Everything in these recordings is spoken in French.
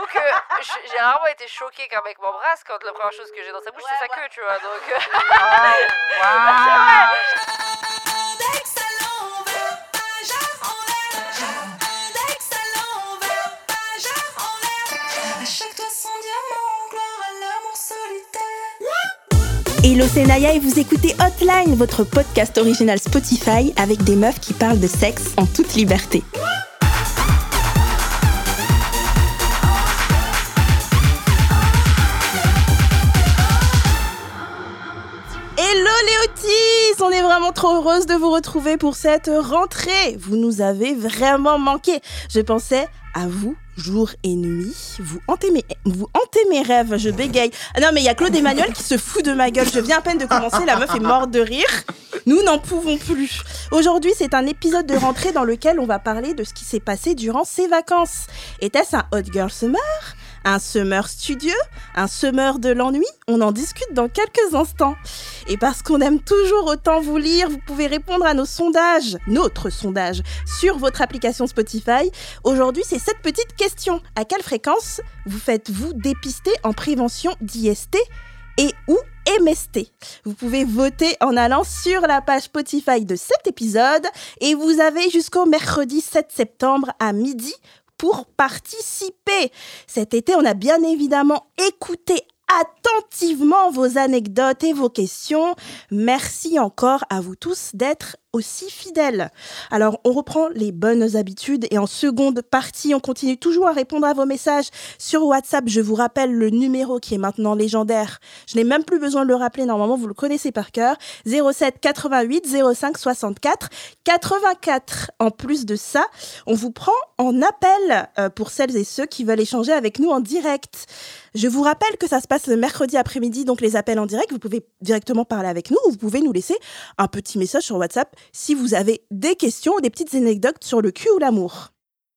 que j'ai rarement été choquée qu'un mec m'embrasse quand la première chose que j'ai dans sa bouche, c'est sa queue, tu vois. Donc... Hello, c'est Naya et vous écoutez Hotline, votre podcast original Spotify avec des meufs qui parlent de sexe en toute liberté. Hello Léotis, on est vraiment trop heureuse de vous retrouver pour cette rentrée. Vous nous avez vraiment manqué. Je pensais à vous jour et nuit. Vous hantez mes rêves, je bégaye. Ah non mais il y a Claude Emmanuel qui se fout de ma gueule. Je viens à peine de commencer, la meuf est morte de rire. Nous n'en pouvons plus. Aujourd'hui, c'est un épisode de rentrée dans lequel on va parler de ce qui s'est passé durant ces vacances. Était-ce un hot girl summer ? Un summer studieux, un summer de l'ennui, on en discute dans quelques instants. Et parce qu'on aime toujours autant vous lire, vous pouvez répondre à notre sondage, sur votre application Spotify. Aujourd'hui, c'est cette petite question. À quelle fréquence vous faites-vous dépister en prévention d'IST et ou MST? Vous pouvez voter en allant sur la page Spotify de cet épisode et vous avez jusqu'au mercredi 7 septembre à midi pour participer. Cet été, on a bien évidemment écouté attentivement vos anecdotes et vos questions. Merci encore à vous tous d'être aussi fidèles. Alors, on reprend les bonnes habitudes et en seconde partie, on continue toujours à répondre à vos messages sur WhatsApp. Je vous rappelle le numéro qui est maintenant légendaire. Je n'ai même plus besoin de le rappeler, normalement, vous le connaissez par cœur. 07 88 05 64 84. En plus de ça, on vous prend en appel pour celles et ceux qui veulent échanger avec nous en direct. Je vous rappelle que ça se passe le mercredi après-midi, donc les appels en direct, vous pouvez directement parler avec nous ou vous pouvez nous laisser un petit message sur WhatsApp si vous avez des questions ou des petites anecdotes sur le cul ou l'amour.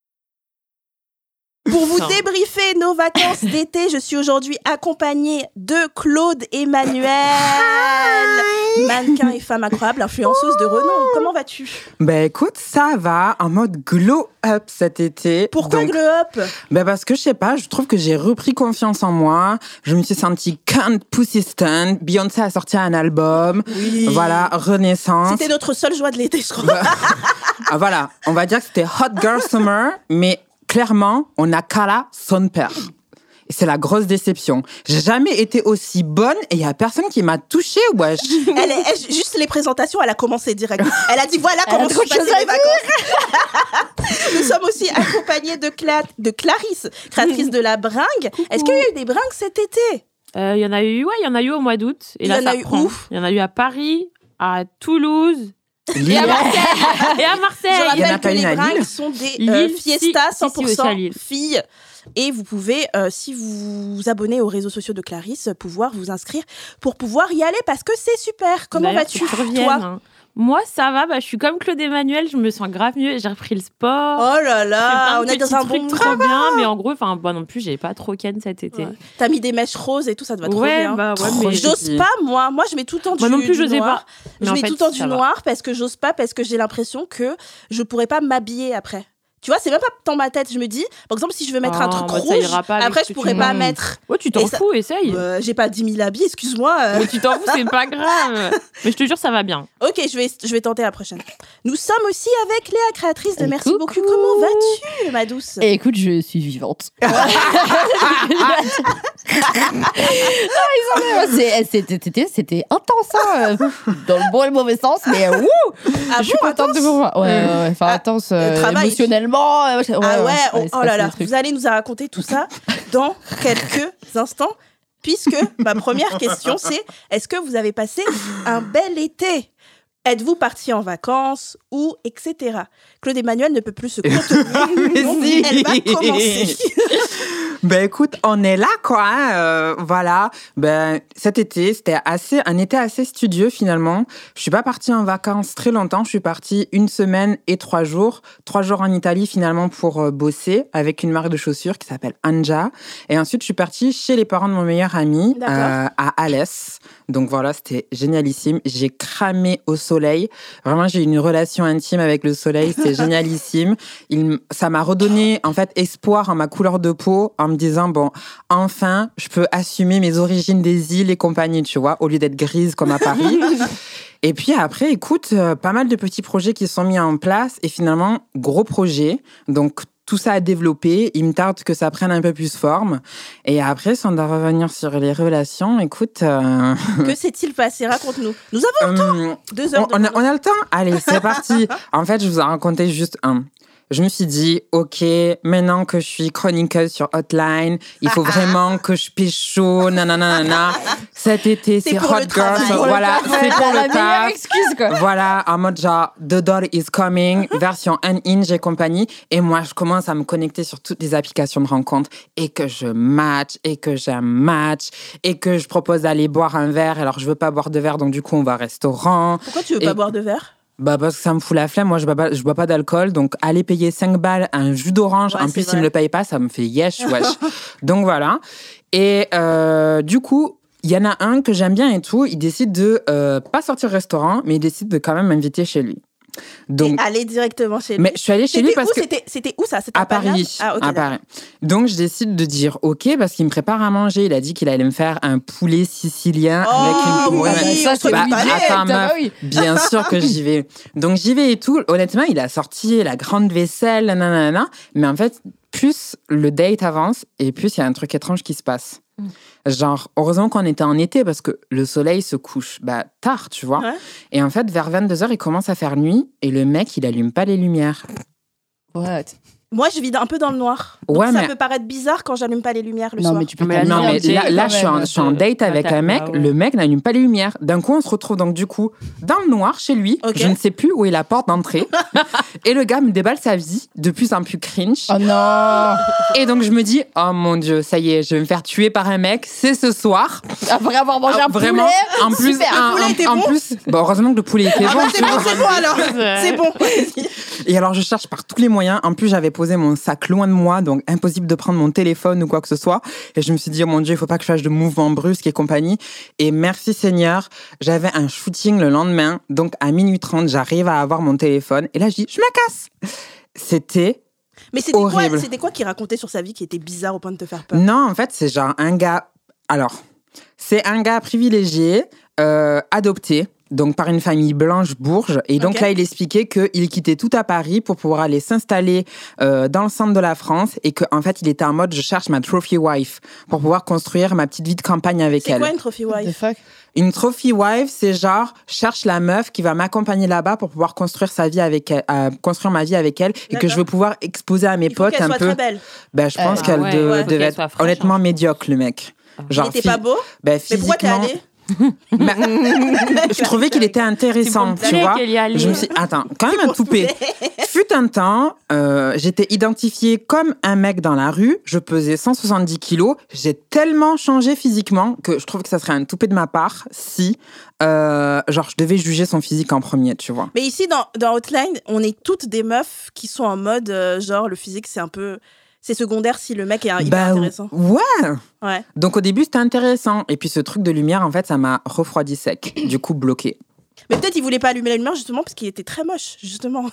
Pour vous débriefer nos vacances d'été, je suis aujourd'hui accompagnée de Claude Emmanuel, mannequin et femme incroyable, influenceuse de renom. Comment vas-tu ? Ben écoute, ça va, en mode glow up cet été. Pourquoi glow up ? Ben parce que je sais pas, je trouve que j'ai repris confiance en moi. Je me suis sentie can't pussy stand. Beyoncé a sorti un album. Oui. Voilà, renaissance. C'était notre seule joie de l'été, je crois. Voilà, on va dire que c'était hot girl summer, mais clairement, on a Kala son père. Et c'est la grosse déception. J'ai jamais été aussi bonne et il y a personne qui m'a touchée, wesh. Juste les présentations, elle a commencé direct. Elle a dit voilà comment se passaient les vacances. Nous sommes aussi accompagnés de Clarisse, créatrice de la bringue. Coucou. Est-ce qu'il y a eu des bringues cet été ? Il y en a eu au mois d'août. Et il là, y en a ça eu reprend. où ? Il y en a eu à Paris, à Toulouse. Lille. Et à Marseille. Je Il y en a rappelle que pas les une à bringues Lille sont des Lille, fiestas si, 100% aussi à Lille. filles. Et vous pouvez, si vous vous abonnez aux réseaux sociaux de Clarisse, pouvoir vous inscrire pour pouvoir y aller parce que c'est super. Comment D'ailleurs, vas-tu, faut que tu reviennes, toi ? hein. Moi, ça va. Je suis comme Claude Emmanuel. Je me sens grave mieux. J'ai repris le sport. Oh là là, on est est dans un bon trop mood. bien. Mais en gros, moi non plus, j'ai pas trop ken cet été. Ouais. T'as mis des mèches roses et tout, ça te va trop bien. Mais J'ose pas, moi je mets tout le temps moi non plus, j'osais noir. pas. Mais Je en mets fait, tout le temps du ça va. noir parce que j'ose pas, parce que j'ai l'impression que je pourrais pas m'habiller après. Tu vois, c'est même pas dans ma tête. Je me dis, par exemple, si je veux mettre un truc ça rouge, ira pas avec après ce je que pourrais tu pas manges. mettre. Ouais, tu t'en Et ça- fous, essaye. J'ai pas 10 000 habits, excuse-moi. Mais tu t'en fous, c'est pas grave. Mais je te jure, ça va bien. Ok, je vais tenter la prochaine. Nous sommes aussi avec Léa, créatrice de Merci Coucou. beaucoup. Comment vas-tu, ma douce ? Et écoute, je suis vivante. C'était intense, hein, dans le bon et le mauvais sens, mais wouh, Ah je suis bon, contente de vous voir. Ouais. Enfin, intense travail. émotionnellement. Oh là là, vous allez nous raconter tout ça dans quelques instants, puisque ma première question c'est, est-ce que vous avez passé un bel été ? Êtes-vous parti en vacances ou etc. Claude Emmanuel ne peut plus se contenir, donc Si. elle va commencer. Ben écoute, on est là quoi, hein, voilà. Ben cet été, c'était un été assez studieux finalement. Je suis pas partie en vacances très longtemps, je suis partie 1 semaine et 3 jours. 3 jours en Italie finalement pour bosser avec une marque de chaussures qui s'appelle Anja. Et ensuite, je suis partie chez les parents de mon meilleur ami à Alès. Donc voilà, c'était génialissime. J'ai cramé au soleil. Vraiment, j'ai eu une relation intime avec le soleil. C'était génialissime. Ça m'a redonné, en fait, espoir en ma couleur de peau en me disant, bon, enfin, je peux assumer mes origines des îles et compagnie, tu vois, au lieu d'être grise comme à Paris. Et puis après, écoute, pas mal de petits projets qui sont mis en place et finalement, gros projet. Donc, tout ça a développé. Il me tarde que ça prenne un peu plus forme. Et après, si on doit revenir sur les relations, écoute... Que s'est-il passé? Raconte-nous. Nous avons le temps. 2 heures on a le temps? Allez, c'est parti. En fait, je vous ai raconté juste un. Je me suis dit, OK, maintenant que je suis chroniqueuse sur Hotline, il faut vraiment que je pécho, nanana. Cet été, c'est pour Hot le Girl. travail. Voilà, c'est pour la le meilleure taf. excuse, quoi. Voilà, en mode genre, The Door is Coming, version Unhinged et compagnie. Et moi, je commence à me connecter sur toutes les applications de rencontres et que je match, et que j'aime match, et que je propose d'aller boire un verre. Alors, je veux pas boire de verre, donc du coup, on va au restaurant. Pourquoi tu veux pas boire de verre? Bah parce que ça me fout la flemme. Moi, je bois pas d'alcool. Donc, aller payer 5 balles un jus d'orange, Ouais, en c'est plus, vrai. il me le paye pas, ça me fait yesh, wesh. Donc, voilà. Et du coup, il y en a un que j'aime bien et tout. Il décide de pas sortir au restaurant, mais il décide de quand même m'inviter chez lui. Donc, Et aller directement chez lui. mais je suis allée chez lui C'était parce où, que... C'était où ça? C'était À Paris. Ah, ok. À Paris. Donc, je décide de dire OK parce qu'il me prépare à manger. Il a dit qu'il allait me faire un poulet sicilien avec une... oui, Ouais, mais- ça, c'est Bah, obligé. attends, meuf, Oui. bien sûr que j'y vais. Donc, j'y vais et tout. Honnêtement, il a sorti la grande vaisselle, nanana. Mais en fait, plus le date avance et plus il y a un truc étrange qui se passe. Genre, heureusement qu'on était en été parce que le soleil se couche tard, tu vois. Ouais. Et en fait, vers 22h, il commence à faire nuit et le mec, il allume pas les lumières. What? Moi, je vis un peu dans le noir. Donc Ouais, ça mais- peut paraître bizarre quand j'allume pas les lumières le Non, soir. mais tu peux Mais pas là, Non, mais dire, là, quand je suis en date avec un mec, ouais. le mec n'allume pas les lumières. D'un coup, on se retrouve donc du coup dans le noir chez lui. Ok. Je ne sais plus où est la porte d'entrée. Et le gars me déballe sa vie de plus en plus cringe. Oh non! Et donc, je me dis, oh mon Dieu, ça y est, je vais me faire tuer par un mec. C'est ce soir. Après avoir mangé un Vraiment, poulet, en plus, super. Le poulet était en bon plus, heureusement que le poulet était Ah bon. bah, tu c'est bon, vois. c'est bon alors. C'est bon. Et alors, je cherche par tous les moyens. En plus, j'avais posé mon sac loin de moi, donc impossible de prendre mon téléphone ou quoi que ce soit. Et je me suis dit, oh mon Dieu, il faut pas que je fasse de mouvements brusques et compagnie. Et merci Seigneur, j'avais un shooting le lendemain. Donc, à 12h30, j'arrive à avoir mon téléphone. Et là, je dis, je me casse. C'était... Mais c'était quoi, Horrible. qu'il racontait sur sa vie qui était bizarre au point de te faire peur? Non, en fait, c'est genre un gars... Alors, c'est un gars privilégié, adopté. Donc, par une famille blanche bourge. Et donc, Ok. là, il expliquait qu'il quittait tout à Paris pour pouvoir aller s'installer dans le centre de la France et qu'en fait, il était en mode, je cherche ma trophy wife pour pouvoir construire ma petite vie de campagne avec C'est elle. quoi une trophy What the wife? fuck? Une trophy wife, c'est genre, cherche la meuf qui va m'accompagner là-bas pour pouvoir construire sa vie avec elle, construire ma vie avec elle et que je D'accord. veux pouvoir exposer à mes Il faut potes qu'elle un soit peu. très belle. Ben, je pense Ah qu'elle ouais, devait faut qu'elle être soit franche, honnêtement hein. médiocre, le mec. Il Genre, était pas beau? ben, Mais pourquoi t'es physiquement, allée? je trouvais qu'il était intéressant, C'est pour tu me vois. qu'elle y allait. Je me suis attends, quand même un pour toupet. Fut un temps, j'étais identifiée comme un mec dans la rue, je pesais 170 kilos, j'ai tellement changé physiquement que je trouve que ça serait un toupet de ma part si, genre, je devais juger son physique en premier, tu vois. Mais ici, dans Hotline, on est toutes des meufs qui sont en mode, genre, le physique, c'est un peu... C'est secondaire si le mec est hyper Bah, intéressant. ouais. Ouais. Donc au début, c'était intéressant. Et puis ce truc de lumière, en fait, ça m'a refroidi sec. Du coup, bloqué. Mais peut-être il voulait pas allumer la lumière justement parce qu'il était très moche, justement.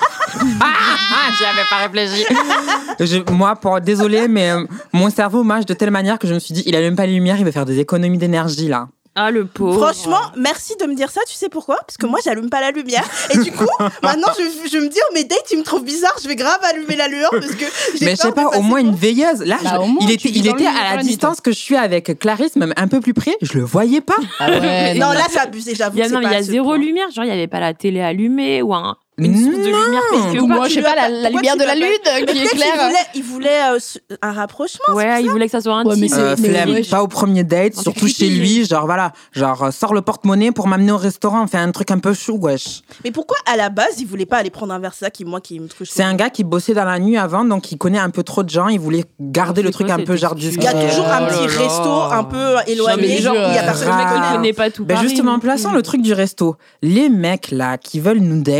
J'y avais pas réfléchi. Moi, désolé, mais mon cerveau marche de telle manière que je me suis dit, il allume pas les lumières, il va faire des économies d'énergie là. Ah, le pauvre. Franchement, merci de me dire ça. Tu sais pourquoi? Parce que moi, j'allume pas la lumière. Et du coup, maintenant, je me dis, oh, mes dates, ils me trouvent bizarre. Je vais grave allumer la lumière parce que j'ai Mais je peur sais pas, de au passer moins pour- une veilleuse. Là, Bah, au moins, il tu était vis dans le lit, à dans la la nuit, distance que je suis avec Clarisse, même un peu plus près. Je le voyais pas. Ah ouais, Non, là, c'est abusé, j'avoue. Il y a, c'est non, mais pas il y à a ce zéro point. lumière. Genre, il n'y avait pas la télé allumée ou une Non. source de lumière quelque Ou part. moi, je sais pas, la Pourquoi lumière tu de la l'as pas- lune Mais qui peut-être éclaire. il voulait un rapprochement. Ouais, il voulait que ça soit intime. Ouais, mais c'est- Flemme, ouais, pas au premier date, Non, surtout c'est chez creepy. lui. Genre, voilà, genre, sors le porte-monnaie pour m'amener au restaurant, on fait un truc un peu chou, wesh. Mais pourquoi, à la base, il voulait pas aller prendre un Versa qui me touche? C'est un gars qui bossait dans la nuit avant, donc il connaît un peu trop de gens. Il voulait garder le C'est truc quoi un cette peu genre excuse? Il y a discret. toujours un Oh petit là là. resto un peu éloigné. mais Genre, genre, il y a personne qui grave. le Il connaît. connaît pas tout Ben Paris justement, non plus. plaçons le truc du resto. Les mecs là qui veulent nous date et qui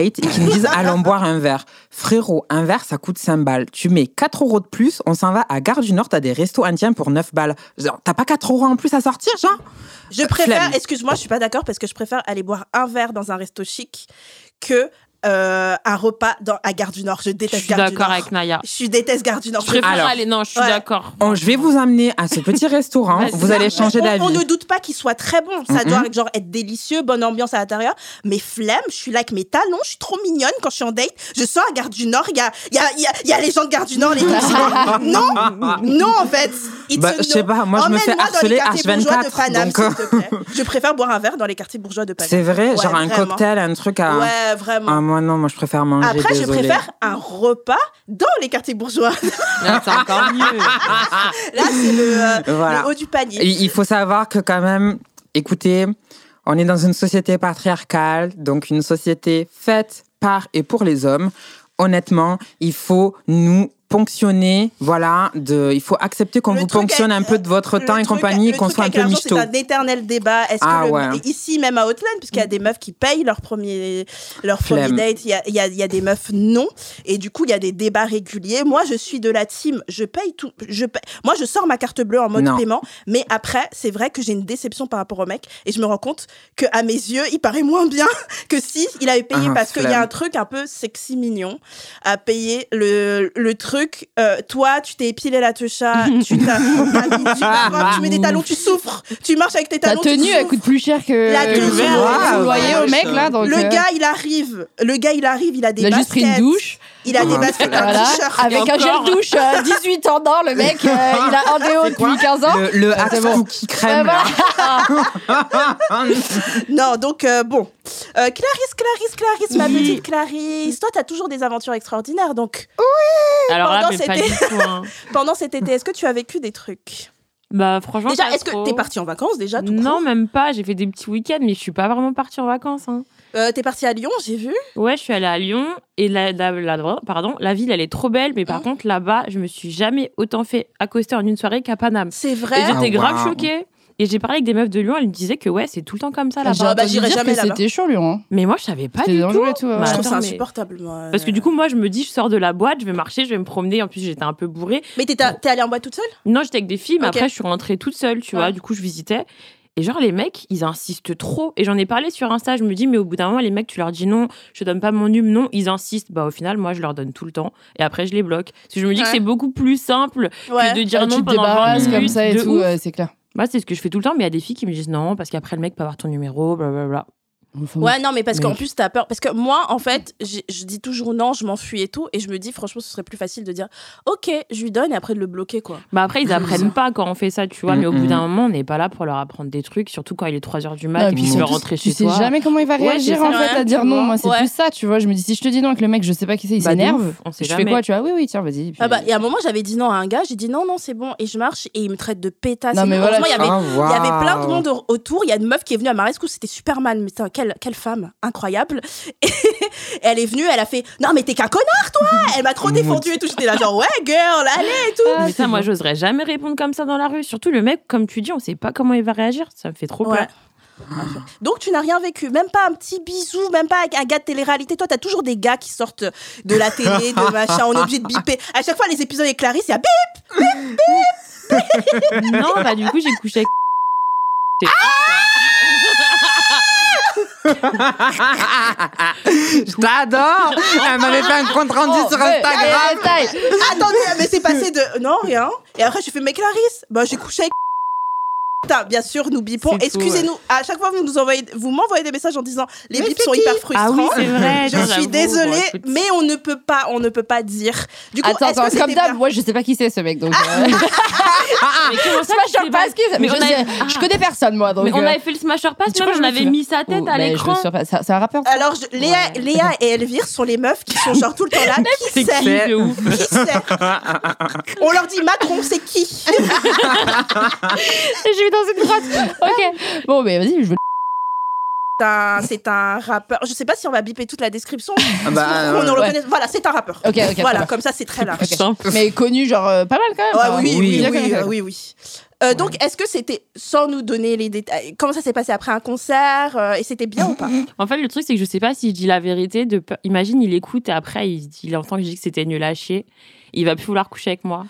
me disent allons boire un verre. Frérot, un verre, ça coûte 5 balles. Tu mets 4 € de plus, on s'en va à Gare du Nord, t'as des restos indiens pour 9 balles. Genre, t'as pas 4 € en plus à sortir, genre? Je préfère, Flemme. excuse-moi, je suis pas d'accord parce que je préfère aller boire un verre dans un resto chic que un repas à Gare du Nord. Je Je déteste suis Gare du d'accord Nord. avec Naya. Je déteste Gare du Nord. Je préfère Alors, aller. Non, je suis ouais. d'accord. Je vais vous amener à ce petit restaurant. Vas-y. Vous allez changer on d'avis. ne doute pas qu'il soit très bon. Ça doit genre être délicieux, bonne ambiance à l'intérieur. Mais flemme, je suis là avec mes talons, je suis trop mignonne quand je suis en date. Je sors à Gare du Nord, il y a les gens de Gare du Nord, les non, en fait. Je sais pas, moi je me fais Emmène-moi dans les harceler quartiers bourgeois de H24. Paname, Donc, s'il te plaît. Je préfère boire un verre dans les quartiers bourgeois de Paname. c'est vrai, Ouais, genre un vraiment. cocktail, un truc à. Ouais, vraiment. Ah, moi non, moi je préfère manger. Après, je désolée. préfère un repas dans les quartiers bourgeois. Là, c'est encore mieux. Là, c'est Voilà. le haut du panier. Il faut savoir que quand même, écoutez, on est dans une société patriarcale, donc une société faite par et pour les hommes. Honnêtement, il faut nous ponctionner, voilà, il faut accepter qu'on Le vous truc ponctionne avec- un peu de votre temps et compagnie, le qu'on truc soit un avec peu l'argent, michto. C'est un éternel débat. Est-ce Ah que ouais. ici, même à Outland, puisqu'il y a des meufs qui payent leur premier Flemme. date, il y a des meufs non. Et du coup, il y a des débats réguliers. Moi, je suis de la team, je paye tout. Moi, je sors ma carte bleue en mode Non. paiement. Mais après, c'est vrai que j'ai une déception par rapport au mec. Et je me rends compte qu'à mes yeux, il paraît moins bien que si il avait payé. Parce qu'il y a flemme. un truc un peu sexy mignon à payer le truc. Toi, tu t'es épilé la techa, tu mets des talons, tu souffres, tu marches avec tes Ta talons. tu tenue, elle souffres. coûte plus cher que La tenue. le loyer Waouh. au mec, là. Donc, Le gars, il arrive, il a des il a baskets. juste pris une douche. Il a des Ah, baskets, un Voilà, t-shirt. avec un encore. gel douche, 18 ans, non, le mec, il a un déo depuis 15 ans. Le C'est Axe bon. Cookie crème, là. Non, donc bon. Clarisse, ma petite Clarisse. Toi, t'as toujours des aventures extraordinaires. Donc, Alors là, Pendant mais pas cet du tout. Hein. pendant cet été, est-ce que tu as vécu des trucs? Bah, franchement, Déjà, pas est-ce que trop. t'es partie en vacances déjà tout Non, court même pas. J'ai fait des petits week-ends, mais je suis pas vraiment partie en vacances. Hein. T'es partie à Lyon, j'ai vu. Ouais, je suis allée à Lyon et la ville, elle est trop belle. Mais par contre, là-bas, je me suis jamais autant fait accoster en une soirée qu'à Paname. C'est Et vrai. j'étais Ah, grave waouh. choquée. Et j'ai parlé avec des meufs de Lyon, elles me disaient que ouais, c'est tout le temps comme ça là-bas. J'ai entendu j'irai dire jamais que là-bas. c'était chaud, Lyon. Hein. Mais moi, je savais pas C'était du dangereux tout. et tout, ouais. Bah, Je trouve ça attends, mais- insupportable, moi. Parce que du coup, moi, je me dis, je sors de la boîte, je vais marcher, je vais me promener. En plus, j'étais un peu bourrée. Mais t'es allée en boîte toute seule? Non, j'étais avec des filles, mais Ok. après, je suis rentrée toute seule, tu vois. Ouais. Du coup, je visitais. Et genre, les mecs, ils insistent trop. Et j'en ai parlé sur Insta, je me dis, mais au bout d'un moment, les mecs, tu leur dis non, je te donne pas mon num, non, ils insistent. Bah, au final, moi, je leur donne tout le temps. Et après, je les bloque. Parce que je me dis que Ouais. c'est beaucoup plus simple Ouais. que de dire Ah, non tu te pendant 20 débarrasses minutes. comme ça et de tout, ouf. c'est clair. Bah, c'est ce que je fais tout le temps, mais il y a des filles qui me disent non, parce qu'après, le mec peut avoir ton numéro, blablabla. Enfin, Ouais, non, mais parce Mais- qu'en plus, t'as peur. Parce que moi, en fait, je dis toujours non, je m'enfuis et tout. Et je me dis, franchement, ce serait plus facile de dire, OK, je lui donne et après de le bloquer, quoi. Bah après, ils apprennent pas quand on fait ça, tu vois. Mais au bout Mhm. d'un moment, on n'est pas là pour leur apprendre des trucs, surtout quand il est 3h du mat Non, et et puis puis tu veux surtout, rentrer tu chez sais toi. jamais comment il va Ouais, réagir c'est en ça. fait à dire non. Moi, c'est Ouais. plus ça, tu vois. Je me dis, si je te dis non et que le mec, je sais pas qui c'est, il Bah, de s'énerve. ouf, on sait Je jamais. fais quoi, tu vois? Oui, oui, tiens, vas-y. Puis- Ah bah, et à un moment, j'avais dit non à un gars. J'ai dit non, c'est bon. Et je marche et il me traite de pétasse. Non, Et mais voilà, franchement, il y avait Ah, il y avait plein de waouh. monde autour. Il y a une meuf qui est venue à ma rescousse. C'était super mal. Mais putain, quelle femme incroyable. Et elle est venue, elle a fait non, mais t'es qu'un connard, toi. Elle m'a trop défendu et tout. J'étais là, genre, ouais, girl, allez et tout. Ah, Mais ça, moi, j'oserais jamais répondre comme ça dans la rue. Surtout le mec, comme tu dis, on sait pas comment il va réagir. Ça me fait trop peur. Ouais. Donc, tu n'as rien vécu. Même pas un petit bisou, même pas avec un gars de télé-réalité. Toi, t'as toujours des gars qui sortent de la télé, de machin. On est obligé de biper. À chaque fois, les épisodes avec Clarisse, il y a bip. Non, bah du coup, j'ai couché avec. Je t'adore. Elle m'avait fait un compte rendu Oh, sur mais- Instagram. allez, détail. Attendez, mais c'est passé de non, rien. Et après, je fais, mais Clarisse, bah, j'ai couché avec. Putain, bien sûr, nous bipons. C'est tout, Excusez-nous. À chaque fois, vous m'envoyez des messages en disant les Mais bips c'est sont qui hyper frustrants. Ah oui, c'est vrai. Je non, suis j'avoue. désolée, Bon, écoute. mais on ne peut pas dire. Du coup, Attends, est-ce que comme c'était d'hab, bien moi je sais pas qui c'est ce mec donc. Mais comment ça, Smash tu sais or pass, qui c'est? Mais Mais je on sais- avait- je connais personne moi donc. Mais on avait fait le smash or pass, tu même crois que on je me avait souviens mis sa tête à mais je l'écran. me souviens pas. C'est un rappeur. ça Alors, Léa et Elvire sont les meufs qui sont genre tout le temps là. Qui C'est qui c'est de ouf. Qui c'est On leur dit Macron, c'est qui J'ai vu dans une grotte. Ok. Bon, mais vas-y, je veux. C'est un rappeur. Je sais pas si on va biper toute la description. Ah bah, on le ouais. reconnaît. Voilà, c'est un rappeur. Ok, ok. Voilà, très comme ça, c'est très large. bien. Mais connu, genre pas mal quand même. Ouais, Enfin, oui, oui, oui, bien connu, oui, quand même. oui, oui. Donc, est-ce que c'était, sans nous donner les détails, comment ça s'est passé après un concert et c'était bien ou pas? En fait, le truc, c'est que je sais pas si je dis la vérité. Imagine, il écoute et après, il entend que je dis que c'était nul à chier. Il va plus vouloir coucher avec moi.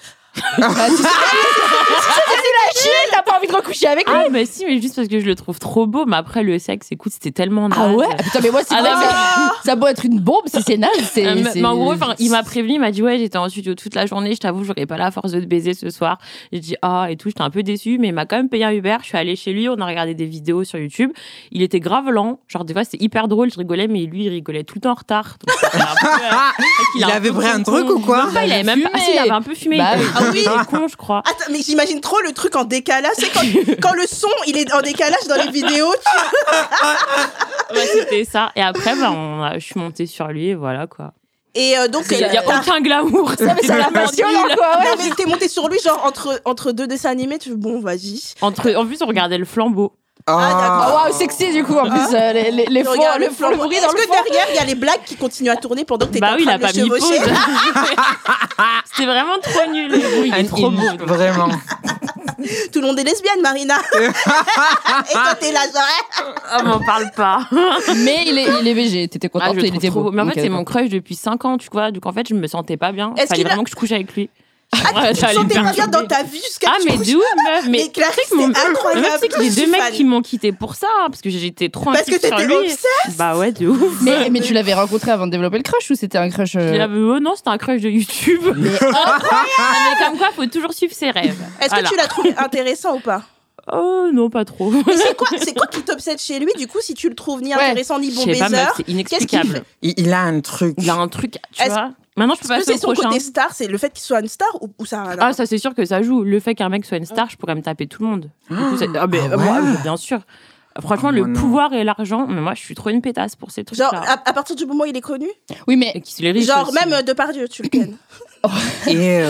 T'as pas envie de recoucher avec lui? Ah, mais si, mais juste parce que je le trouve trop beau. Mais après, le sexe, écoute, c'était tellement naze. Ah ouais? Putain, mais moi, c'est ça doit être une bombe si c'est naze. Mais en gros, il m'a prévenu, il m'a dit ouais, j'étais en studio toute la journée, je t'avoue, j'aurais pas la force de te baiser ce soir. J'ai dit et tout, j'étais un peu déçue, mais il m'a quand même payé un Uber. Je suis allée chez lui, on a regardé des vidéos sur YouTube. Il était grave lent, genre des fois c'était hyper drôle, je rigolais, mais lui il rigolait tout le temps en retard. Donc, il avait pris un truc ou quoi? Il avait même pas, il avait un peu fumé. Bah, oui. Il est con, je crois. Attends, mais j'imagine trop le truc en décalage. C'est quand le son il est en décalage dans les vidéos. Ouais, c'était ça. Et après, je suis montée sur lui et voilà quoi. Et donc, il y a aucun glamour. Ça, mais c'est la passion, quoi. Ouais. Non, mais t'es montée sur lui, genre entre deux dessins animés. Bon, vas-y. En plus, on regardait le flambeau. D'accord. Waouh, sexy du coup. En plus, les Tu fonds, regardes le bruit dans le Est-ce fond. que derrière il y a les blagues qui continuent à tourner pendant que t'étais en il train a de pas le mis pause. chevaucher? C'était vraiment trop nul. Il est trop beau. Vraiment. Tout le monde est lesbienne, Marina. Et toi t'es là, genre. M'en parle pas. Mais il est VG. T'étais contente, je le il trouve était trop beau. beau. Mais en fait, Ok, c'est d'accord. mon crush depuis 5 ans, tu vois. Donc en fait, je me sentais pas bien. Est-ce Fallait qu'il a- vraiment que je couche avec lui. Tu te sentais pas bien dans ta vie jusqu'à Ah, ce que mais tu d'où, meuf? Mais Clarisse, tu sais que c'est incroyable. Tu sais qu'il y a Je suis deux mecs fan. qui m'ont quitté pour ça, parce que j'étais trop Parce que insistante sur t'étais lui. obsesse. Bah ouais, de ouf. Mais tu l'avais rencontré avant de développer le crush ou c'était un crush Non, c'était un crush de YouTube. Mais Mais comme quoi, faut toujours suivre ses rêves. Est-ce que tu l'as trouvé intéressant ou pas? Oh non, pas trop. Mais c'est quoi qui t'obsède chez lui, du coup, si tu le trouves ni intéressant ni Je bon sais pas, meuf, baiser? c'est inexplicable. Il a un truc. Il a un truc, tu Est-ce- vois. Maintenant, je peux Est-ce que passer c'est au son prochain. côté star, c'est le fait qu'il soit une star ou ça a rien à Ah, ça, c'est sûr que ça joue. Le fait qu'un mec soit une star, je pourrais me taper tout le monde. Du coup, moi, bien sûr. Franchement, le pouvoir et l'argent, mais moi, je suis trop une pétasse pour ces trucs-là. Genre, à partir du moment où il est connu, oui, mais Et qui les riches genre aussi. même Depardieu, tu le kennes. Et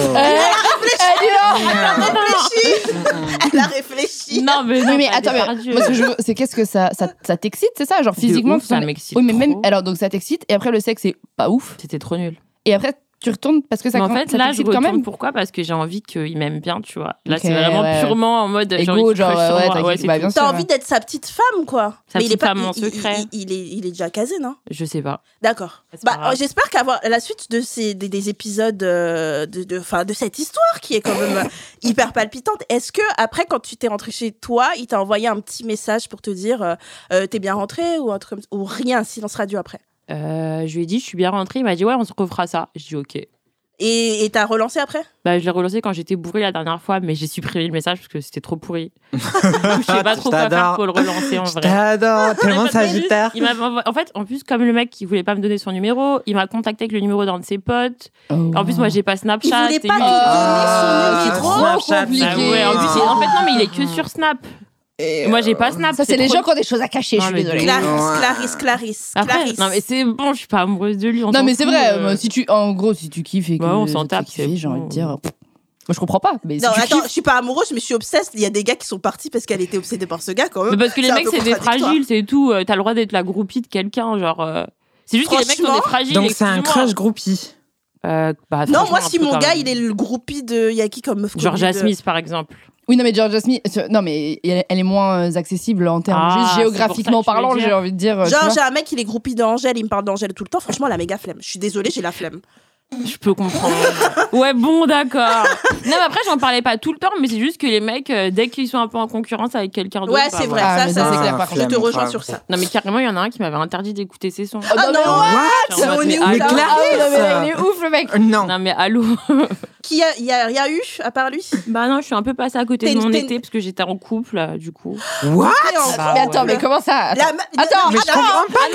Elle a réfléchi. Non, mais oui, non, mais pas attends, mais Depardieu. moi, ce que je veux, c'est qu'est-ce que ça t'excite, c'est ça, genre physiquement, ouf, ça m'excite Oui, mais même trop. alors donc ça t'excite et après le sexe c'est pas ouf C'était trop nul. et après tu retournes parce que ça Mais en fait, ça là, je t'excite quand retourne même. pourquoi? Parce que j'ai envie qu'il m'aime bien, tu vois. Là, Ok, c'est vraiment ouais. purement en mode. j'ai Ego, envie qu'il genre, crush sur ouais, moi. t'as- c'est bah, tout. bien sûr. T'as ouais. envie d'être sa petite femme, quoi. Sa Mais il est petite pas. femme en secret. Il est déjà casé, non? Je sais pas. D'accord. C'est pas grave. J'espère qu'avoir la suite de des épisodes de cette histoire qui est quand même hyper palpitante. Est-ce que après, quand tu t'es rentré chez toi, il t'a envoyé un petit message pour te dire t'es bien rentré ou un truc ou rien, silence radio après? Je lui ai dit, je suis bien rentrée. Il m'a dit, ouais, on se refera ça. Je dis, ok. Et t'as relancé après? Bah, je l'ai relancé quand j'étais bourrée la dernière fois, mais j'ai supprimé le message parce que c'était trop pourri. Du coup, je sais pas trop quoi faire T'adores. pour le relancer en vrai. T'adores, tellement sagittaire. Il m'avait en fait, en plus, comme le mec qui voulait pas me donner son numéro, il m'a contacté avec le numéro d'un de ses potes. En plus, moi, j'ai pas Snapchat. Il voulait et pas lui- te Ah, donner son numéro. Snapchat, compliqué. Ah ouais, en plus, en fait, non, mais il est que sur Snap. Et moi, j'ai pas Snap. Ça c'est les trop- gens qui ont des choses à cacher, je Non, suis mais désolée. Clarisse. Après, non, mais c'est bon, je suis pas amoureuse de lui. on Non s'en mais c'est fout, vrai, moi, si tu en gros si tu kiffes et que Ouais, on s'en t'as tape, kiffé, c'est j'ai bon. envie de dire moi je comprends pas mais si Non, tu attends, kiffes je suis pas amoureuse, mais je suis obsesse. Il y a des gars qui sont partis parce qu'elle était obsédée par ce gars quand même. Mais parce que les un mecs, peu c'est des contradictoire. fragiles, c'est tout. T'as le droit d'être la groupie de quelqu'un, genre. C'est juste que les mecs sont des fragiles. Donc c'est un excuse-moi. crush groupie. Bah, Non, franchement, moi, un si peu mon quand gars, même. il est le groupie de. Il y a qui comme meuf Georgia connue de- Smith, par exemple. oui non mais Georgia Smith non mais elle est moins accessible en termes Ah, juste c'est géographiquement pour ça que tu parlant veux dire. j'ai envie de dire tu Genre, vois. j'ai un mec, il est groupie d'Angèle, il me parle d'Angèle tout le temps. Franchement, la méga flemme. Je suis désolée, j'ai la flemme. Je peux comprendre. Ouais, bon, d'accord. Non, mais après, j'en parlais pas tout le temps, mais c'est juste que les mecs, dès qu'ils sont un peu en concurrence avec quelqu'un d'autre. Ouais, bah, c'est vrai. voilà. Ah, mais ça, c'est clair, par Je te flemme, rejoins grave. sur ça. Non, mais carrément, il y en a un qui m'avait interdit d'écouter ses sons. Ah non, J'étais en what? mode, On est où, allô là? Ah oui, non, mais il est ouf le mec Non. Non, mais allô. Il y a eu, à part lui? Bah non, je suis un peu passée à côté T'es- de mon t'es- été parce que j'étais en couple, du coup. What? Bah, mais ouais. attends mais comment ça La- Attends, mais je comprends pas,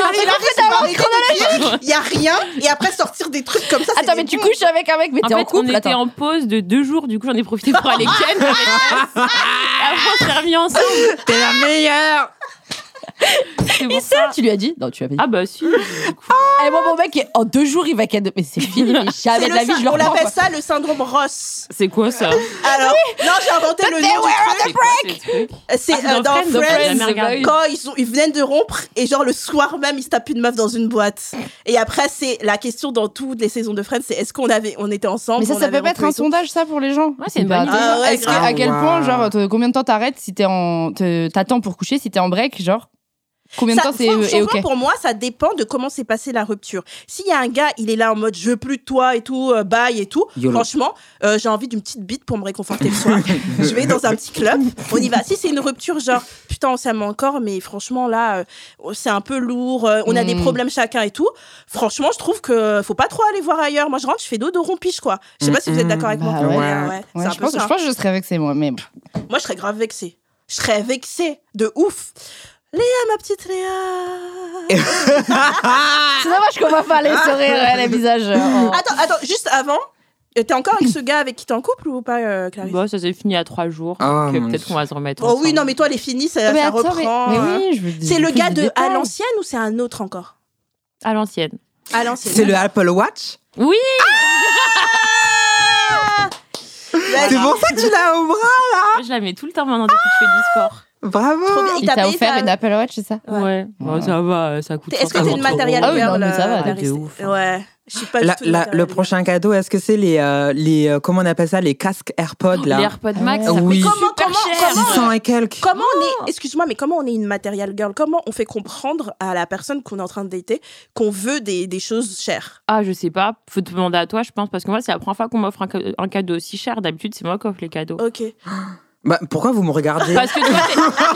il y a rien et après sortir des trucs comme ça. c'est attends des mais tu bons. couches avec un mec mais En t'es en fait, on couple était attends en pause de 2 jours, du coup, j'en ai profité pour aller ken. Après, on s'est remis ensemble. T'es la meilleure. C'est pour ça. Tu lui as dit? Non, tu lui as pas dit. Ah bah si. Et moi, mon mec, en 2 jours, il va cadeau. Mais c'est fini, mais jamais de la vie, je le On reprends. l'appelle ça le syndrome Ross. C'est quoi ça? Alors, non, j'ai inventé le nom du truc. C'est quoi, ces trucs? C'est Ah, dans Friends, Friends, jamais regardé. quand ils viennent de rompre et genre le soir même ils se tapent une meuf dans une boîte. Et après c'est la question dans toutes les saisons de Friends, c'est est-ce on était ensemble? Mais ça on peut avait pas être rompu un et tout. sondage, ça, pour les gens? Ouais, c'est une bonne idée. Ah ouais, Est-ce que, grave. à quel Ah, point, wow. genre, combien de temps t'arrêtes si t'attends pour coucher, si t'es en break, genre? Combien de Ça, temps c'est franchement, ok? pour moi, ça dépend de comment s'est passée la rupture. S'il y a un gars, il est là en mode je veux plus de toi et tout, bye et tout. YOLO. Franchement, j'ai envie d'une petite bite pour me réconforter le soir. Je vais dans un petit club, on y va. Si c'est une rupture, genre putain, on s'aime encore, mais franchement là, c'est un peu lourd, on a des problèmes chacun et tout. Franchement, je trouve que faut pas trop aller voir ailleurs. Moi, je rentre, je fais dodo rompiche quoi. Je sais pas si vous êtes d'accord avec moi. Bah ouais. Ouais, c'est Ouais, un je peu pense ça. que je serais vexée, moi, mais bon. Moi, je serais grave vexée. Je serais vexée de ouf. Léa, ma petite Léa. C'est dommage qu'on va pas les sourire, les visages. Attends, juste avant, t'es encore avec ce gars avec qui t'es en couple ou pas, Clarisse? Bon, ça s'est fini à 3 jours. Oh, donc, mon peut-être Dieu. qu'on va se remettre Oh oui, ensemble. non, mais toi, les finis, ça Mais attends, reprend. mais oui, je veux dire. C'est le plus gars de de détails. à l'ancienne ou c'est un autre encore? À l'ancienne. À l'ancienne. C'est le Apple Watch? Oui. C'est pour ça que tu l'as au bras. Moi, je la mets tout le temps maintenant depuis que je fais du sport. Bravo. Trop bien. Il t'a payé offert ta- une Apple Watch, c'est ça? Ouais. Bon, ça va, ça coûte. Est-ce que t'es une 150 €. matériel Ah oui, girl? non, mais ça va, Clarisse? de ouf. Ouais. Je suis pas du tout une Le matériel girl. prochain cadeau, est-ce que c'est les comment on appelle ça, les casques AirPods là? Les AirPods Max, Ah ça oui. coûte Comment- super comment- cher. 600 et quelques. Comment on est, excuse-moi, mais comment on est une matériel girl? Comment on fait comprendre à la personne qu'on est en train de dater qu'on veut des choses chères? Ah, je sais pas. Faut te demander à toi, je pense, parce que moi, c'est la première fois qu'on m'offre un cadeau aussi cher. D'habitude, c'est moi qui offre les cadeaux. Ok. Bah, pourquoi vous me regardez? Parce que toi,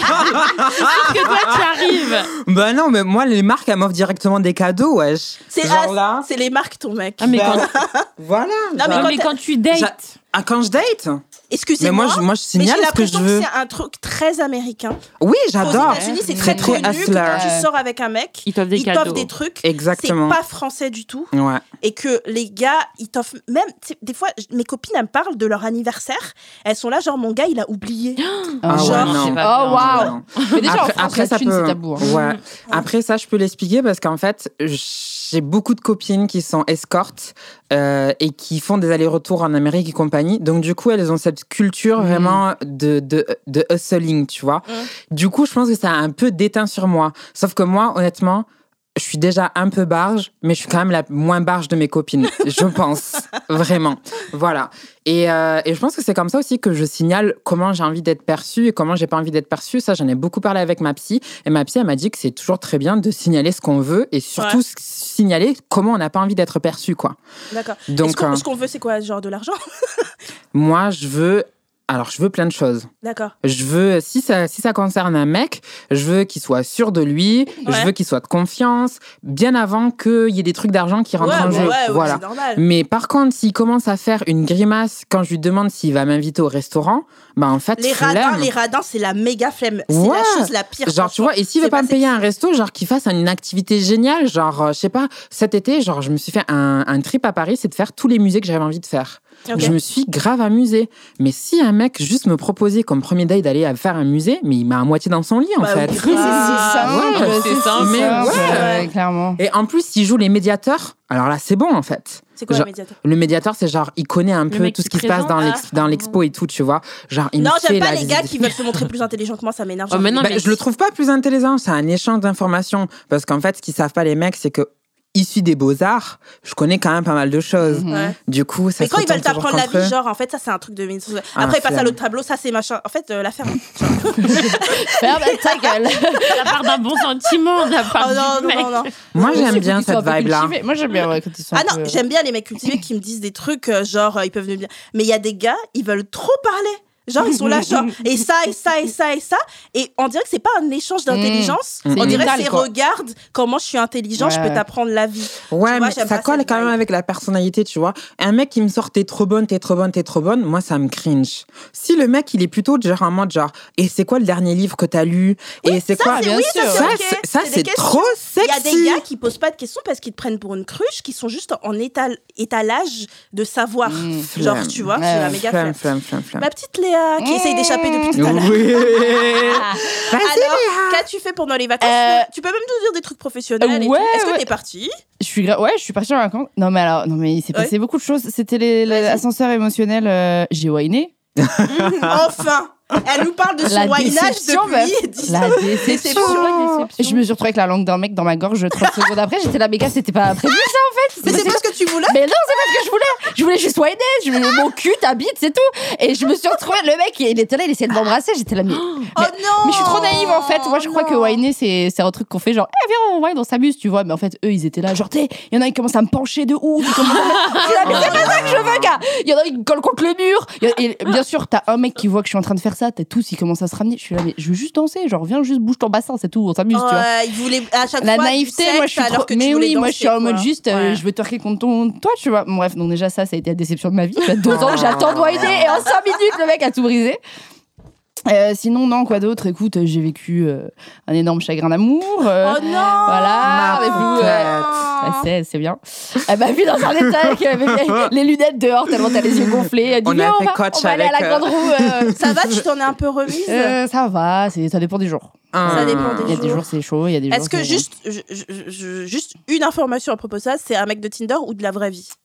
parce que toi, tu arrives. Bah non, mais moi, les marques, elles m'offrent directement des cadeaux, wesh. C'est Genre là. c'est les marques, ton mec. Ah, mais Bah, quand, Voilà. Non, mais genre- mais quand tu dates, quand je date? Excusez-moi. Mais moi, je Mais signale j'ai ce que je l'impression que veux. c'est un truc très américain. Oui, Aux j'adore. États-Unis, c'est Très, très très connu que hustler. quand tu sors avec un mec, ils t'offrent des il cadeaux. t'offre des trucs. Exactement. C'est pas français du tout. Ouais. Et que les gars, ils t'offrent même. Tu sais, des fois, mes copines, elles me parlent de leur anniversaire. Elles sont là, genre, mon gars, il a oublié. Ah Genre, ouais, non. c'est pas Oh, bien. waouh. Non. Mais déjà, en France, Après, la ça thune, peut. c'est tabou. hein. Ouais. Après, ça, je peux l'expliquer parce qu'en fait, j'ai beaucoup de copines qui sont escortes et qui font des allers-retours en Amérique et compagnie. Donc, du coup, elles ont cette culture vraiment de hustling, tu vois. Du coup, je pense que ça a un peu déteint sur moi. Sauf que moi, honnêtement, je suis déjà un peu barge, mais je suis quand même la moins barge de mes copines. Je pense. Vraiment. Voilà. Et je pense que c'est comme ça aussi que je signale comment j'ai envie d'être perçue et comment j'ai pas envie d'être perçue. Ça, j'en ai beaucoup parlé avec ma psy. Et ma psy, elle m'a dit que c'est toujours très bien de signaler ce qu'on veut et surtout signaler comment on n'a pas envie d'être perçu, quoi. D'accord. Donc, Ce qu'on veut, c'est quoi? Genre de l'argent? moi, je veux plein de choses. D'accord. Je veux, si ça concerne un mec, je veux qu'il soit sûr de lui, je Ouais. veux qu'il soit de confiance, bien avant qu'il y ait des trucs d'argent qui rentrent en jeu. Voilà. c'est normal. Mais par contre, s'il commence à faire une grimace quand je lui demande s'il va m'inviter au restaurant, bah en fait, Les flemme. radins, c'est la méga flemme. C'est Ouais. la chose la pire. Genre, tu vois, et s'il C'est veut pas pas me payer sexy. un resto, genre qu'il fasse une activité géniale, genre, je sais pas, cet été, genre, je me suis fait un trip à Paris, c'est de faire tous les musées que j'avais envie de faire. Ok. Je me suis grave amusée. Mais si un mec juste me proposait comme premier date d'aller faire un musée, mais il m'a à moitié dans son lit, en Bah fait. oui, Oui, c'est simple, Ouais, c'est simple. Mais simple, ouais. clairement. Et en plus, s'il joue les médiateurs, alors là, c'est bon, en fait. C'est quoi Genre, le médiateur? Le médiateur, c'est genre, il connaît un peu mec tout ce qui qui se passe présente, dans l'expo et tout, tu vois. Genre, il Non, me fait j'aime pas la les gars visite. qui veulent se montrer plus intelligents que moi, ça m'énerve. Oh, mais non, Bah, mais je le trouve pas plus intelligent, c'est un échange d'informations. Parce qu'en fait, ce qu'ils savent pas les mecs, c'est que issu des beaux-arts, je connais quand même pas mal de choses. Ouais. Du coup, ça Mais se quand ils veulent retourne toujours t'apprendre la contre vie, eux. genre, en fait, ça, c'est un truc de ministre. Ah, Après, ils passent à flemme. l'autre tableau, ça, c'est machin. En fait, la ferme. Ferme ta gueule. de la part d'un bon sentiment, de la part Oh du non, mec. non, non. Moi, Aussi, j'aime faut bien qu'ils soient cette un peu vibe-là. cultivés. Moi, j'aime bien quand ils sont Ah un non, peu- j'aime bien les mecs cultivés qui me disent des trucs, genre, ils peuvent me bien. Mais il y a des gars, ils veulent trop parler. Genre, ils sont là, genre, et ça, et ça, et ça, et ça. Et on dirait que c'est pas un échange d'intelligence. Mmh. On C'est dirait que mental, c'est quoi. regarde comment je suis intelligent, je Ouais, peux ouais. t'apprendre la vie. Ouais, Tu vois, mais j'aime ça pas colle cette quand même vibe. avec la personnalité, tu vois. Un mec qui me sort t'es trop bonne, t'es trop bonne, t'es trop bonne, moi ça me cringe. Si le mec il est plutôt genre en mode genre, et c'est quoi le dernier livre que t'as lu? Et c'est Ça, quoi? c'est bien oui, sûr. ça, Ça, c'est ok. ça, des c'est questions. trop Il y a sexy. des gars qui posent pas de questions parce qu'ils te prennent pour une cruche, qui sont juste en étalage de savoir. Genre, Flemme. tu vois, Ouais, c'est la ouais, méga Flemme, flemme. flemme. Ma petite Léa, Célia qui essaye d'échapper depuis tout à l'heure. Oui. Alors, qu'as-tu fait pendant les vacances Tu peux même nous dire des trucs professionnels et ouais, tout. Est-ce que ouais. t'es partie Je suis partie en vacances. Non, mais il s'est passé beaucoup de choses. C'était l'ascenseur émotionnel. J'ai whiné. Enfin Elle nous parle de son La whinage déception, depuis 10 La ans. déception. Et je me suis retrouvée avec la langue d'un mec dans ma gorge 30 secondes après. J'étais là, mais gars, c'était pas prévu ça en fait. Mais c'est pas ce que tu voulais. Mais non, c'est pas ce que je voulais. Je voulais juste whiner. Mon cul, ta bite, c'est tout. Et je me suis retrouvée, le mec, il était là, il essayait de m'embrasser. J'étais là, mais. Oh non. Mais je suis trop naïve en fait. Moi, je crois que whiner, c'est un truc qu'on fait genre, viens, on whine, on s'amuse, tu vois. Mais en fait, eux, ils étaient là, genre, il y en a qui commencent à me pencher de ouf. Je suis là, mais c'est pas ça que je veux, gars. Il y en a qui me collent contre le mur. Et bien sûr, t'as un mec qui voit que je suis en train de faire ça. T'as tous, ils commencent à se ramener. Je suis là, mais je veux juste danser. Genre, viens, juste bouge ton bassin, c'est tout. On s'amuse, tu vois. Il voulait à chaque La fois. naïveté, moi, je suis trop. Mais oui, moi, je suis en mode juste, je veux twerker contre toi, tu vois. Bref, donc déjà, ça a été la déception de ma vie. Ça fait 2 ans que j'attends de whiner et en 5 minutes, le mec a tout brisé. Sinon, non, quoi d'autre? Écoute, j'ai vécu un énorme chagrin d'amour. Oh non. Voilà, c'est bien. Elle m'a vu dans un état avec les lunettes dehors, tellement t'as les yeux gonflés. Elle dit, On a fait on coach va aller à la avec, grande roue. Ça va, tu t'en es un peu remise Ça va, ça dépend des jours. Ça dépend Il y a des jours, c'est chaud, il y a des jours. Est-ce que juste une information à propos de ça, c'est un mec de Tinder ou de la vraie vie?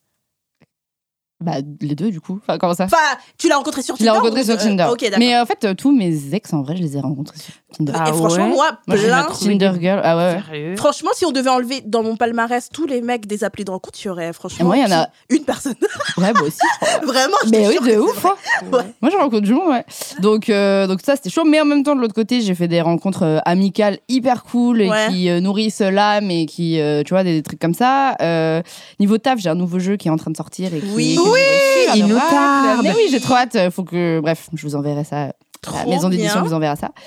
Bah, les deux, du coup. Enfin, comment ça? Enfin, tu l'as rencontré sur Je Tinder? l'ai rencontré sur Tinder. Ok, d'accord. Mais en fait, tous mes ex, en vrai, je les ai rencontrés sur Tinder. Et franchement, moi, Moi, je plein. Tinder girl. Ah ouais. Sérieux? Franchement, si on devait enlever dans mon palmarès tous les mecs des applis de rencontre, il y aurait franchement. Et moi, il y en a une personne. Ouais, moi aussi. Vraiment, je Mais te oui, jure de que c'est ouf. vrai. Hein. Ouais. Moi, je rencontre du monde, ouais. Donc ça, c'était chaud. Mais en même temps, de l'autre côté, j'ai fait des rencontres amicales hyper cool et qui nourrissent l'âme et qui, tu vois, des trucs comme ça. Niveau taf, j'ai un nouveau jeu qui est en train de sortir. Et qui, il nous tarde. Mais oui, j'ai trop hâte. Faut que, bref, je vous enverrai ça. La maison d'édition vous enverra ça.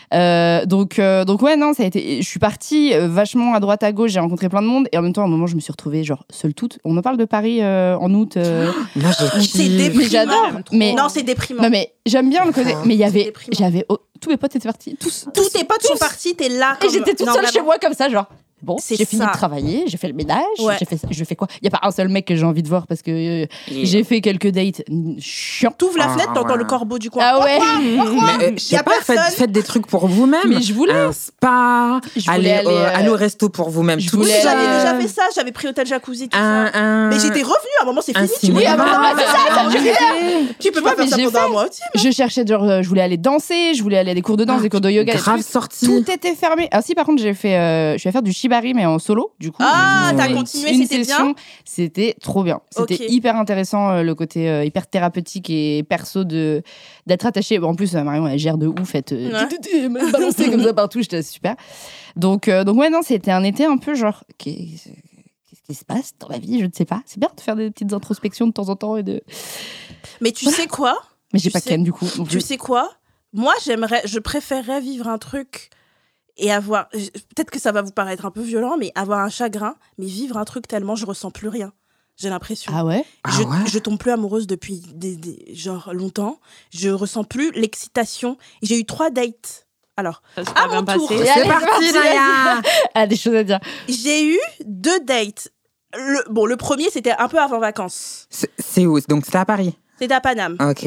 Donc ouais, non, ça a été. Je suis partie vachement à droite à gauche. J'ai rencontré plein de monde et en même temps, à un moment, je me suis retrouvée genre seule toute. On en parle de Paris en août. Moi, C'est déprimant. Mais j'adore. Mais Non, c'est déprimant. non, mais j'aime bien le côté. Mais il y avait, déprimant. tous mes potes étaient partis, tous. Tous tes potes sont partis, t'es là. Et j'étais toute seule chez moi comme ça, genre. Bon, C'est j'ai fini ça. de travailler, j'ai fait le ménage, Ouais. je fais quoi? Il y a pas un seul mec que j'ai envie de voir parce que j'ai fait quelques dates chiants. T'ouvres la Ah, fenêtre, t'entends ouais. le corbeau du coin. Ah ouais. Mais je Y a sais pas, personne. faites des trucs pour vous-même. Mais je voulais. Un spa, Je voulais aller au resto pour vous-même. je tout voulais seul. J'avais déjà fait ça, j'avais pris hôtel jacuzzi, tout ça. Mais j'étais revenue, à un moment c'est un fini. Tu peux cinéma. pas c'est faire ça, Tu peux Tu pas vois, faire mais ça j'ai pendant fait. un mois aussi. Je cherchais, genre, je voulais aller danser, je voulais aller à des cours de danse, des cours de yoga. des Grave trucs. sorti. Tout était fermé. Ah si, par contre, je suis allée faire du shibari, mais en solo, du coup. Ah, J'ai t'as fait continué, une c'était bien. session. C'était trop bien. C'était Ok. hyper intéressant, le côté hyper thérapeutique et perso d'être attaché. Bon, en plus, Marion, elle gère de ouf, elle me balançait comme ça partout, j'étais super. Donc ouais, non, c'était un été un peu genre, qu'est-ce qui se passe dans ma vie? Je ne sais pas. C'est bien de faire des petites introspections de temps en temps Mais tu sais quoi? Mais j'ai Tu pas sais- Ken du coup. non Tu plus. sais quoi? Moi, je préférerais vivre un truc et avoir. Peut-être que ça va vous paraître un peu violent, mais avoir un chagrin, mais vivre un truc tellement je ressens plus rien. J'ai l'impression. Ah ouais? Je tombe plus amoureuse depuis genre longtemps. Je ressens plus l'excitation. J'ai eu 3 dates. Alors, Ça s'est à pas bien mon tour, passé. C'est parti, Naya. Elle a des choses à dire. j'ai eu 2 dates. Le premier, c'était un peu avant vacances. C'est où? Donc, c'était à Paris. C'était à Paname. Ok.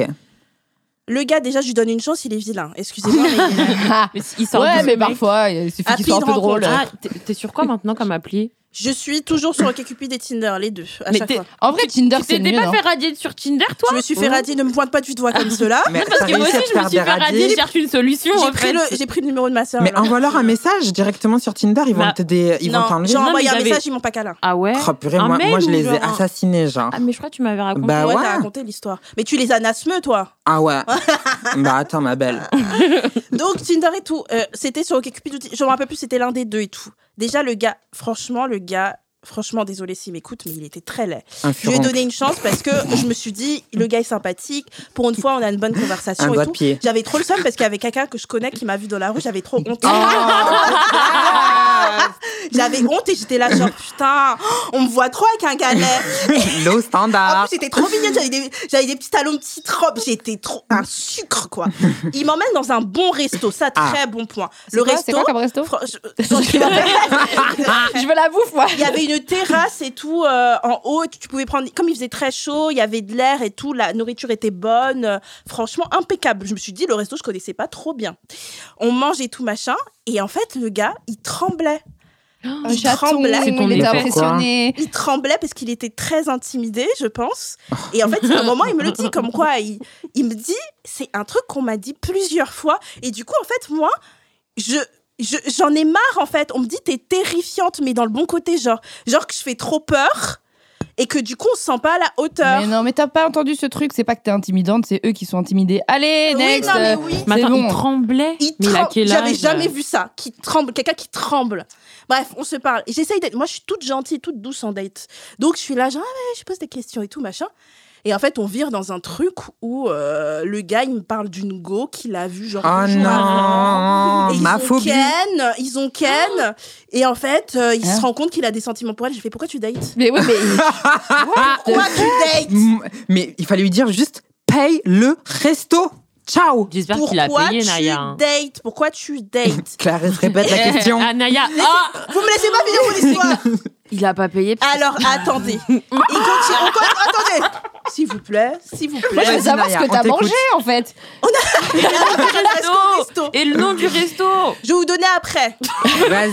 Le gars, déjà, je lui donne une chance, il est vilain. Excusez-moi, mais Mais il sort Ouais, de- mais parfois, il suffit qu'il Appli soit un de peu drôle. rencontre. Ah, t'es sur quoi maintenant comme appli? je suis toujours sur OkCupid et Tinder, les deux, à Mais chaque t'es- fois. En vrai, Tinder, Tu c'est t'étais mieux, pas non? fait radier sur Tinder, toi? Je me suis fait radier, ne me pointe pas du doigt comme cela. Mais Parce que moi aussi, je me suis fait radier, je cherche une solution. en fait. J'ai pris le numéro de ma sœur. Mais alors. envoie-leur un message directement sur Tinder, ils vont Bah, ils vont Non, t'enlever. j'ai Non, envoyé mais un j'avais- message, ils m'ont pas câlin. Ah ouais? Oh, purée, Un moi, mail je ou les ai genre un- assassinés, genre. Ah, mais je crois que tu m'avais raconté. Bah Ouais, ouais. t'as raconté l'histoire. Mais tu les as nasmeux, toi. Ah ouais. Bah attends, ma belle. Donc, Tinder et tout. C'était sur OkCupid. Je me rappelle plus, c'était l'un des deux et tout. Déjà, le gars, franchement, désolé s'il m'écoute, mais il était très laid. Un Je lui ai furon. donné une chance parce que je me suis dit, le gars est sympathique. Pour une fois, on a une bonne conversation Un et doigt tout. de pied. J'avais trop le seum parce qu'il y avait quelqu'un que je connais qui m'a vu dans la rue. J'avais trop honte. J'avais honte et j'étais là genre putain, on me voit trop avec un galet. L'eau En standard. plus, j'étais trop mignonne, j'avais des petits talons de petite robe, j'étais trop un sucre quoi. Il m'emmène dans un bon resto, ça très bon point. C'est quoi comme resto Je veux la bouffe, moi. Il y avait une terrasse et tout en haut, tu pouvais prendre, comme il faisait très chaud, il y avait de l'air et tout, la nourriture était bonne, franchement impeccable. Je me suis dit, le resto, je connaissais pas trop bien. On mange et tout machin, et en fait, le gars, il tremblait. Il tremblait, il était impressionné. Il tremblait parce qu'il était très intimidé, je pense. Et en fait, à un moment, il me le dit comme quoi, il me dit, c'est un truc qu'on m'a dit plusieurs fois, et du coup, en fait, moi, j'en ai marre, en fait. On me dit, t'es terrifiante, mais dans le bon côté, genre que je fais trop peur et que du coup, on se sent pas à la hauteur. Mais non, mais t'as pas entendu ce truc, c'est pas que t'es intimidante, c'est eux qui sont intimidés. Allez, next. Oui, non, mais oui. Mais attends, bon. il tremblait. Mais il a quel âge? J'avais jamais vu ça, quelqu'un qui tremble. Bref, on se parle. Et j'essaye d'être... Moi, je suis toute gentille, toute douce en date. Donc, je suis là, genre, je pose des questions et tout, machin. Et en fait, on vire dans un truc où le gars, il me parle d'une go qu'il a vue genre Oh jours avant. non, Et ma phobie. ils ont ken. Et en fait, il se rend compte qu'il a des sentiments pour elle. J'ai fait, pourquoi tu dates? Mais oui, mais. Pourquoi tu dates? Mais il fallait lui dire juste paye le resto. Ciao. J'espère qu'il a payé, Naya. Pourquoi tu dates? Clarisse répète la question. Ah, Naya. Vous me laissez pas finir mon histoire. Il a pas payé. Alors, attendez. Il continue encore. Attendez. S'il vous plaît. Moi, je veux Vas-y, savoir Naya, ce que on t'as t'écoute. mangé, en fait. Resto. Et le nom du resto. Je vais vous donner après. Vas-y.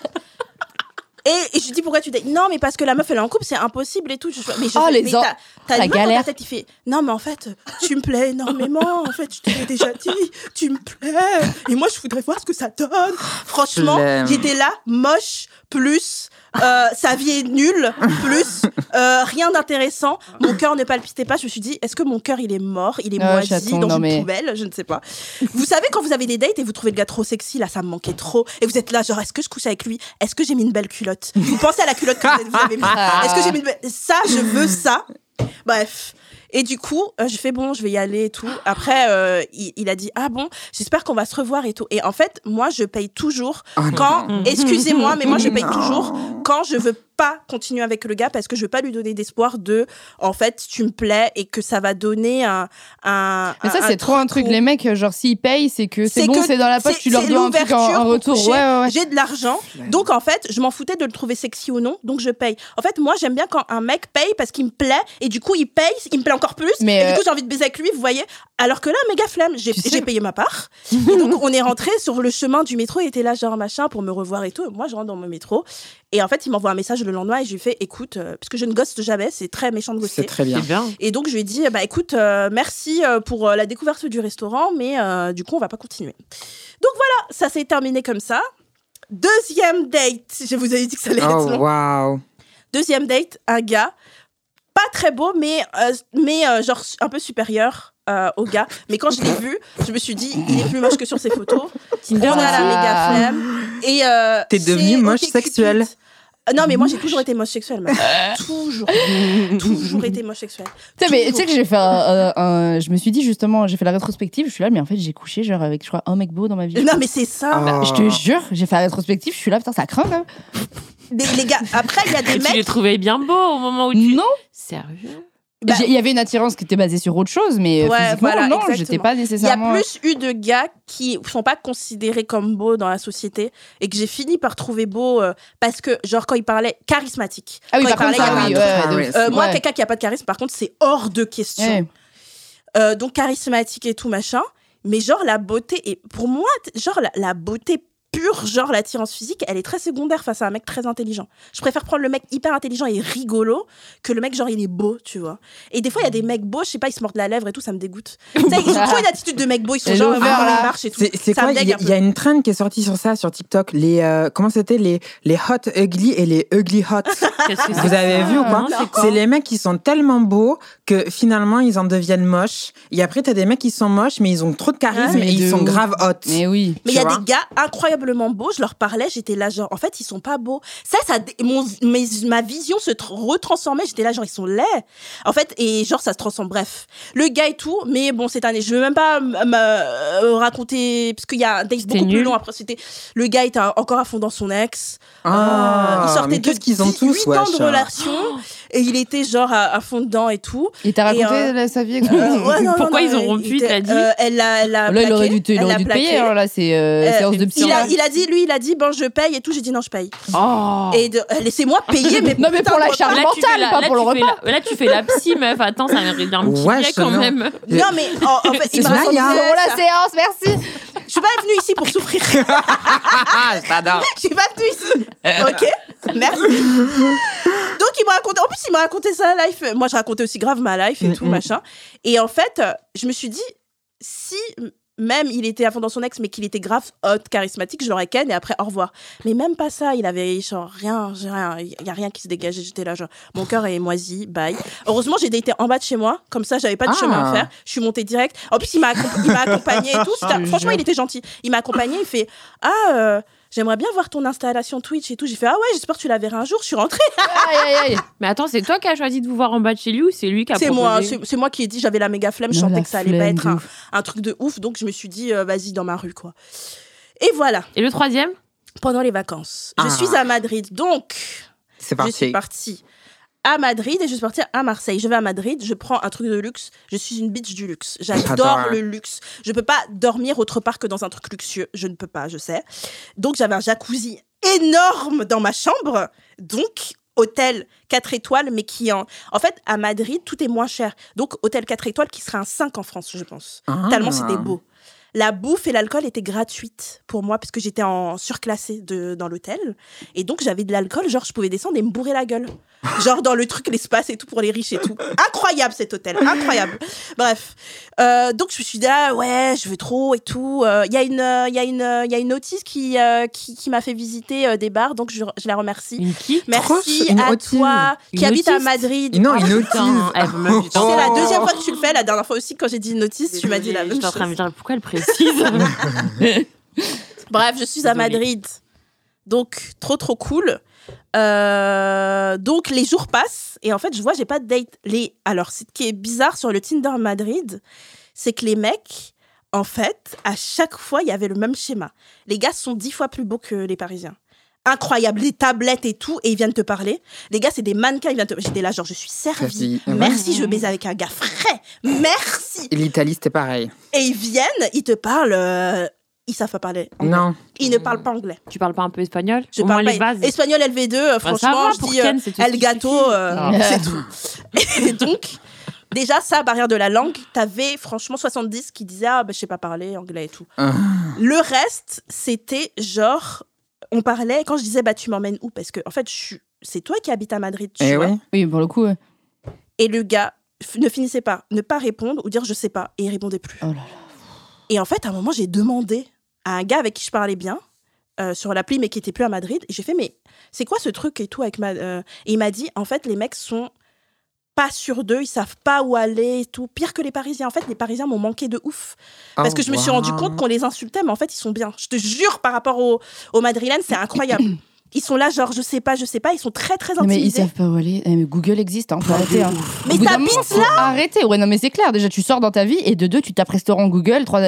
Et je lui dis pourquoi tu dates? Non, mais parce que la meuf elle est en couple, c'est impossible et tout. Mais Oh, les mais ans. t'as La une meuf dans galère. ta tête qui fait non, mais en fait, tu me plais énormément. En fait, je te l'ai déjà dit, tu me plais. Et moi, je voudrais voir ce que ça donne. Franchement, l'aime. j'étais là, moche, plus sa vie est nulle, plus rien d'intéressant. Mon cœur ne palpitait pas. Je me suis dit, est-ce que mon cœur il est mort, il est moisi chaton, dans non, une mais- poubelle? Je ne sais pas. Vous savez, quand vous avez des dates et vous trouvez le gars trop sexy, là, ça me manquait trop. Et vous êtes là, genre, est-ce que je couche avec lui? Est-ce que j'ai mis une belle culotte? Vous pensez à la culotte que vous avez mis? Est-ce que j'ai mis une belle... Ça, je veux ça. Bref. Et du coup, je fais bon, je vais y aller et tout. Après, il a dit ah bon, j'espère qu'on va se revoir et tout. Et en fait, moi, je paye toujours quand. Excusez-moi, mais moi, je paye toujours quand je veux pas continuer avec le gars parce que je veux pas lui donner d'espoir de. En fait, tu me plais et que ça va donner un. Mais ça, c'est trop un truc. où- Les mecs, genre, s'ils payent, c'est que c'est C'est bon, que c'est dans la poche, c'est- tu leur c'est dois un truc l'ouverture en pour retour. coucher. Ouais. J'ai de l'argent, donc en fait, je m'en foutais de le trouver sexy ou non, donc je paye. En fait, moi, j'aime bien quand un mec paye parce qu'il me plaît et du coup, il paye, il me plaît encore plus. Mais, et du coup, j'ai envie de baiser avec lui, vous voyez. Alors que là, méga flemme, j'ai payé ma part. Et donc, on est rentré sur le chemin du métro, il était là, genre machin, pour me revoir et tout. Moi, je rentre dans mon métro. Et en fait, il m'envoie un message le lendemain et je lui fais écoute, parce que je ne ghoste jamais, c'est très méchant de C'est ghoster. très bien. C'est bien. Et donc, je lui ai dit, écoute, merci pour la découverte du restaurant, mais du coup, on va pas continuer. Donc voilà, ça s'est terminé comme ça. Deuxième date, je vous avais dit que ça allait être Oh, long. waouh. Deuxième date, un gars, pas très beau, mais genre un peu supérieur au gars. Mais quand je l'ai vu, je me suis dit, il est plus moche que sur ses photos. On a la méga flemme. Et T'es c'est devenue moche OK sexuelle. Cupid. Non, mais moi, j'ai toujours été moche sexuelle, meuf. Toujours été moche sexuelle. Tu sais, mais tu Toujours. sais que j'ai fait je me suis dit justement, j'ai fait la rétrospective, je suis là, mais en fait, j'ai couché genre avec, je crois, un mec beau dans ma vie. Non, mais c'est ça. Oh. Je te jure, j'ai fait la rétrospective, je suis là, putain, ça craint quand même. Les gars, après, il y a des Et tu les mecs. trouvais bien beaux au moment où tu... Non, Sérieux? Bah- il y avait une attirance qui était basée sur autre chose, mais Ouais, physiquement, voilà, non, exactement. j'étais pas Il y a nécessairement. plus eu de gars qui sont pas considérés comme beaux dans la société et que j'ai fini par trouver beaux parce que, genre, quand il parlait charismatique. Ah oui, Quand par il contre, parlait, il y ça, avait un oui, truc. ouais, Moi, ouais. quelqu'un qui a pas de charisme, par contre, c'est hors de question. Ouais. Donc, charismatique et tout, machin. Mais genre, la beauté, et pour moi, genre, la beauté pure, genre, l'attirance physique, elle est très secondaire face à un mec très intelligent. Je préfère prendre le mec hyper intelligent et rigolo que le mec, genre, il est beau, tu vois. Et des fois, il y a des mecs beaux, je sais pas, ils se mordent la lèvre et tout, ça me dégoûte. Tu sais, ils ont trop une attitude de mec beau, ils sont Et genre, l'over, comment là. ils marchent et tout. C'est Ça quoi me Il dégue un y a peu. une trend qui est sortie sur ça, sur TikTok. Comment c'était les hot ugly et les ugly hot. Qu'est-ce que c'est Vous avez ça? vu ou quoi Non, c'est quoi? C'est les mecs qui sont tellement beaux que finalement ils en deviennent moches. Et après t'as des mecs qui sont moches mais ils ont trop de charisme mais et ils de sont ouf. grave hot. Mais oui. Mais il y a Tu vois des gars incroyablement incroyablement beaux. Je leur parlais, j'étais là genre, en fait, ils sont pas beaux. Ma vision se retransformait. J'étais là genre, ils sont laids. En fait, et genre, ça se transforme. Bref, le gars et tout. Mais bon, cette année, je veux même pas me raconter parce qu'il y a un date beaucoup plus long. Après, le gars était encore à fond dans son ex. Il sortait de 8 ans de relation et il était genre à fond dedans et tout. Et t'as raconté sa vie? Pourquoi ils ont rompu, t'as dit? Elle a là, il aurait dû te payer. Hein, là, c'est séance de psy. Il a dit, bon, je paye et tout. J'ai dit non, je paye. Et laissez-moi payer, mais non, mais pour la charge mentale, pas pour le repas. Là, tu fais la psy, meuf. Attends, ça mérite bien un petit billet quand même. Non, mais en fait, il m'a raconté la séance, merci. Je suis pas venue ici pour souffrir. J'adore. Je suis pas venue ici. Ok, merci. Donc il m'a raconté sa life. Moi je racontais aussi grave ma life et tout machin. Et en fait, je me suis dit si même il était à fond dans son ex mais qu'il était grave hot, charismatique, je l'aurais ken et après au revoir. Mais même pas ça, il avait genre rien, il y a rien qui se dégageait, j'étais là genre mon cœur est moisi, bye. Heureusement, j'ai daté en bas de chez moi, comme ça j'avais pas de chemin à faire. Je suis montée direct. En plus, il m'a accompagnée et tout, franchement, il était gentil. Il m'a accompagnée, il fait j'aimerais bien voir ton installation Twitch et tout. J'ai fait ouais, j'espère que tu la verras un jour. Je suis rentrée. Aïe. Mais attends, c'est toi qui as choisi de vous voir en bas de chez lui ou c'est lui qui a proposé? C'est moi qui ai dit, j'avais la méga flemme, je sentais que ça allait pas être un truc de ouf, donc je me suis dit vas-y dans ma rue quoi. Et voilà. Et le troisième? Pendant les vacances, je suis à Madrid, donc c'est parti. Je suis partie à Madrid et je suis partie à Marseille. Je vais à Madrid, je prends un truc de luxe. Je suis une bitch du luxe. J'adore le luxe. Je peux pas dormir autre part que dans un truc luxueux. Je ne peux pas, je sais. Donc, j'avais un jacuzzi énorme dans ma chambre. Donc, hôtel 4 étoiles, mais qui en fait, à Madrid, tout est moins cher. Donc, hôtel 4 étoiles qui serait un 5 en France, je pense. Tellement c'était beau. La bouffe et l'alcool étaient gratuites pour moi parce que j'étais en surclassée dans l'hôtel. Et donc, j'avais de l'alcool. Genre, je pouvais descendre et me bourrer la gueule. Genre, dans le truc, l'espace et tout pour les riches et tout. Incroyable, cet hôtel. Incroyable. Bref. Donc, je me suis dit, ouais, je veux trop et tout. Il y a une autiste qui m'a fait visiter des bars. Donc, je la remercie. Une qui? Merci à toi qui habite à Madrid. Non, une autiste. C'est la deuxième fois que tu le fais. La dernière fois aussi, quand j'ai dit une autiste, tu m'as dit la même chose. Je suis en train de me dire, pourquoi elle précise? Bref, je suis à Madrid. Donc, trop cool. Donc, les jours passent. Et en fait, je vois, j'ai pas de date. Alors, ce qui est bizarre sur le Tinder Madrid, c'est que les mecs, en fait, à chaque fois, il y avait le même schéma. Les gars sont 10 fois plus beaux que les Parisiens. Incroyable, les tablettes et tout, et ils viennent te parler. Les gars, c'est des mannequins, ils viennent te... J'étais là, genre, je suis servie. Merci, je veux baiser avec un gars frais. Merci. Et l'Italie, c'était pareil. Et ils viennent, ils te parlent... Ils savent pas parler anglais. Non. Ils ne parlent pas anglais. Tu parles pas un peu espagnol? Je parle pas espagnol LV2, franchement, je dis El Gato, c'est tout. Et donc... Déjà, ça, barrière de la langue, t'avais franchement 70 qui disaient je sais pas parler anglais et tout. Le reste, c'était genre... On parlait, quand je disais, tu m'emmènes où? Parce que, en fait, c'est toi qui habites à Madrid, tu vois. Oui, pour le coup, ouais. Et le gars ne finissait pas, ne pas répondre ou dire je sais pas. Et il répondait plus. Oh là là. Et en fait, à un moment, j'ai demandé à un gars avec qui je parlais bien, sur l'appli, mais qui était plus à Madrid. Et j'ai fait, mais c'est quoi ce truc et tout avec et il m'a dit, en fait, les mecs sont pas sûrs d'eux, ils savent pas où aller et tout. Pire que les Parisiens. En fait, les Parisiens m'ont manqué de ouf. Parce que je me suis rendu compte qu'on les insultait, mais en fait, ils sont bien. Je te jure, par rapport aux Madrilènes, c'est incroyable. Ils sont là, genre, je sais pas, ils sont très, très intimidés. Mais ils savent pas où aller. Mais Google existe, hein, faut arrêter. Hein. Mais t'habites là! Arrêtez, ouais, non, mais c'est clair. Déjà, tu sors dans ta vie et de 2, tu tapes restaurant Google, 3,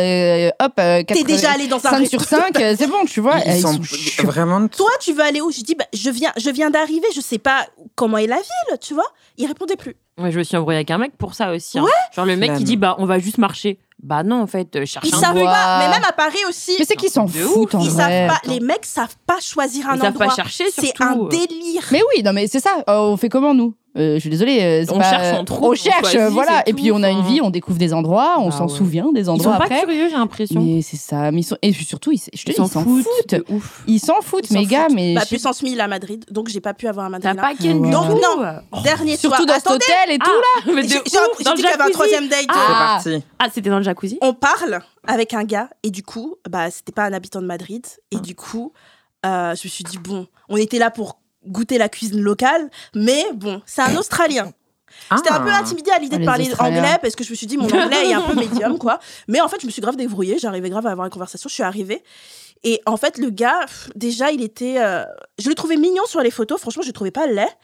4. T'es déjà allé dans un 5 sur 5, c'est bon, tu vois. Ils sont vraiment. Toi, tu veux aller où? Je dis, je viens d'arriver, je sais pas comment est la ville, tu vois. Il répondait plus. Ouais, je me suis embrouillée avec un mec pour ça aussi. Hein. Ouais. Genre le mec qui dit on va juste marcher. Bah non, en fait, cherche ils un savent endroit. pas, mais même à Paris aussi. Mais c'est qu'ils s'en foutent en ils vrai. Savent pas, les mecs savent pas choisir un ils endroit. Savent pas chercher, surtout. C'est un délire. Mais oui, non, mais c'est ça. On fait comment nous? Je suis désolée. On cherche, on trouve. On cherche, voilà. Et puis on a une vie, on découvre des endroits, on s'en souvient des endroits après. Ils sont pas curieux, j'ai l'impression. Mais c'est ça. Mais et puis surtout, ils s'en foutent. Ils s'en foutent, mes gars. Mais puissance 1000 à Madrid, donc j'ai pas pu avoir un Madrid. T'as pas Ken du donc tout. Non. Dernier soir. Surtout dans cet hôtel et tout là. Mais j'ai dit qu'il y avait un troisième date. C'est parti. Ah, c'était dans le jacuzzi. On parle avec un gars et du coup, c'était pas un habitant de Madrid et du coup, je me suis dit bon, on était là pour goûter la cuisine locale, mais bon, c'est un Australien. J'étais un peu intimidée à l'idée de Les parler Australiens. anglais parce que je me suis dit mon anglais est un peu médium, quoi. Mais en fait, je me suis grave débrouillée. J'arrivais grave à avoir une conversation. Je suis arrivée. Et en fait, le gars, déjà, il était... je le trouvais mignon sur les photos. Franchement, je le trouvais pas laid.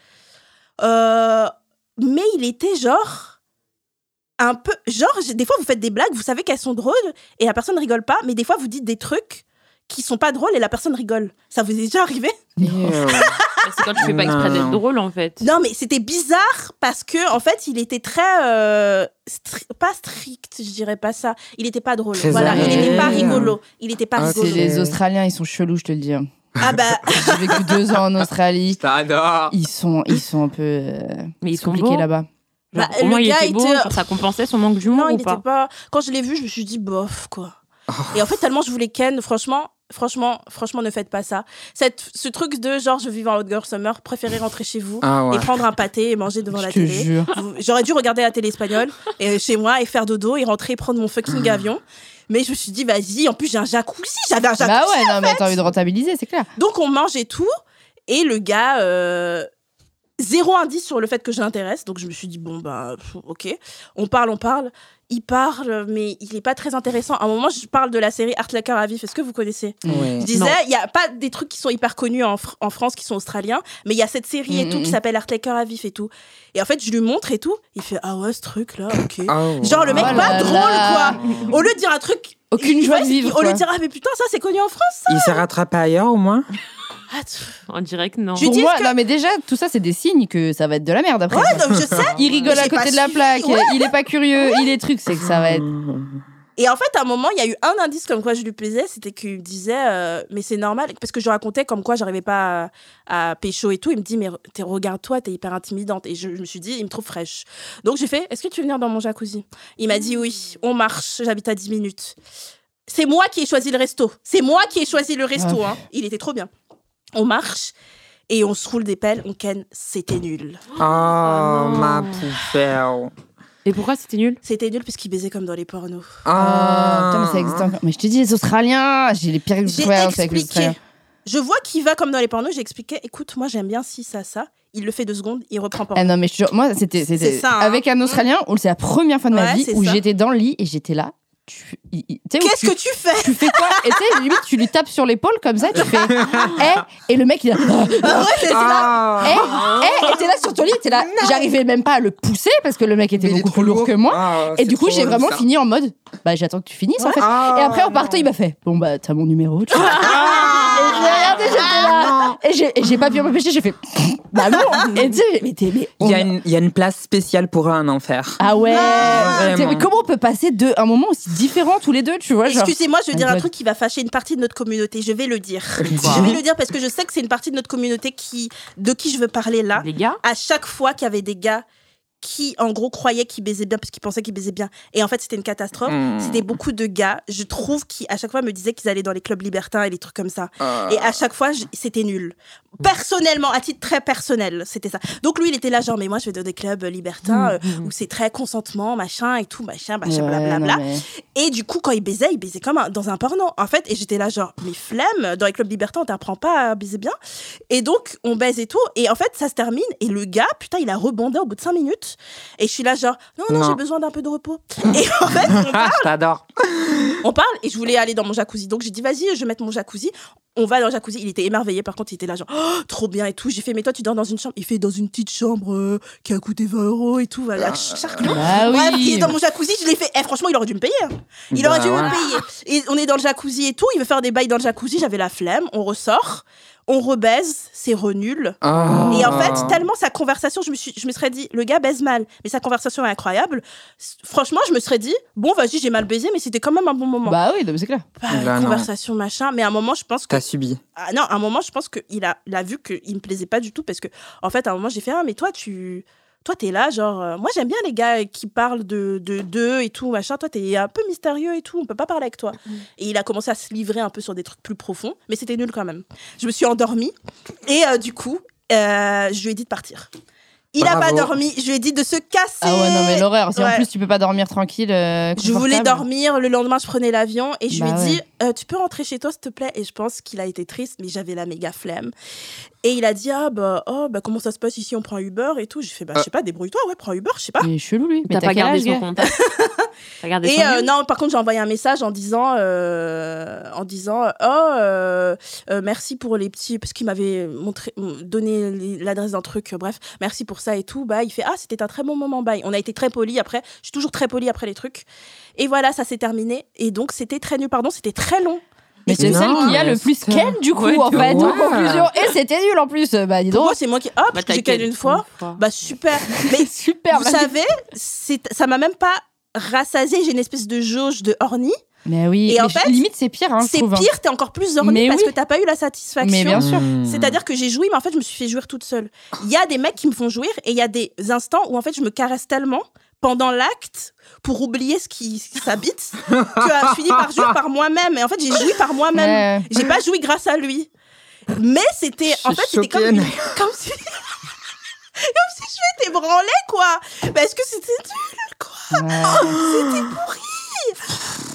Mais il était genre... un peu... Genre, des fois, vous faites des blagues, vous savez qu'elles sont drôles et la personne rigole pas. Mais des fois, vous dites des trucs qui sont pas drôles et la personne rigole. Ça vous est déjà arrivé ? C'est quand tu fais pas exprès d'être drôle, en fait. Non, mais c'était bizarre parce que en fait, il était très pas strict, je dirais pas ça. Il était pas drôle. Très Voilà, il arrêté. était pas rigolo. Il était pas Ah, rigolo. C'est les Australiens, ils sont chelous, je te le dis. Ah bah, J'ai vécu 2 ans en Australie. T'adores. Ils sont un peu Mais ils sont compliqués beaux. là-bas. Genre, Bah, au moins, le il gars était beau, était- genre, ça compensait son manque d'humour non, il ou était pas pas. Quand je l'ai vu, je me suis dit bof quoi. Et en fait, tellement je voulais Ken, franchement, ne faites pas ça. Ce truc de genre, je vis en Hot Girl Summer, préférez rentrer chez vous Ah ouais. et prendre un pâté et manger devant la Je te télé. jure. J'aurais dû regarder la télé espagnole et chez moi et faire dodo et rentrer et prendre mon fucking avion. Mais je me suis dit, vas-y, en plus j'ai un jacuzzi, j'avais un jacuzzi. Bah ouais, non, mais t'as envie de rentabiliser, c'est clair. Donc on mange et tout. Et le gars, zéro indice sur le fait que je l'intéresse. Donc je me suis dit, bon, bah, ok. On parle. Il parle, mais il est pas très intéressant. À un moment, je parle de la série Art Laker à vif. Est-ce que vous connaissez ? Ouais. Je disais, il y a pas des trucs qui sont hyper connus en France qui sont australiens, mais il y a cette série et tout qui s'appelle Art Laker à vif et tout. Et en fait, je lui montre et tout. Il fait, ah ouais, ce truc-là, ok. Oh. Genre, le mec, Oh pas là drôle, là. quoi. Au lieu de dire un truc. Aucune joie de Ouais, vivre, Au lieu quoi. de dire, ah, mais putain, ça, c'est connu en France. Il s'est rattrapé ailleurs au moins. Ah, On dirait que non. Je Pour dis moi, que- non mais déjà, tout ça, c'est des signes que ça va être de la merde après. Ouais, donc je sais. Il rigole à J'ai côté pas de la suivi, plaque, ouais. il est pas curieux, il est truc, c'est que ça va être... Et en fait, à un moment, il y a eu un indice comme quoi je lui plaisais, c'était qu'il me disait, mais c'est normal, parce que je racontais comme quoi j'arrivais pas à pécho et tout. Il me dit, mais regarde-toi, t'es hyper intimidante. Et je me suis dit, il me trouve fraîche. Donc j'ai fait, est-ce que tu veux venir dans mon jacuzzi ? Il m'a dit, oui, on marche, j'habite à 10 minutes. C'est moi qui ai choisi le resto. C'est moi qui ai choisi le resto. Hein. Il était trop bien. On marche et on se roule des pelles, on ken, c'était nul. Oh, ma poupée. Et pourquoi c'était nul ? C'était nul parce qu'il baisait comme dans les pornos. Putain, mais ça existe encore. Mais je te dis, les Australiens, j'ai les pires J'ai expériences avec les expliqué. Australiens. Je vois qu'il va comme dans les pornos, j'ai expliqué, écoute, moi j'aime bien ci, ça. Il le fait 2 secondes, il reprend pas. Ah non, mais je te jure, moi, c'était C'est ça, hein. avec un Australien, c'est la première fois de ma Ouais, vie c'est où ça. j'étais dans le lit et j'étais là. Tu sais, où Qu'est-ce que tu fais ? tu fais quoi? Et tu sais, limite, tu lui tapes sur l'épaule comme ça, tu fais et le mec il a Ah ouais, c'est ça. et t'es là sur ton lit, t'es là. J'arrivais même pas à le pousser parce que le mec était beaucoup plus lourd que moi. Et du coup, j'ai vraiment fini en mode bah j'attends que tu finisses en fait. Et après en partant, il m'a fait bon bah t'as mon numéro. Tu vois. Et j'ai regardé, j'étais là. Et j'ai pas pu m'empêcher, j'ai fait bah non. Et tu sais, mais Il y a une place spéciale pour eux en enfer. ah ouais. Vraiment. Mais comment on peut passer de un moment aussi différent tous les deux, tu vois genre. Excusez-moi, je vais dire My un God. truc qui va fâcher une partie de notre communauté. Je vais le dire. Je vais le dire parce que je sais que c'est une partie de notre communauté de qui je veux parler là. Les gars ? À chaque fois qu'il y avait des gars qui, en gros, croyaient qu'ils baisaient bien parce qu'ils pensaient qu'ils baisaient bien. Et en fait, c'était une catastrophe. C'était beaucoup de gars, je trouve, qui, à chaque fois, me disaient qu'ils allaient dans les clubs libertins et les trucs comme ça. Et à chaque fois, c'était nul. Personnellement, à titre très personnel, c'était ça. Donc lui, il était là, genre, mais moi, je vais dans des clubs libertins où c'est très consentement, machin et tout, machin, blablabla. non, mais- Et du coup, quand il baisait comme dans un porno, en fait. Et j'étais là, genre, mais flemme, dans les clubs libertins, on t'apprend pas à baiser bien. Et donc, on baise et tout. Et en fait, ça se termine. Et le gars, putain, il a rebondé au bout de 5 minutes. Et je suis là, genre, non, j'ai besoin d'un peu de repos. Et en fait, Je t'adore. on parle. Et je voulais aller dans mon jacuzzi. Donc, j'ai dit, vas-y, je vais mettre mon jacuzzi. On va dans le jacuzzi. Il était émerveillé. Par contre, il était là, genre, oh, trop bien et tout. J'ai fait, mais toi, tu dors dans une chambre. Il fait, dans une petite chambre qui a coûté 20 € et tout. Voilà, charclos. Bah oui. Bref, il est dans mon jacuzzi. Je l'ai fait. Franchement, il aurait dû me payer. Hein. Il aurait dû ouais. me payer. Et on est dans le jacuzzi et tout. Il veut faire des bails dans le jacuzzi. J'avais la flemme. On ressort. On rebaise. C'est renul. Oh. Et en fait, tellement sa conversation, je me serais dit, le gars baise mal, mais sa conversation est incroyable. Franchement, je me serais dit, bon, vas-y, j'ai mal baisé, mais c'était quand même un bon moment. Bah oui, non, mais c'est clair. Bah non. Conversation, machin. Mais à un moment, je pense que. T'as subi. Ah, non, à un moment, je pense qu'il a vu qu'il me plaisait pas du tout parce que, en fait, à un moment, j'ai fait, ah, mais toi, t'es là, genre, moi j'aime bien les gars qui parlent d'eux et tout, machin. Toi, t'es un peu mystérieux et tout, on peut pas parler avec toi. Et il a commencé à se livrer un peu sur des trucs plus profonds, mais c'était nul quand même. Je me suis endormie et du coup, je lui ai dit de partir. Il a pas Bravo. dormi. Je lui ai dit de se casser. Ah ouais, non, mais l'horreur. Si en Ouais. plus tu peux pas dormir tranquille. Je voulais confortable. dormir. Le lendemain, je prenais l'avion et je lui ai Bah dit tu peux rentrer chez toi, s'il te plaît. Et je pense qu'il a été triste, mais j'avais la méga flemme. Et il a dit comment ça se passe ici, on prend Uber et tout. J'ai fait je sais pas, débrouille-toi, ouais, prends Uber, je sais pas. Il est chelou lui. Mais T'as pas quel gardé âge, son gars contact. T'as gardé Et son numéro non, par contre, j'ai envoyé un message en disant merci pour les petits, parce qu'il m'avait donné l'adresse d'un truc, bref, merci pour ça et tout. Bah, il fait c'était un très bon moment, bye. On a été très polis après. Je suis toujours très polie après les trucs. Et voilà, ça s'est terminé. Et donc, c'était très nul, c'était très long. Mais c'est Non, celle qui a mais le plus c'est- ken du coup Ouais, en fait. ouais. En conclusion. Et c'était nul en plus. Bah dis Pour donc. moi, c'est moi qui parce que j'ai ken une fois. Bah, super. Mais Super. vous savez, ça m'a même pas rassasiée. J'ai une espèce de jauge de horny. Mais oui. Et mais en fait, limite c'est pire. Hein, je C'est trouve, hein. pire, t'es encore plus horny Mais parce oui. que t'as pas eu la satisfaction. Mais bien sûr. C'est-à-dire que j'ai joui, mais en fait, je me suis fait jouir toute seule. Il y a des mecs qui me font jouir et il y a des instants où en fait, je me caresse tellement pendant l'acte pour oublier ce qui s'habite que je finis par jouir par moi-même. Et en fait, j'ai joui par moi-même. Ouais. J'ai pas joui grâce à lui. Mais c'était c'était comme si je m'étais branlée, quoi. Parce que c'était nul, quoi. C'était pourri.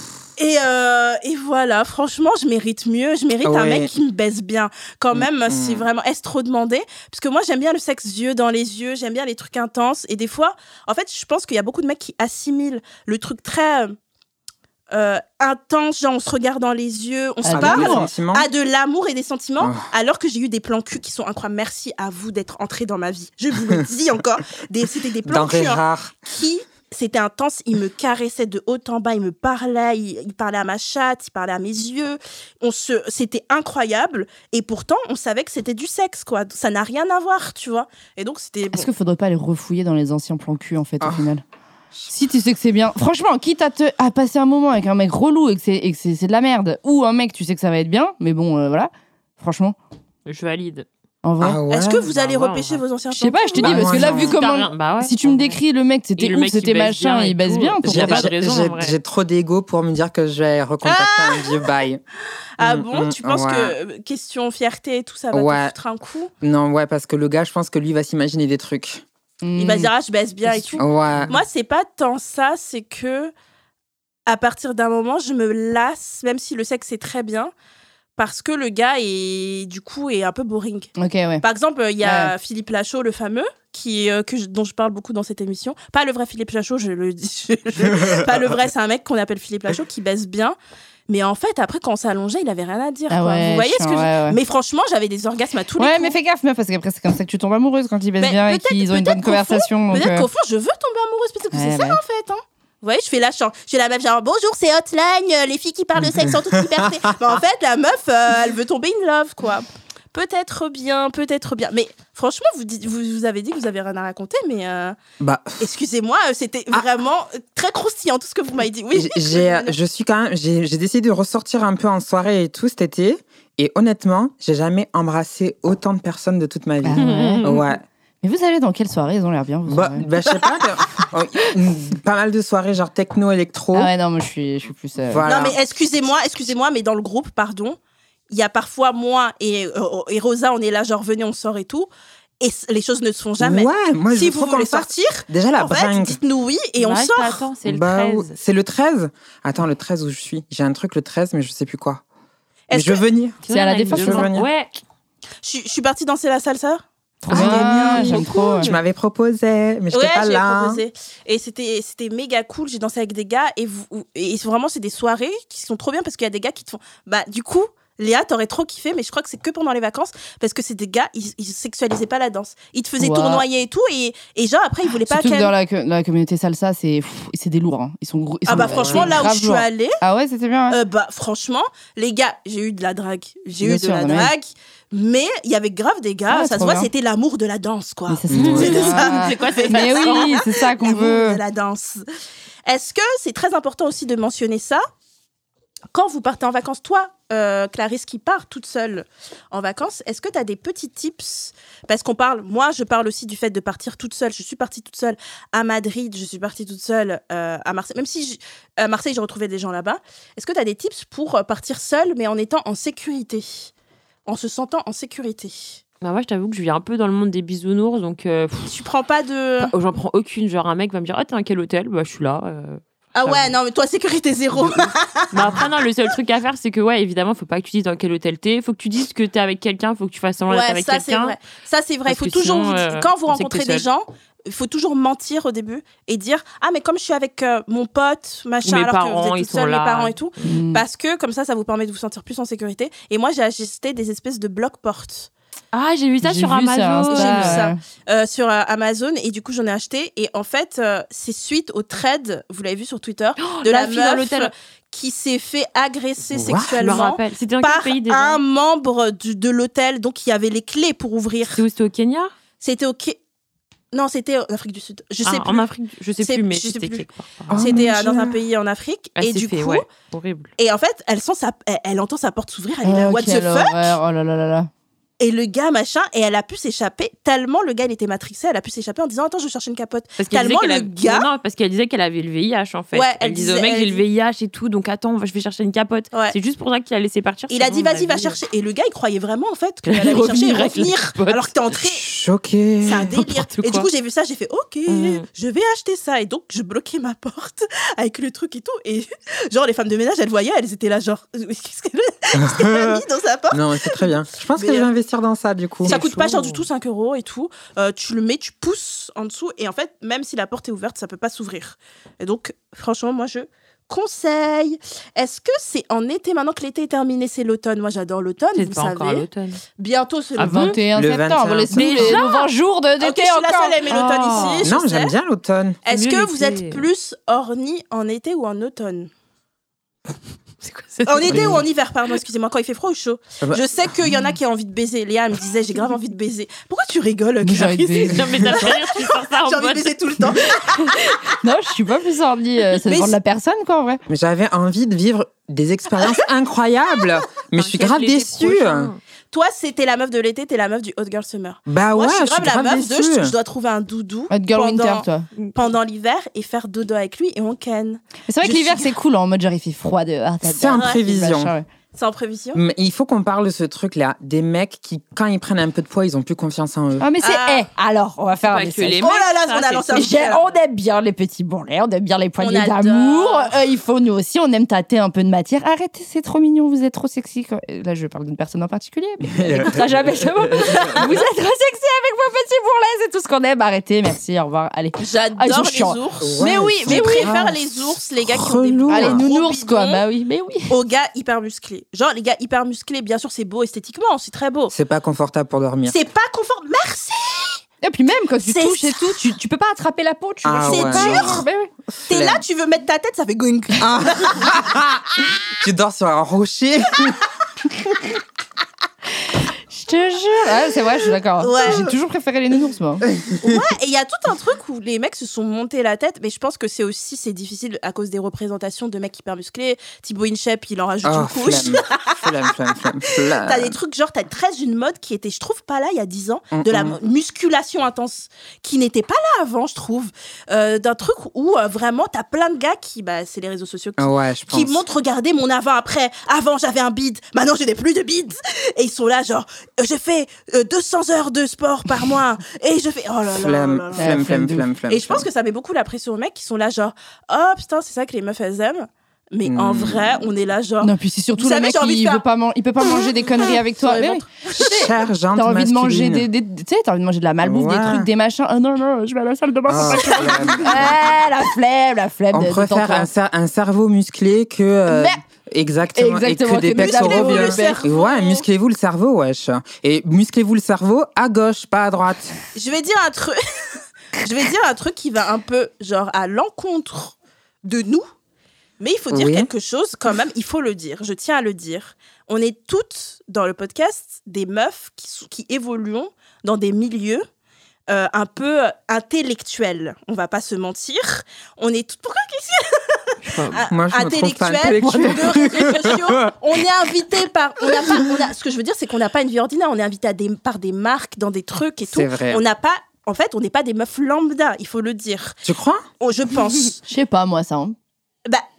Et voilà, franchement, je mérite mieux. Je mérite un mec qui me baise bien. Quand même, c'est vraiment... Est-ce trop demandé? Parce que moi, j'aime bien le sexe yeux dans les yeux. J'aime bien les trucs intenses. Et des fois, en fait, je pense qu'il y a beaucoup de mecs qui assimilent le truc très intense, genre on se regarde dans les yeux, on se parle, à de l'amour et des sentiments, alors que j'ai eu des plans cul qui sont incroyables. Merci à vous d'être entrés dans ma vie. Je vous le dis encore. C'était des plans cul qui... C'était intense, il me caressait de haut en bas, il me parlait, il parlait à ma chatte, il parlait à mes yeux. C'était incroyable. Et pourtant, on savait que c'était du sexe, quoi. Ça n'a rien à voir, tu vois. Et donc, c'était... Est-ce qu'il faudrait pas les refouiller dans les anciens plans cul, en fait, au final? Si tu sais que c'est bien. Franchement, quitte à passer un moment avec un mec relou et que c'est de la merde, ou un mec, tu sais que ça va être bien, mais bon, voilà. Franchement. Je valide. En vrai. Est-ce que vous allez repêcher vos anciens Je sais pas, je te dis, parce que là, vu comment. Si tu me décris le mec, c'était ouf, c'était machin, il baisse bien. J'ai trop d'ego pour me dire que je vais recontacter un vieux bail. Ah bon, tu penses que question fierté et tout ça va te foutre un coup? Non, ouais, parce que le gars, je pense que lui va s'imaginer des trucs. Il va dire je baisse bien et tout. Ouais. Moi, c'est pas tant ça, c'est que à partir d'un moment, je me lasse, même si le sexe est très bien. Parce que le gars est un peu boring. Ok, ouais. Par exemple, il y a Philippe Lachaud, le fameux, dont je parle beaucoup dans cette émission. Pas le vrai Philippe Lachaud, je le dis. Pas le vrai, c'est un mec qu'on appelle Philippe Lachaud qui baisse bien. Mais en fait, après, quand on s'allongeait, il avait rien à dire. Quoi. Vous voyez ce que je... Mais franchement, j'avais des orgasmes à tous les coups. Ouais, mais fais gaffe, meuf, parce qu'après, c'est comme ça que tu tombes amoureuse quand ils baissent bien et qu'ils ont une bonne conversation. Peut-être qu'au fond, je veux tomber amoureuse. Peut-être que c'est ça, en fait. Hein. Vous voyez, je fais la meuf genre bonjour, c'est Hotline, les filles qui parlent de sexe sont toutes hyper fées. Mais en fait, la meuf, elle veut tomber in love, quoi. Peut-être bien. Mais franchement, vous avez dit que vous avez rien à raconter, mais excusez-moi, c'était vraiment très croustillant tout ce que vous m'avez dit. Oui. J'ai décidé de ressortir un peu en soirée et tout cet été, et honnêtement, j'ai jamais embrassé autant de personnes de toute ma vie. Ouais. Mais vous allez dans quelle soirée? Ils ont l'air bien. Je sais pas. Pas mal de soirées genre techno, électro. Ah ouais, non, moi je suis plus. Voilà. Non, mais excusez-moi, mais dans le groupe, pardon, il y a parfois moi et Rosa, on est là, genre venez, on sort et tout. Et les choses ne se font jamais. Ouais, moi, si vous voulez sortir, déjà la bringue. Dites-nous oui et on sort. Attends, c'est le 13. C'est le 13. Attends, le 13 où je suis. J'ai un truc le 13, mais je sais plus quoi. Mais je veux venir. C'est à la Défense. Je veux venir. Ouais. Je suis partie danser la salsa. J'aime trop. Tu m'avais proposé, mais j'étais pas là. Proposé. Et c'était méga cool. J'ai dansé avec des gars et vraiment, c'est des soirées qui sont trop bien parce qu'il y a des gars qui te font. Bah, du coup, Léa, t'aurais trop kiffé, mais je crois que c'est que pendant les vacances parce que c'est des gars, ils sexualisaient pas la danse. Ils te faisaient tournoyer et tout, et genre après, ils voulaient pas. Surtout que dans la communauté salsa, c'est des lourds. Hein. Ils sont franchement, là où je suis allée. Ah ouais, c'était bien. Ouais. Franchement, les gars, j'ai eu de la drague. Mais il y avait grave des gars, ça se voit, c'était l'amour de la danse, quoi. C'était ça. C'est quoi, c'est Mais oui, c'est ça qu'on veut. De la danse. Est-ce que c'est très important aussi de mentionner ça quand vous partez en vacances? Toi, Clarisse, qui part toute seule en vacances, est-ce que tu as des petits tips? Parce moi, je parle aussi du fait de partir toute seule. Je suis partie toute seule à Madrid, je suis partie toute seule à Marseille. Même si à Marseille, j'ai retrouvé des gens là-bas. Est-ce que tu as des tips pour partir seule, mais en étant en sécurité? En se sentant en sécurité? Bah moi, je t'avoue que je vis un peu dans le monde des bisounours, donc Tu prends pas de... j'en prends aucune. Genre, un mec va me dire « Ah, t'es à quel hôtel ?» Bah, je suis là. Ah ouais, non, mais toi, sécurité zéro. Mais après, non, le seul truc à faire, c'est que, ouais, évidemment, faut pas que tu dises dans quel hôtel t'es. Faut que tu dises que t'es avec quelqu'un. Faut que tu fasses semblant d'être avec ça, c'est quelqu'un. vrai. Ça, c'est vrai. Il Parce faut que toujours... sinon, Quand vous on sait que rencontrez t'es des seul. gens, il faut toujours mentir au début et dire « Ah, mais comme je suis avec mon pote, machin, Mes alors parents, que vous êtes ils toute sont seule, mes là. parents et tout. Parce que comme ça vous permet de vous sentir plus en sécurité. Et moi, j'ai ajusté des espèces de blocs-portes. Ah, j'ai vu ça J'ai sur vu ça, Amazon. J'ai vu Insta, ça sur Amazon et du coup j'en ai acheté et en fait c'est suite au thread, vous l'avez vu sur Twitter, de la la fille dans meuf l'hôtel. qui s'est fait agresser What? Je me sexuellement rappelle. C'était dans quel par pays déjà un membre de l'hôtel, donc il y avait les clés pour ouvrir. C'est où? C'était au Kenya? C'était non, c'était en Afrique du Sud. Je sais En plus. Afrique, je sais C'est- plus, mais je sais c'était plus. quelque part. Oh, C'était mon dans Dieu. un pays en Afrique Elle et s'est du fait, coup ouais, horrible. et en fait elle entend sa porte s'ouvrir, elle est là what the quelle fuck. horreur. Oh là là là là. Et le gars, machin, et elle a pu s'échapper, tellement le gars, il était matrixé, elle a pu s'échapper en disant, attends, je vais chercher une capote. Parce qu'elle Tellement disait qu'elle le gars... Non, parce qu'elle disait qu'elle avait le VIH, en fait. Ouais, elle disait au disait- mec, elle j'ai le dit- VIH et tout, donc attends, je vais chercher une capote. Ouais. C'est juste pour ça qu'il a laissé partir. Il a dit, sinon, vas-y, va la vie, chercher. Et le gars, il croyait vraiment, en fait, qu'elle allait allait chercher et revenir avec la revenir. capote. Alors que t'es entré. Choqué. C'est un délire. N'importe Et du quoi. coup, j'ai vu ça, j'ai fait, ok, Mm. je vais acheter ça. Et donc, je bloquais ma porte avec le truc et tout. Et genre, les femmes de ménage, elles voyaient, elles étaient là, genre, qu'est-ce qu'elle a mis dans sa porte? Non, mais c'est très bien. Je pense Mais, que je vais investir dans ça, du coup. Ça coûte pas chaud. cher du tout, 5 € et tout. Tu le mets, tu pousses en dessous. Et en fait, même si la porte est ouverte, ça peut pas s'ouvrir. Et donc, franchement, moi, je conseille. Est-ce que c'est en été, maintenant que l'été est terminé, c'est l'automne? Moi, j'adore l'automne, C'est vous pas encore à savez. l'automne. Bientôt, c'est Ah l'automne. bon 21 Le septembre, 21. laisse-nous les Déjà 20 jours d'été Ok, je suis la encore. seule à aimer l'automne Ah. ici. je Non, sais. j'aime bien l'automne. Est-ce mieux que l'été. vous êtes plus orni en été ou en automne? C'est quoi ça? En été ou en hiver, pardon, excusez-moi, quand il fait froid ou chaud? Ah bah- Je sais qu'il y en a qui ont envie de baiser. Léa me disait, j'ai grave envie de baiser. Pourquoi tu rigoles, Moi, j'ai envie de Clarisse? baiser. Non, mais t'as fait rire, tu sors ça en J'ai envie de mode. baiser tout le temps. Non, je suis pas plus ornie. Ça Mais dépend de c'est- la personne, quoi, en vrai. Mais j'avais envie de vivre des expériences incroyables. Mais je suis grave L'été déçue. prochain. Toi, c'était la meuf de l'été, t'es la meuf du Hot Girl Summer. Bah Moi, ouais, je suis grave la grave meuf de déçue. je dois trouver un doudou Hot girl winter, pendant, toi. pendant l'hiver et faire dodo avec lui et on ken. Mais c'est vrai Je que l'hiver, suis- c'est cool, en mode genre, il fait froid dehors. t'as C'est en bien- prévision. machin, ouais. C'est en prévision? Mais il faut qu'on parle de ce truc-là. Des mecs qui, quand ils prennent un peu de poids, ils ont plus confiance en eux. Ah, mais c'est. Ah. Alors, on va faire Pas un que essai. les Oh là là, mecs, on a ça, lancé c'est un tout. sujet, là. On aime bien les petits bourrelets, on aime bien les poignées adore. d'amour. Il faut nous aussi, on aime tâter un peu de matière. Arrêtez, c'est trop mignon, vous êtes trop sexy. Là, je parle d'une personne en particulier, mais elle n'écoutera jamais. Vous êtes trop sexy avec vos petits bourrelets, c'est tout ce qu'on aime. Arrêtez, merci, au revoir. Allez. Ah, ils J'adore sont les chiants. ours. Ouais, mais oui, ils Je mais oui. préfère les ours, les gars qui ont des Relou. gros Allez, Gros nounours, quoi. bidons, Bah oui, mais oui. aux gars hyper musclés. Genre, les gars hyper musclés, bien sûr, c'est beau esthétiquement, c'est très beau. C'est pas confortable pour dormir. C'est pas confort. Merci! Et puis même quand tu C'est touches et tout, tu peux pas attraper la peau. Ah C'est ouais. dur. Mais oui. T'es là, tu veux mettre ta tête, ça fait going. Tu dors sur un rocher. Je te jure. Ouais, c'est vrai, je suis d'accord. Ouais. J'ai toujours préféré les nounours, moi. Ouais, et il y a tout un truc où les mecs se sont montés la tête, mais je pense que c'est difficile à cause des représentations de mecs hyper musclés. Thibaut Inchep, il en rajoute Oh, une couche. flemme. T'as des trucs genre, t'as très une mode qui était, je trouve, pas là il y a 10 ans, de la musculation intense, qui n'était pas là avant, je trouve. D'un truc où vraiment t'as plein de gars qui, bah, c'est les réseaux sociaux Ouais, je pense. qui montrent, regardez mon avant-après. Avant, j'avais un bide, maintenant, je n'ai plus de bide. Et ils sont là, genre, je fais 200 heures de sport par mois. Et je fais, oh là là. Flemme, là là. flemme. Et je pense que ça met beaucoup la pression aux mecs qui sont là, genre, oh putain, c'est ça que les meufs, elles aiment. Mais en vrai, on est là, genre. Non, puis c'est surtout Vous le savez, mec j'ai envie de il faire- veut pas il peut pas manger des conneries avec toi. Sur les Mais oui. Chargeante T'as envie de manger masculine. tu sais, t'as envie de manger de la malbouffe, des Ouais. trucs, des machins. Ah non, je vais à la salle de bain. Ah, faut pas que- flemme. La flemme On de préfère t'entendre. un cerveau musclé que... Mais- Exactement, et Exactement, que des que pectoraux musclez-vous bien. le cerveau. Ouais, musclez-vous le cerveau, wesh. Et musclez-vous le cerveau à gauche, pas à droite. Je vais dire un truc. Je vais dire un truc qui va un peu, genre, à l'encontre de nous. Mais il faut dire Oui. quelque chose, quand même, il faut le dire. Je tiens à le dire. On est toutes, dans le podcast, des meufs qui évoluent dans des milieux un peu intellectuels. On va pas se mentir. On est toutes... Pourquoi Moi, je me trouve pas intellectuels, intellectuelle. de réseaux sociaux. On est invité par... ce que je veux dire, c'est qu'on n'a pas une vie ordinaire. On est invité par des marques, dans des trucs et tout. C'est vrai. On n'a pas... En fait, on n'est pas des meufs lambda, il faut le dire. Tu crois? Oh, je pense. Je sais pas, moi, ça. Hein. Bah,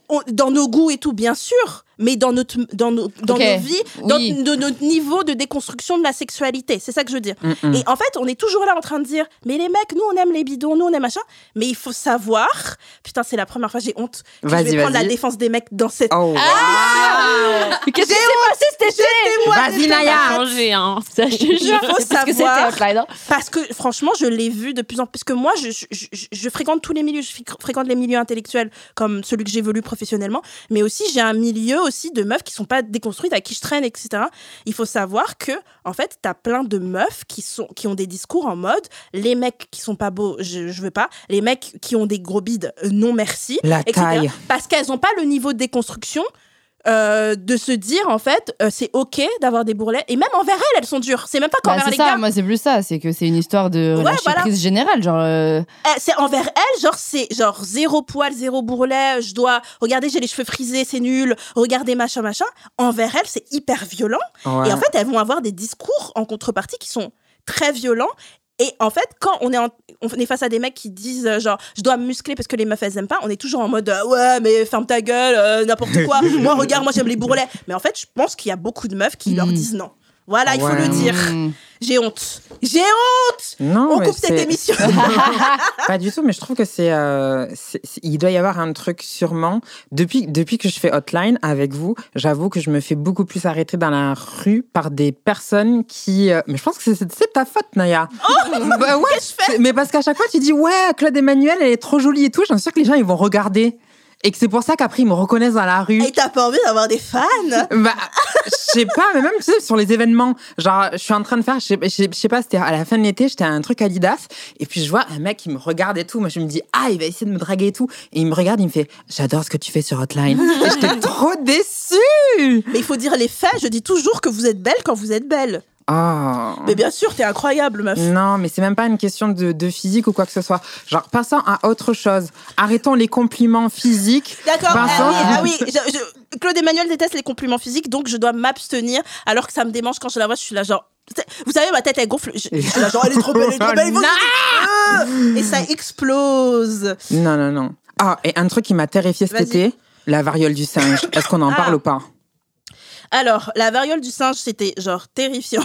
dans nos goûts et tout, bien sûr, mais dans nos vies, dans notre niveau de déconstruction de la sexualité. C'est ça que je veux dire. Et en fait, on est toujours là en train de dire, mais les mecs, nous, on aime les bidons, nous, on aime machin. Mais il faut savoir... Putain, c'est la première fois, j'ai honte que je vais prendre la défense des mecs dans cette... Mais qu'est-ce qui s'est passé cet été? Vas-y, Naya. Changé, hein. Ça, je te jure. Il faut Parce que c'était savoir... Outline. Parce que, franchement, je l'ai vu de plus en plus. Parce que moi, je fréquente tous les milieux. Je fréquente les milieux intellectuels, comme celui que j'évolue professionnellement. Mais aussi, j'ai un milieu aussi de meufs qui sont pas déconstruites, avec qui je traîne, etc. Il faut savoir que, en fait, t'as plein de meufs qui ont des discours en mode les mecs qui sont pas beaux, je veux pas. Les mecs qui ont des gros bides, non merci. La etc. taille. Parce qu'elles ont pas le niveau de déconstruction de se dire, en fait, c'est OK d'avoir des bourrelets. Et même envers elles sont dures. C'est même pas qu'envers C'est les ça, gars. moi c'est plus ça, c'est que c'est une histoire de lâcher prise générale, genre... C'est envers elle, genre c'est genre zéro poil, zéro bourrelet, je dois regarder, j'ai les cheveux frisés, c'est nul, regardez machin. Envers elle, c'est hyper violent. Ouais. Et en fait, elles vont avoir des discours en contrepartie qui sont très violents. Et en fait, quand on est face à des mecs qui disent genre je dois me muscler parce que les meufs elles aiment pas, on est toujours en mode ouais mais ferme ta gueule, n'importe quoi. Moi regarde, moi j'aime les bourrelets. Mais en fait, je pense qu'il y a beaucoup de meufs qui leur disent non. Voilà, il faut le dire. J'ai honte. Non, on mais coupe cette émission. Pas du tout, mais je trouve que il doit y avoir un truc sûrement. Depuis que je fais Hotline avec vous, j'avoue que je me fais beaucoup plus arrêter dans la rue par des personnes qui... mais je pense que c'est ta faute, Naya. Bah ouais, qu'est-ce que je fais? mais parce qu'à chaque fois, tu dis, ouais, Claude Emmanuel, elle est trop jolie et tout. J'en suis sûre que les gens, ils vont regarder. Et que c'est pour ça qu'après, ils me reconnaissent dans la rue. Et t'as pas envie d'avoir des fans? Bah, je sais pas, mais même, tu sais, sur les événements, genre, je suis en train de faire, je sais pas, c'était à la fin de l'été, j'étais à un truc Adidas, et puis je vois un mec qui me regarde et tout, moi je me dis, ah, il va essayer de me draguer et tout, et il me regarde, il me fait, j'adore ce que tu fais sur Hotline. Et j'étais trop déçue! Mais il faut dire les faits, je dis toujours que vous êtes belle quand vous êtes belle. Oh. Mais bien sûr, t'es incroyable, meuf. Non, mais c'est même pas une question de physique ou quoi que ce soit. Genre, passons à autre chose. Arrêtons les compliments physiques. D'accord, Passons- Claude Emmanuel déteste les compliments physiques, donc je dois m'abstenir, alors que ça me démange quand je la vois, je suis là genre... Vous savez, ma tête, elle gonfle. Je suis là genre, elle est trop belle, il faut que- Et ça explose. Non. Ah, et un truc qui m'a terrifiée cet été, la variole du singe. Est-ce qu'on en parle ou pas? Alors, la variole du singe, c'était genre terrifiant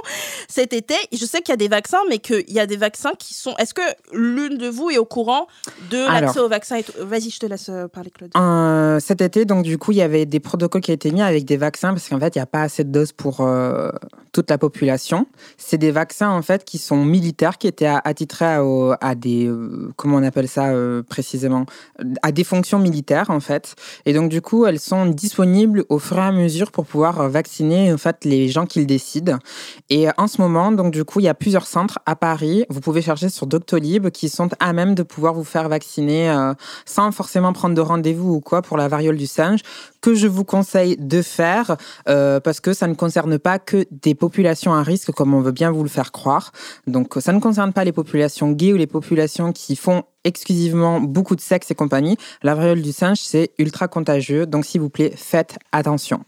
cet été. Je sais qu'il y a des vaccins, mais qu'il y a des vaccins qui sont... Est-ce que l'une de vous est au courant de l'accès aux vaccins et tout? Vas-y, je te laisse parler, Claude. Cet été, donc du coup, il y avait des protocoles qui ont été mis avec des vaccins parce qu'en fait, il n'y a pas assez de doses pour toute la population. C'est des vaccins, en fait, qui sont militaires, qui étaient attitrés à des... comment on appelle ça précisément? À des fonctions militaires, en fait. Et donc, du coup, elles sont disponibles au fur et à mesure pour pouvoir vacciner, en fait, les gens qui le décident. Et en ce moment, donc, du coup, il y a plusieurs centres à Paris. Vous pouvez chercher sur Doctolib qui sont à même de pouvoir vous faire vacciner sans forcément prendre de rendez-vous ou quoi pour la variole du singe, que je vous conseille de faire parce que ça ne concerne pas que des populations à risque comme on veut bien vous le faire croire. Donc, ça ne concerne pas les populations gays ou les populations qui font exclusivement beaucoup de sexe et compagnie. La variole du singe, c'est ultra contagieux. Donc, s'il vous plaît, faites attention.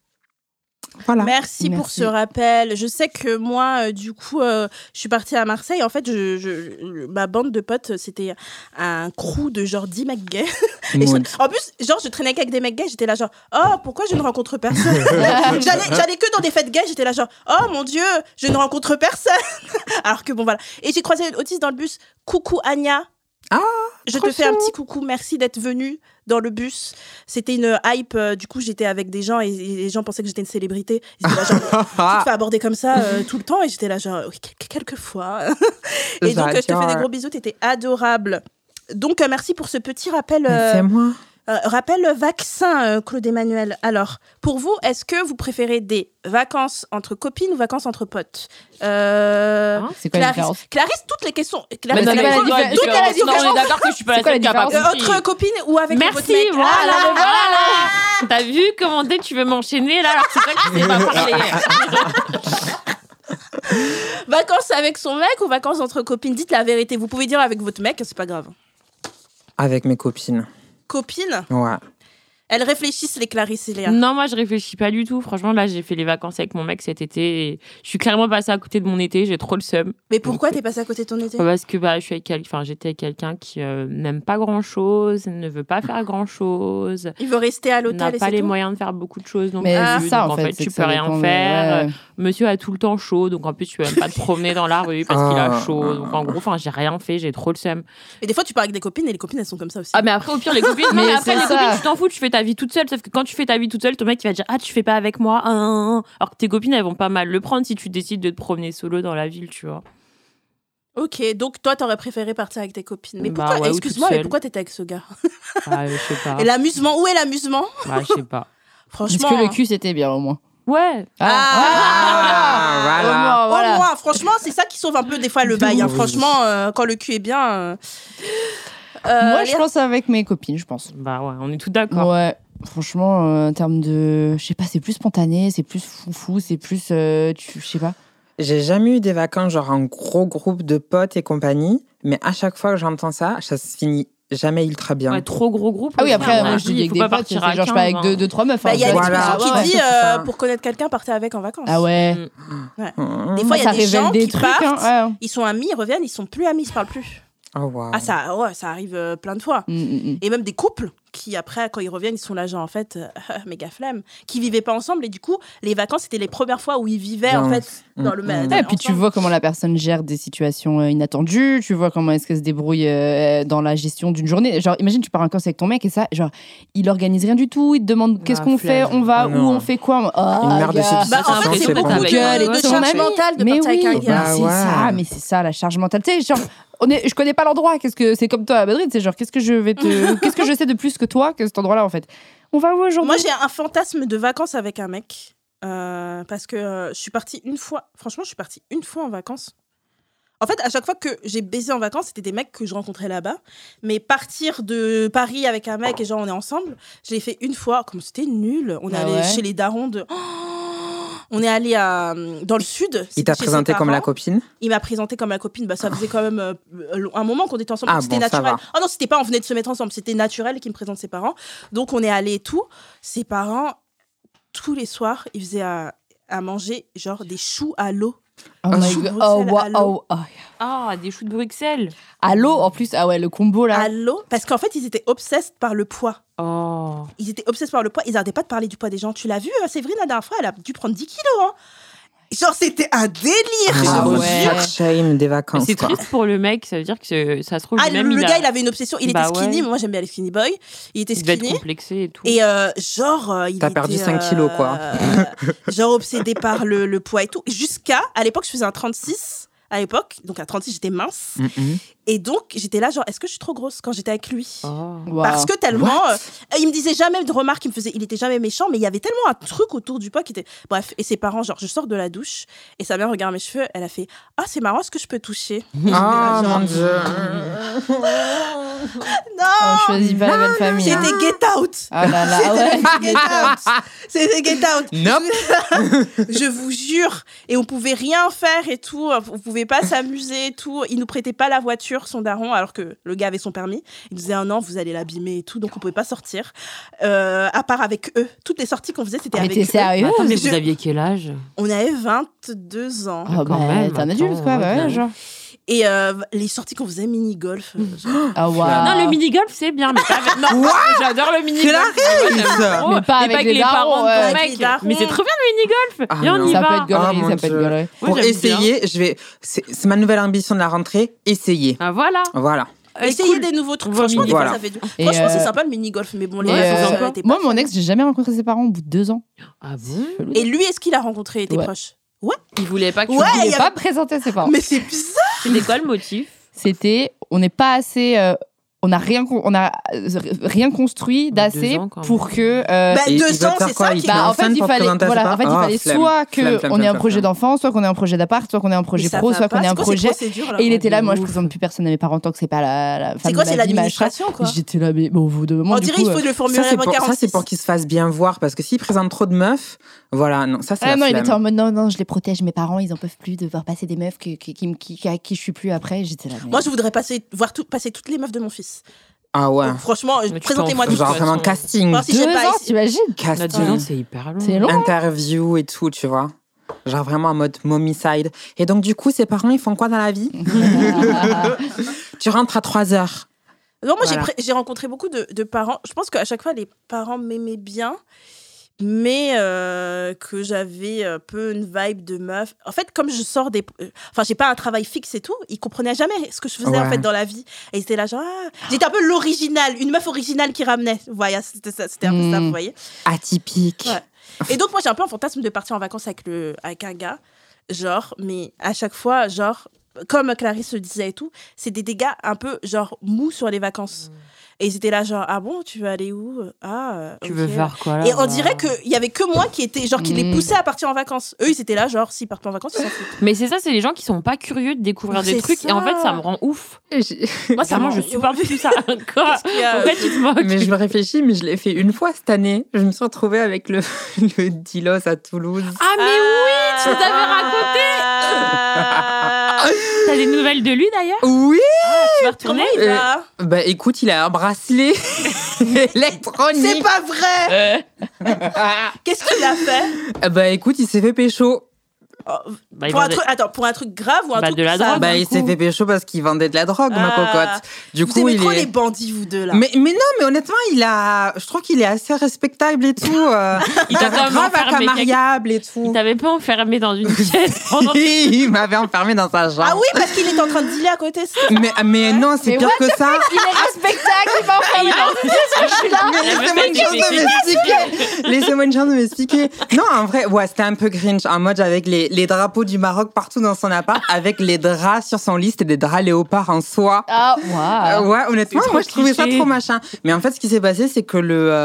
Voilà. Merci pour ce rappel. Je sais que moi, du coup, je suis partie à Marseille. En fait, ma bande de potes, c'était un crew de genre 10 mecs gays. En plus, genre, je traînais qu'avec des mecs gays. J'étais là genre, oh, pourquoi je ne rencontre personne? J'allais que dans des fêtes gays. J'étais là genre, oh mon Dieu, je ne rencontre personne. Alors que bon, voilà. Et j'ai croisé une autiste dans le bus. Coucou Anya. Ah, je te fais un petit coucou, merci d'être venue dans le bus. C'était une hype, du coup j'étais avec des gens et les gens pensaient que j'étais une célébrité. Ils étaient là genre, tu te fais aborder comme ça tout le temps? Et j'étais là genre, oui, quelquefois. Et donc je te fais des gros bisous, t'étais adorable. Donc merci pour ce petit rappel. C'est moi. Rappel vaccin, Claude Emmanuel. Alors, pour vous, est-ce que vous préférez des vacances entre copines ou vacances entre potes? C'est quoi la différence? Clarisse, toutes les questions. On est d'accord que je suis pas la seule qui a pas compris. Entre copines ou avec votre mec? Merci, voilà. T'as vu comment tu veux m'enchaîner là alors que c'est toi qui sais pas parler. Vacances avec son mec ou vacances entre copines? Dites la vérité. Vous pouvez dire avec votre mec, c'est pas grave. Avec mes copines. Copines? Ouais. Elles réfléchissent, les Clarisse et Léa. Non, moi, je réfléchis pas du tout. Franchement, là, j'ai fait les vacances avec mon mec cet été. Et je suis clairement passée à côté de mon été. J'ai trop le seum. Mais pourquoi Donc, t'es passée à côté de ton été? Parce que je suis j'étais avec quelqu'un qui n'aime pas grand-chose, ne veut pas faire grand-chose, Il veut rester à l'hôtel n'a et pas c'est les tout. moyens de faire beaucoup de choses. Donc, Mais plus. c'est ça, Donc, en fait. tu peux rien faire. Monsieur a tout le temps chaud, donc en plus, tu peux même pas te promener dans la rue parce qu'il a chaud. Donc, en gros, j'ai rien fait, j'ai trop le seum. Et des fois, tu pars avec des copines et les copines, elles sont comme ça aussi. Ah, mais après, au pire, les copines, non, Mais mais après, c'est les ça. copines, tu t'en fous, tu fais ta vie toute seule. Sauf que quand tu fais ta vie toute seule, ton mec, il va dire, ah, tu fais pas avec moi. Alors que tes copines, elles vont pas mal le prendre si tu décides de te promener solo dans la ville, tu vois. Ok, donc toi, t'aurais préféré partir avec tes copines. Mais Bah pourquoi, ouais, ou excuse-moi, toute mais seule. pourquoi t'étais avec ce gars? Ah, je sais pas. Et l'amusement, où est l'amusement? Ouais, je sais pas. Franchement. Est-ce que le cul, c'était bien, au moins? Ouais. Au moins, voilà. Au moins, franchement, c'est ça qui sauve un peu des fois le bail. Hein. Franchement, quand le cul est bien. Moi, je Léa, pense avec mes copines, je pense. Bah ouais, on est tous d'accord. Ouais. Franchement, en termes de... Je sais pas, c'est plus spontané, c'est plus foufou, c'est plus... Je sais pas. J'ai jamais eu des vacances, genre un gros groupe de potes et compagnie, mais à chaque fois que j'entends ça se finit jamais ultra bien. Ouais, trop gros groupe. Ah oui, après, aussi, moi, hein. je dis avec faut des pas potes, c'est partir à genre, je parle avec 15, hein. 2-3 meufs. bah, il y a hein, une Voilà. expression Ouais, qui dit c'est ça. pour connaître quelqu'un, partez avec en vacances. Ah ouais. Des fois, il y a Ça des gens révèle des qui trucs, partent, hein, ouais. ils sont amis, ils reviennent, ils sont plus amis, ils se parlent plus. Oh, wow. Ah, ça arrive plein de fois. Et même des couples qui, après, quand ils reviennent, ils sont là, genre, en fait, méga flemme, qui vivaient pas ensemble. Et du coup, les vacances, c'était les premières fois où ils vivaient, en fait, dans le même. Et puis tu vois comment la personne gère des situations inattendues, tu vois comment est-ce qu'elle se débrouille dans la gestion d'une journée. Genre, imagine, tu pars en vacances avec ton mec et ça, genre, il organise rien du tout, il te demande qu'est-ce qu'on fait, flemme. on va, Ah où, non. on fait quoi. Oh, Une merde de gars. chez Bah, en fait, c'est c'est bon. beaucoup Google et de tout, charge son ami. mentale de Mais partir avec oui, un gars. c'est ouais. ça, mais c'est ça la charge mentale. Tu sais, genre, je connais pas l'endroit. Qu'est-ce que c'est comme toi à Madrid, c'est genre, qu'est-ce que je sais de plus que toi que cet endroit-là en fait. On va où aujourd'hui? Moi, j'ai un fantasme de vacances avec un mec. Parce que je suis partie une fois. Franchement, je suis partie une fois en vacances. En fait, à chaque fois que j'ai baisé en vacances, c'était des mecs que je rencontrais là-bas. Mais partir de Paris avec un mec et genre on est ensemble, je l'ai fait une fois. Comme c'était nul. On est Ah allé ouais. chez les darons de. On est allé dans le sud. Il t'a C'était chez ses présenté comme la parents. copine? Il m'a présenté comme la copine. Bah, ça faisait quand même un moment qu'on était ensemble. Ah C'était bon, ça naturel. va. Oh non, c'était pas on venait de se mettre ensemble. C'était naturel qu'il me présente ses parents. Donc, on est allé et tout. Ses parents, tous les soirs, ils faisaient à manger genre des choux à l'eau. Oh my chou de god. Bruxelles Oh, à l'eau. wow. Ah, des choux de Bruxelles. À l'eau en plus. Ah ouais, le combo là. À l'eau. Parce qu'en fait, ils étaient obsessed par le poids. Oh. Ils étaient obsessed par le poids. Ils n'arrêtaient pas de parler du poids des gens. Tu l'as vu, Séverine, la dernière fois, elle a dû prendre 10 kilos. Hein. Genre, c'était un délire. je Ah vous ouais. jure. Fat shame des Mais vacances, c'est quoi. triste pour le mec, ça veut dire que ça se trouve Ah, lui-même le il gars, a... il avait une obsession. Il Bah était skinny, ouais. mais moi, j'aime bien les skinny boys. Il était il devait être skinny. complexé et tout. Et genre, il T'as était, perdu 5 kilos, quoi. Genre obsédé par le poids et tout. À l'époque, je faisais un 36. À l'époque, donc à 36, j'étais mince. Et donc, j'étais là, genre, est-ce que je suis trop grosse quand j'étais avec lui? Oh. Wow. Parce que tellement. Il me disait jamais de remarques, il était jamais méchant, mais il y avait tellement un truc autour du poids qui était. Bref, et ses parents, genre, je sors de la douche et sa mère regarde mes cheveux, elle a fait ah, c'est marrant, est-ce que je peux toucher? Ah, mon Dieu. Non! On choisit pas la belle famille. hein. C'était Get Out! Ah là là, ouais. Get Out! C'était Get Out! Nope. Je vous jure. Et on pouvait rien faire et tout. On pouvait pas s'amuser et tout. Il nous prêtait pas la voiture, son daron, alors que le gars avait son permis. Il nous disait non, vous allez l'abîmer et tout. Donc on pouvait pas sortir. À part avec eux. Toutes les sorties qu'on faisait, c'était Mais avec t'es eux. sérieux? Attends, mais Je- vous aviez quel âge? On avait 22 ans. Oh, quand bah, même, t'es un attends, adulte quoi, ouais, bah ouais, bien. genre. Et les sorties qu'on faisait, mini-golf. Ah wow. Non, le mini-golf, c'est bien, mais pas avec... Non, j'adore le mini-golf. Clarisse Mais pas avec les darons, parents de ouais. ton Avec mec. les darons. Mais c'est trop bien le mini-golf. Ah, Et on non. y Ça va. peut être gaulerie, mon ça peut être Dieu. gaulerie. Pour j'aime essayer, c'est ma nouvelle ambition de la rentrée, essayer. Ah, voilà. Voilà. Essayer des nouveaux trucs. Vomi. Franchement, des fois, Voilà. ça fait du... Et, Franchement, c'est sympa le mini-golf. Mais bon, les Et, gars, c'est ça sympa. était pas moi, mon fun. ex, j'ai jamais rencontré ses parents au bout de 2 ans. Ah bon? Et lui, est-ce qu'il a rencontré tes Ouais. proches? Il voulait pas que tu... Ouais, Il il y n'est avait- pas présenté ses parents. Mais c'est bizarre. C'était quoi le motif? C'était, on n'est pas assez, on n'a rien construit d'assez 2 ans, quand même. pour que. Bah, Et il 2 veut ans, faire c'est quoi, ça il qui te met Bah, en enceinte fait, il pour fallait, présenter à ses voilà, en fait, il parents. fallait Flemme. soit Flemme, qu'on ait un flemme, projet flemme. d'enfant, soit qu'on ait un projet d'appart, soit qu'on ait un projet Mais ça pro, va soit pas. qu'on ait un C'est quoi ces projet. procédures, là? Et il était là, de moi je ouf. présente plus personne à mes parents tant que c'est pas la femme C'est quoi, de c'est ma vie, machin. l'administration, quoi? J'étais là, mais bon, au bout de moment, On du dirait coup, qu'il faut le formuler Ça, c'est avant pour, 46. ça, c'est pour qu'ils se fassent bien voir, parce que s'ils présentent trop de meufs, voilà, non, ça, c'est la non, il flemme. était en mode non, je les protège, mes parents, ils en peuvent plus de voir passer des meufs à qui je suis plus après. J'étais là. mais- Moi, je voudrais passer toutes les meufs de mon fils. Ah ouais. Donc, franchement, Mais tu présentez-moi t'en tout. fous, Genre de vraiment toute façon. casting, Moi, si 2 j'ai pas ans, t'imagines? Là, 2 ans, casting, c'est hyper long. C'est long. interview et tout, tu vois. Genre vraiment en mode momicide. Et donc du coup, ses parents, ils font quoi dans la vie? Tu rentres à 3h. Non, moi, Voilà. j'ai rencontré beaucoup de parents. Je pense qu'à chaque fois, les parents m'aimaient bien, mais que j'avais un peu une vibe de meuf. En fait, comme je sors des... Enfin, j'ai pas un travail fixe et tout, ils comprenaient jamais ce que je faisais, en Ouais. fait, dans la vie. Et ils étaient là, genre... Ah. J'étais un peu l'original, une meuf originale qui ramenait. Voilà, c'était un peu ça, vous voyez. Atypique. Ouais. Et donc, moi, j'ai un peu un fantasme de partir en vacances avec un gars, genre, mais à chaque fois, genre, comme Clarisse le disait et tout, c'est des gars un peu, genre, mous sur les vacances. Et ils étaient là, genre, ah bon, tu veux aller où? Tu ok. veux faire quoi là Et on dirait qu'il y avait que moi qui était, genre, qui les Mm. poussait à partir en vacances. Eux, ils étaient là, genre, s'ils partent pas en vacances, ils s'en foutent. Mais c'est ça, c'est les gens qui sont pas curieux de découvrir des C'est trucs. Et en fait, ça. ça me rend ouf. Moi, Ça, moi, je supporte plus ça. Quoi? Qu'est-ce qu'il y a Pourquoi tu te moques? Mais je me réfléchis, mais je l'ai fait une fois cette année. Je me suis retrouvée avec le Dilos à Toulouse. Ah, mais oui, tu nous avais raconté. T'as des nouvelles de lui d'ailleurs? Oui. Tu vas retourner? Comment il va? Bah écoute, il a un bracelet électronique. C'est pas vrai! Qu'est-ce qu'il a fait? Bah écoute, il s'est fait pécho. Oh, Bah, il pour, un vendait- truc, attends, pour un truc grave ou un Bah, truc de la ça, drogue. Bah d'un il coup s'est fait pécho parce qu'il vendait de la drogue, ma Ah. cocotte. Du Vous coup, aimez il trop est... les bandits, vous deux, là. Mais non, mais honnêtement, je trouve qu'il est assez respectable et tout. Il t'a quand même grave enfermé acamariable et Il tout. t'avait pas enfermé dans une pièce pendant... Il m'avait enfermé dans sa chambre. Ah oui, parce qu'il était en train de dealer à côté. c'est- Mais non, c'est Mais pire que ça. Il est respectable, il va enfermer dans une pièce, je suis là. Laissez-moi une chance de m'expliquer. Laissez-moi une chance de m'expliquer. Non, en vrai, ouais, c'était un peu Grinch, en mode avec les drapeaux du Maroc partout dans son appart, avec les draps sur son lit, c'était des draps léopards en soie. Ah, waouh. Ouais, honnêtement, C'est trop moi je trouvais ça cliché. trop machin. Mais en fait, ce qui s'est passé, c'est que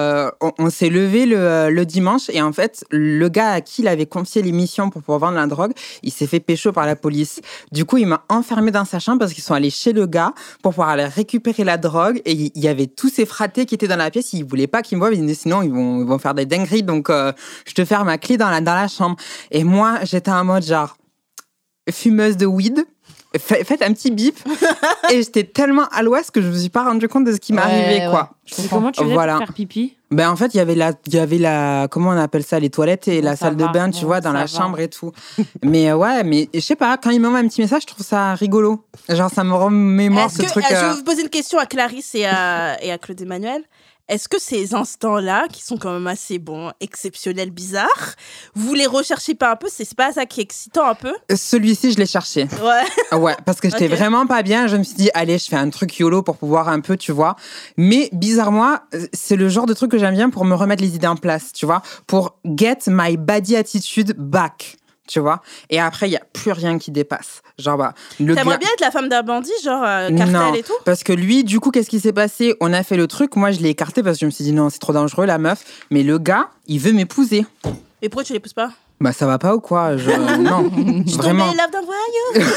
on s'est levé le dimanche et en fait, le gars à qui il avait confié l'émission pour pouvoir vendre la drogue, il s'est fait pécho par la police. Du coup, il m'a enfermé dans sa chambre parce qu'ils sont allés chez le gars pour pouvoir aller récupérer la drogue et il y avait tous ces fratés qui étaient dans la pièce. Ils voulaient pas qu'ils me voient, ils disaient, sinon ils vont faire des dingueries. Donc, je te ferme ma clé dans la chambre. Et moi, j'étais en mode genre fumeuse de weed. Faites un petit bip. Et j'étais tellement à l'ouest que je me suis pas rendu compte de ce qui m'arrivait, Ouais, quoi. Mais comment tu faisais Voilà. pour faire pipi? Ben, en fait, il y avait la, comment on appelle ça, les toilettes et Bon, la ça salle de va. bain, tu Bon, vois, dans ça la va. chambre et tout. Mais ouais, mais je sais pas, quand il m'envoie un petit message, je trouve ça rigolo. Genre, ça me remémore ce truc. Je vais vous poser une question à Clarisse et à Claude Emmanuel. Est-ce que ces instants-là, qui sont quand même assez bons, exceptionnels, bizarres, vous les recherchez pas un peu? C'est pas ça qui est excitant un peu? Celui-ci, je l'ai cherché. Ouais. Ouais, parce que j'étais Ok. vraiment pas bien. Je me suis dit, allez, je fais un truc YOLO pour pouvoir un peu, tu vois. Mais bizarrement, c'est le genre de truc que j'aime bien pour me remettre les idées en place, tu vois. Pour get my body attitude back, tu vois. Et après, il y a plus rien qui dépasse. Genre, bah, T'aimerais bien être la femme d'un bandit, genre cartel Non, et tout? parce que lui, du coup, qu'est-ce qui s'est passé? On a fait le truc, moi je l'ai écarté parce que je me suis dit non, c'est trop dangereux la meuf. Mais le gars, il veut m'épouser. Et pourquoi tu l'épouses pas? Bah ça va pas ou quoi? Non, Je vraiment. tombais love d'un voyou.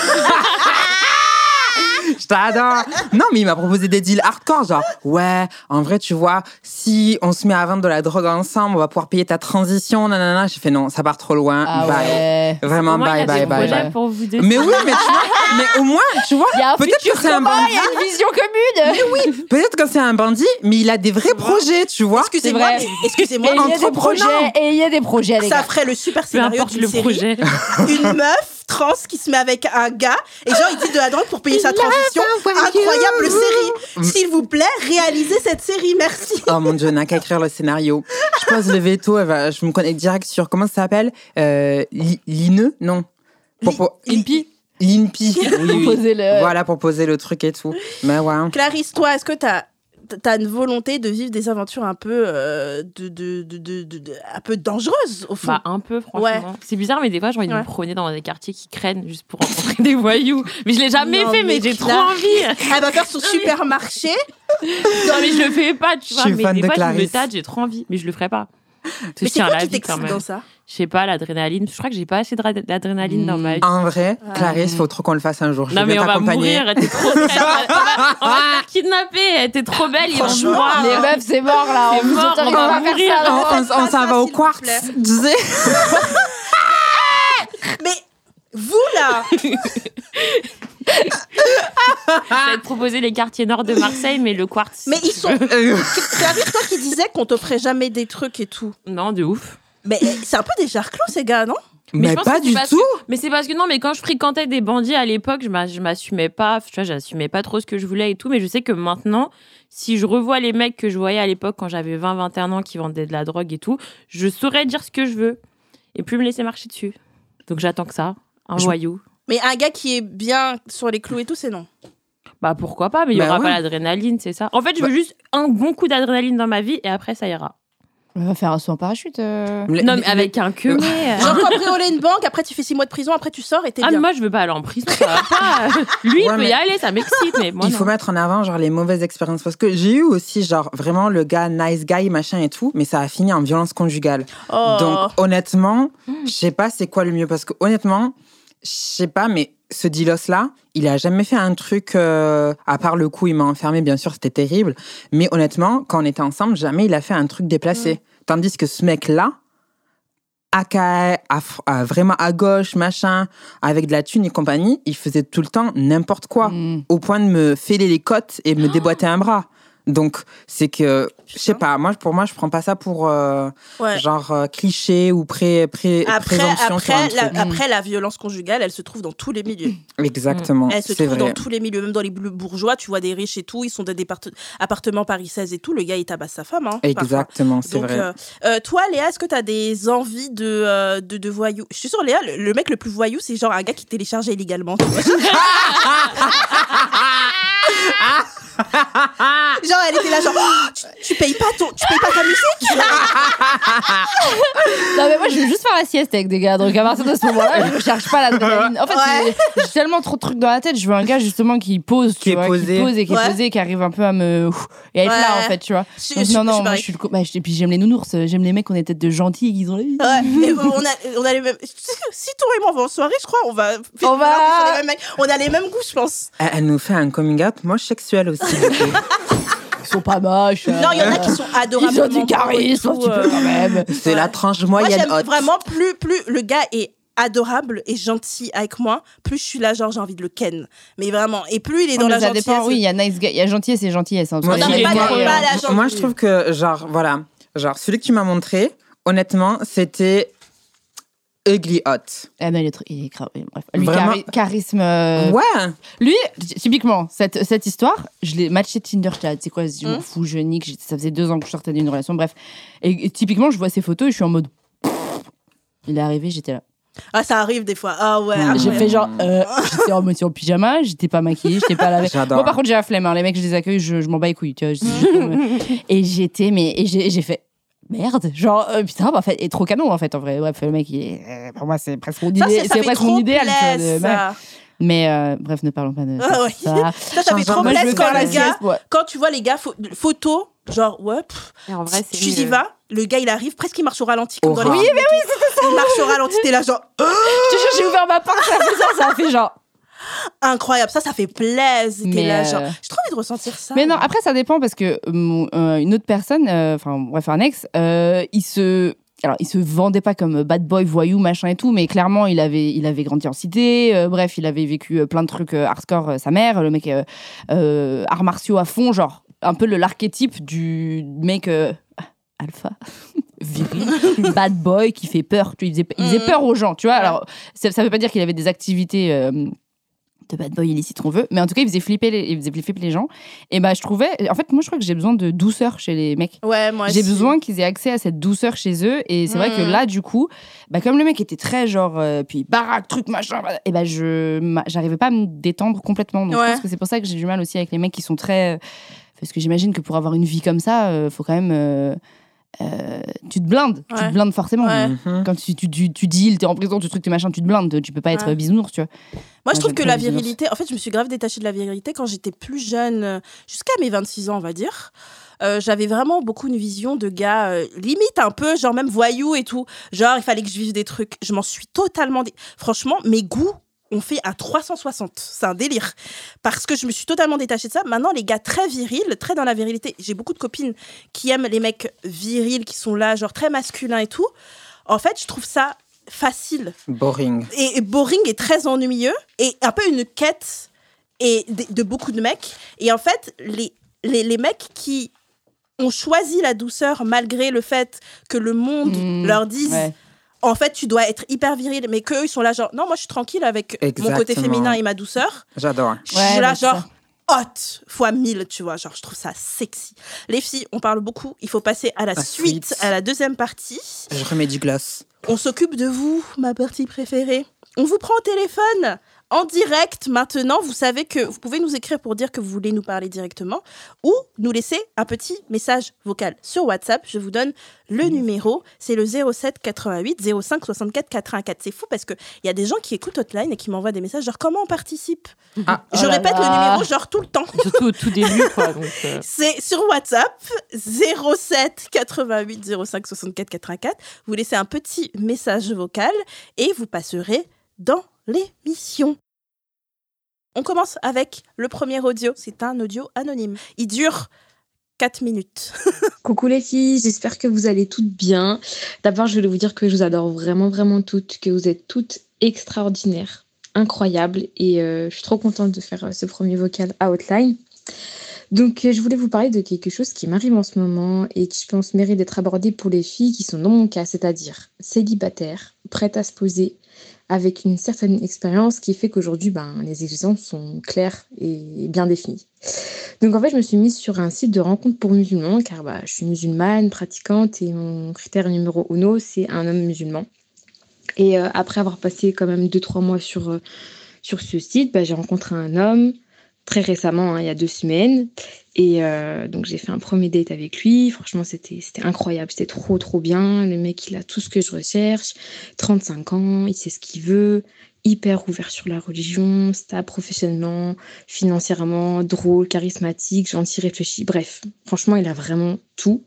Je t'adore. Non, mais il m'a proposé des deals hardcore, genre ouais, en vrai, tu vois, si on se met à vendre de la drogue ensemble, on va pouvoir payer ta transition, nanana. J'ai fait non, ça part trop loin. Ah bye. ouais. Vraiment, Comment il bye, a bye, des bye, projets bye. pour vous deux? Mais oui, mais tu vois, mais au moins, tu vois, Il y a un peut-être futur que c'est un commun, bandit. il y a une vision commune. Peut-être que c'est un bandit, mais il a des vrais projets, tu vois. Excusez-moi, vrai. mais Et excusez-moi. il y a des entreprenant. projets, et il y a des projets, les Ça gars. ferait le super Peu scénario importe d'une le série. projet. Une meuf trans qui se met avec un gars et genre il dit de la drogue pour payer sa transition. Incroyable série. S'il vous plaît, réalisez cette série, merci. Oh mon Dieu, n'a qu'à écrire le scénario. Je pose le veto, je me connecte direct sur, comment ça s'appelle? L'INE? Non. Impi. L'INPI. Oui, oui. Poser le- Voilà, pour poser le truc et tout. Mais ouais. Clarisse, toi, est-ce que t'as une volonté de vivre des aventures un peu un peu dangereuses au fond? Bah, un peu, franchement. Ouais. C'est bizarre, mais des fois, j'ai envie de Ouais. me promener dans des quartiers qui craignent juste pour rencontrer des voyous. Mais je l'ai jamais Non, fait, mais j'ai Clara, trop envie. Elle va faire son supermarché. Non, mais je le fais pas, tu vois. Je suis Mais fan des de fois, je me Clarisse. tâte, j'ai trop envie. Mais je le ferai pas. Mais Je c'est tiens à quoi la qui vie quand t'excite même. dans ça? Je sais pas, l'adrénaline. Je crois que j'ai pas assez d'adrénaline dans ma vie. En vrai, Clarisse, faut trop qu'on le fasse un jour. Je Non, vais mais on va t'accompagner. mourir. T'es trop belle. On va se faire kidnapper. T'es trop belle. Ils vont Franchement, nous voir. Les meufs, c'est mort là. C'est mort, autorise on va pas à faire mourir. ça, là. On s'en va au s'il vous quartz, plaît. tu sais. Mais vous là, Je vais te proposer les quartiers nord de Marseille, mais le quartz. Mais ils sont. C'est avec toi qui disais qu'on t'offrait jamais des trucs et tout. Non, de ouf. Mais c'est un peu des jarclos, ces gars, non? Mais je pense pas que c'est du parce tout. que- mais c'est parce que non, mais quand je fréquentais des bandits à l'époque, je m'assumais pas, tu vois, j'assumais pas trop ce que je voulais et tout. Mais je sais que maintenant, si je revois les mecs que je voyais à l'époque quand j'avais 20-21 ans qui vendaient de la drogue et tout, je saurais dire ce que je veux et plus me laisser marcher dessus. Donc j'attends que ça, un voyou. Mais un gars qui est bien sur les clous et tout, c'est non. Bah pourquoi pas, mais il y Bah aura ouais. pas l'adrénaline, c'est ça. En fait, je veux juste un bon coup d'adrénaline dans ma vie et après ça ira. On va faire un saut en parachute. Non, mais avec un que mais. Genre, cambrioler une banque, après tu fais 6 mois de prison, après tu sors et t'es Ah, mais bien. moi je veux pas aller en prison, ça va pas. Lui, il Ouais, peut y mais- aller, ça m'excite, mais moi Il non. faut mettre en avant genre les mauvaises expériences parce que j'ai eu aussi genre vraiment le gars nice guy machin et tout, mais ça a fini en violence conjugale. Oh. Donc honnêtement, je sais pas c'est quoi le mieux parce que honnêtement, je sais pas mais ce Dilos là, il a jamais fait un truc à part le coup il m'a enfermé bien sûr, c'était terrible, mais honnêtement, quand on était ensemble, jamais il a fait un truc déplacé. Tandis que ce mec là vraiment à gauche, machin, avec de la thune et compagnie, il faisait tout le temps n'importe quoi, au point de me fêler les côtes et me déboîter un bras. Donc, c'est que, je sais pas, pour moi, je prends pas ça pour Ouais. cliché ou présomption sur un truc. Après, la violence conjugale, elle se trouve dans tous les milieux. Exactement, Elle se c'est trouve vrai. dans tous les milieux, même dans les bourgeois, tu vois des riches et tout, ils sont dans des appartements Paris 16 et tout, le gars il tabasse sa femme. Hein, parfois. Exactement, c'est Donc, vrai. toi, Léa, est-ce que tu as des envies de voyous? Je suis sûre, Léa, le mec le plus voyou, c'est genre un gars qui téléchargeait illégalement. Tu vois. Genre, elle était là, genre, oh, tu payes pas ta musique? Non, mais moi, je veux juste faire la sieste avec des gars. Donc, à partir de ce moment-là, je cherche pas l'adrénaline. En fait, Ouais. j'ai tellement trop de trucs dans la tête. Je veux un gars, justement, qui pose, Qui tu est vois, posé. qui pose et qui est Ouais. posé, qui arrive un peu à me. Et à être Ouais. là, en fait, tu vois. Donc, non, moi, pareil. je suis et puis, j'aime les nounours. J'aime les mecs qui ont des têtes de gentils, qui ont. Ouais, et on a les mêmes. Si toi et moi on va en soirée, je crois, on va. On va- les mêmes mecs. On a les mêmes goûts, je pense. Elle nous fait un coming out moche sexuel aussi. du coup. Ils sont pas moches. Non, il y en a qui sont adorables. Ils ont du charisme, un petit peu quand même. C'est Ouais. la tranche Moi, moyenne j'aime haute. vraiment plus le gars est adorable et gentil avec moi, plus je suis là, genre j'ai envie de le ken. Mais vraiment. Et plus il est dans Mais la ça gentillesse. dépend, oui, il y a nice guy, il y a gentillesse et gentillesse. Hein, Moi, parce que non, les mais mecs, pas la gentille. moi, je trouve que, genre, voilà, genre, celui que tu m'as montré, honnêtement, c'était ugly hot. Ah, mais il est grave. Bref. Lui, Vraiment. charisme. Ouais. Lui, typiquement, cette histoire, je l'ai matché Tinder. J'étais là, tu sais quoi, je m'en fous, je nique. Ça faisait 2 ans que je sortais d'une relation, bref. Et typiquement, je vois ses photos et je suis en mode. Il est arrivé, j'étais là. Ah, ça arrive des fois. Ah ouais. J'ai incroyable. fait genre. J'étais en moitié en pyjama, j'étais pas maquillée, j'étais pas lavée. J'adore. Moi, par contre, j'ai la flemme. Hein. Les mecs, je les accueille, je m'en bats les couilles. Tu vois, et j'étais, mais. Et j'ai fait. Merde, genre putain, bah, en fait, est trop canon en fait en vrai. Bref, le mec, il est, pour moi, c'est presque mon Ça, idée, ça c'est fait presque trop mon idéal. Tu vois, plaisir, de- ça. Mais bref, ne parlons pas de Ah ouais. ça. Ça fait trop Moi, je plaisir veux quand faire la le gars, sieste. Ouais. quand tu vois les gars photos, genre ouais, Et en vrai, c'est tu y mieux. vas, le gars il arrive, presque il marche au ralenti comme Au dans les rat. films et tout. Il marche au ralenti, t'es là genre Je te jure, j'ai ouvert ma porte, ça a fait genre. incroyable, ça fait plaisir, t'es Mais, là genre j'ai trop envie de ressentir ça. Mais non, après, ça dépend parce que une autre personne, enfin, bref, un ex, il se vendait pas comme bad boy, voyou, machin et tout, mais clairement, il avait grandi en cité, bref, il avait vécu plein de trucs hardcore, sa mère, le mec arts martiaux à fond, genre, un peu l'archétype du mec alpha, viril, bad boy, qui fait peur, tu vois, il faisait peur aux gens, tu vois, alors, ça veut pas dire qu'il avait des activités de bad boy illicite qu'on veut, mais en tout cas il faisait flipper les gens. Et bah je trouvais, en fait moi je crois que j'ai besoin de douceur chez les mecs. Ouais, moi J'ai aussi. besoin qu'ils aient accès à cette douceur chez eux, et c'est vrai que là du coup, bah comme le mec était très genre puis baraque truc machin, et bah j'arrivais pas à me détendre complètement. Donc je Ouais. pense que c'est pour ça que j'ai du mal aussi avec les mecs qui sont très, parce que j'imagine que pour avoir une vie comme ça, faut quand même tu te blindes forcément. Ouais. Mhm. Quand tu deals, t'es en prison, tu trucs, t'es machin, tu te blindes, tu peux pas être Ouais. bisounours, tu vois. Moi, je trouve j'aime que pas la les bisounours. virilité, en fait, je me suis grave détachée de la virilité quand j'étais plus jeune, jusqu'à mes 26 ans, on va dire. J'avais vraiment beaucoup une vision de gars, limite un peu, genre même voyou et tout. Genre, il fallait que je vive des trucs. Je m'en suis totalement... Franchement, mes goûts ont fait un 360. C'est un délire. Parce que je me suis totalement détachée de ça. Maintenant, les gars très virils, très dans la virilité. J'ai beaucoup de copines qui aiment les mecs virils, qui sont là, genre très masculins et tout. En fait, je trouve ça facile Boring. et boring et très ennuyeux et un peu une quête et de beaucoup de mecs. Et en fait, les mecs qui ont choisi la douceur malgré le fait que le monde leur dise en fait tu dois être hyper viril, mais qu'eux ils sont là genre non, moi je suis tranquille avec mon côté féminin et ma douceur. J'adore. Je suis là genre hot fois 1000, tu vois, genre je trouve ça sexy. Les filles, on parle beaucoup, il faut passer à la suite, à la deuxième partie. Je remets du gloss. On s'occupe de vous, ma partie préférée. On vous prend au téléphone en direct maintenant. Vous savez que vous pouvez nous écrire pour dire que vous voulez nous parler directement ou nous laisser un petit message vocal sur WhatsApp. Je vous donne le numéro. C'est le 07 88 05 64 84. C'est fou parce qu'il y a des gens qui écoutent Hotline et qui m'envoient des messages genre comment on participe. Je répète le numéro genre tout le temps. Surtout au tout début, quoi. Donc, C'est sur WhatsApp 07 88 05 64 84. Vous laissez un petit message vocal et vous passerez dans l'émission. On commence avec le premier audio. C'est un audio anonyme. Il dure 4 minutes. Coucou les filles, j'espère que vous allez toutes bien. D'abord, je voulais vous dire que je vous adore vraiment, vraiment toutes, que vous êtes toutes extraordinaires, incroyables. Et je suis trop contente de faire ce premier vocal à Hotline. Donc, je voulais vous parler de quelque chose qui m'arrive en ce moment et qui, je pense, mérite d'être abordé pour les filles qui sont dans mon cas, c'est-à-dire célibataires, prêtes à se poser, avec une certaine expérience qui fait qu'aujourd'hui, les exigences sont claires et bien définies. Donc en fait, je me suis mise sur un site de rencontre pour musulmans, car je suis musulmane, pratiquante, et mon critère numéro uno, c'est un homme musulman. Et après avoir passé quand même 2-3 mois sur ce site, j'ai rencontré un homme, très récemment, il y a 2 semaines. Et donc j'ai fait un premier date avec lui. Franchement, c'était incroyable, c'était trop bien. Le mec, il a tout ce que je recherche. 35 ans, il sait ce qu'il veut. Hyper ouvert sur la religion, stable professionnellement, financièrement, drôle, charismatique, gentil, réfléchi. Bref, franchement, il a vraiment tout.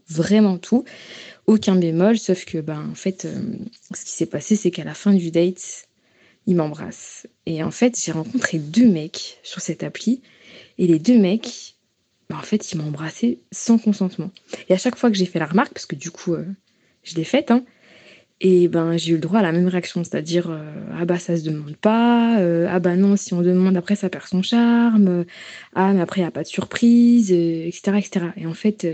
Aucun bémol, sauf que en fait, ce qui s'est passé, c'est qu'à la fin du date, il m'embrasse. Et en fait, j'ai rencontré 2 mecs sur cette appli. Et les 2 mecs, en fait, ils m'ont embrassé sans consentement. Et à chaque fois que j'ai fait la remarque, parce que du coup, je l'ai faite, et j'ai eu le droit à la même réaction, c'est-à-dire ça se demande pas, non, si on demande après ça perd son charme, mais après il n'y a pas de surprise, etc. Et en fait,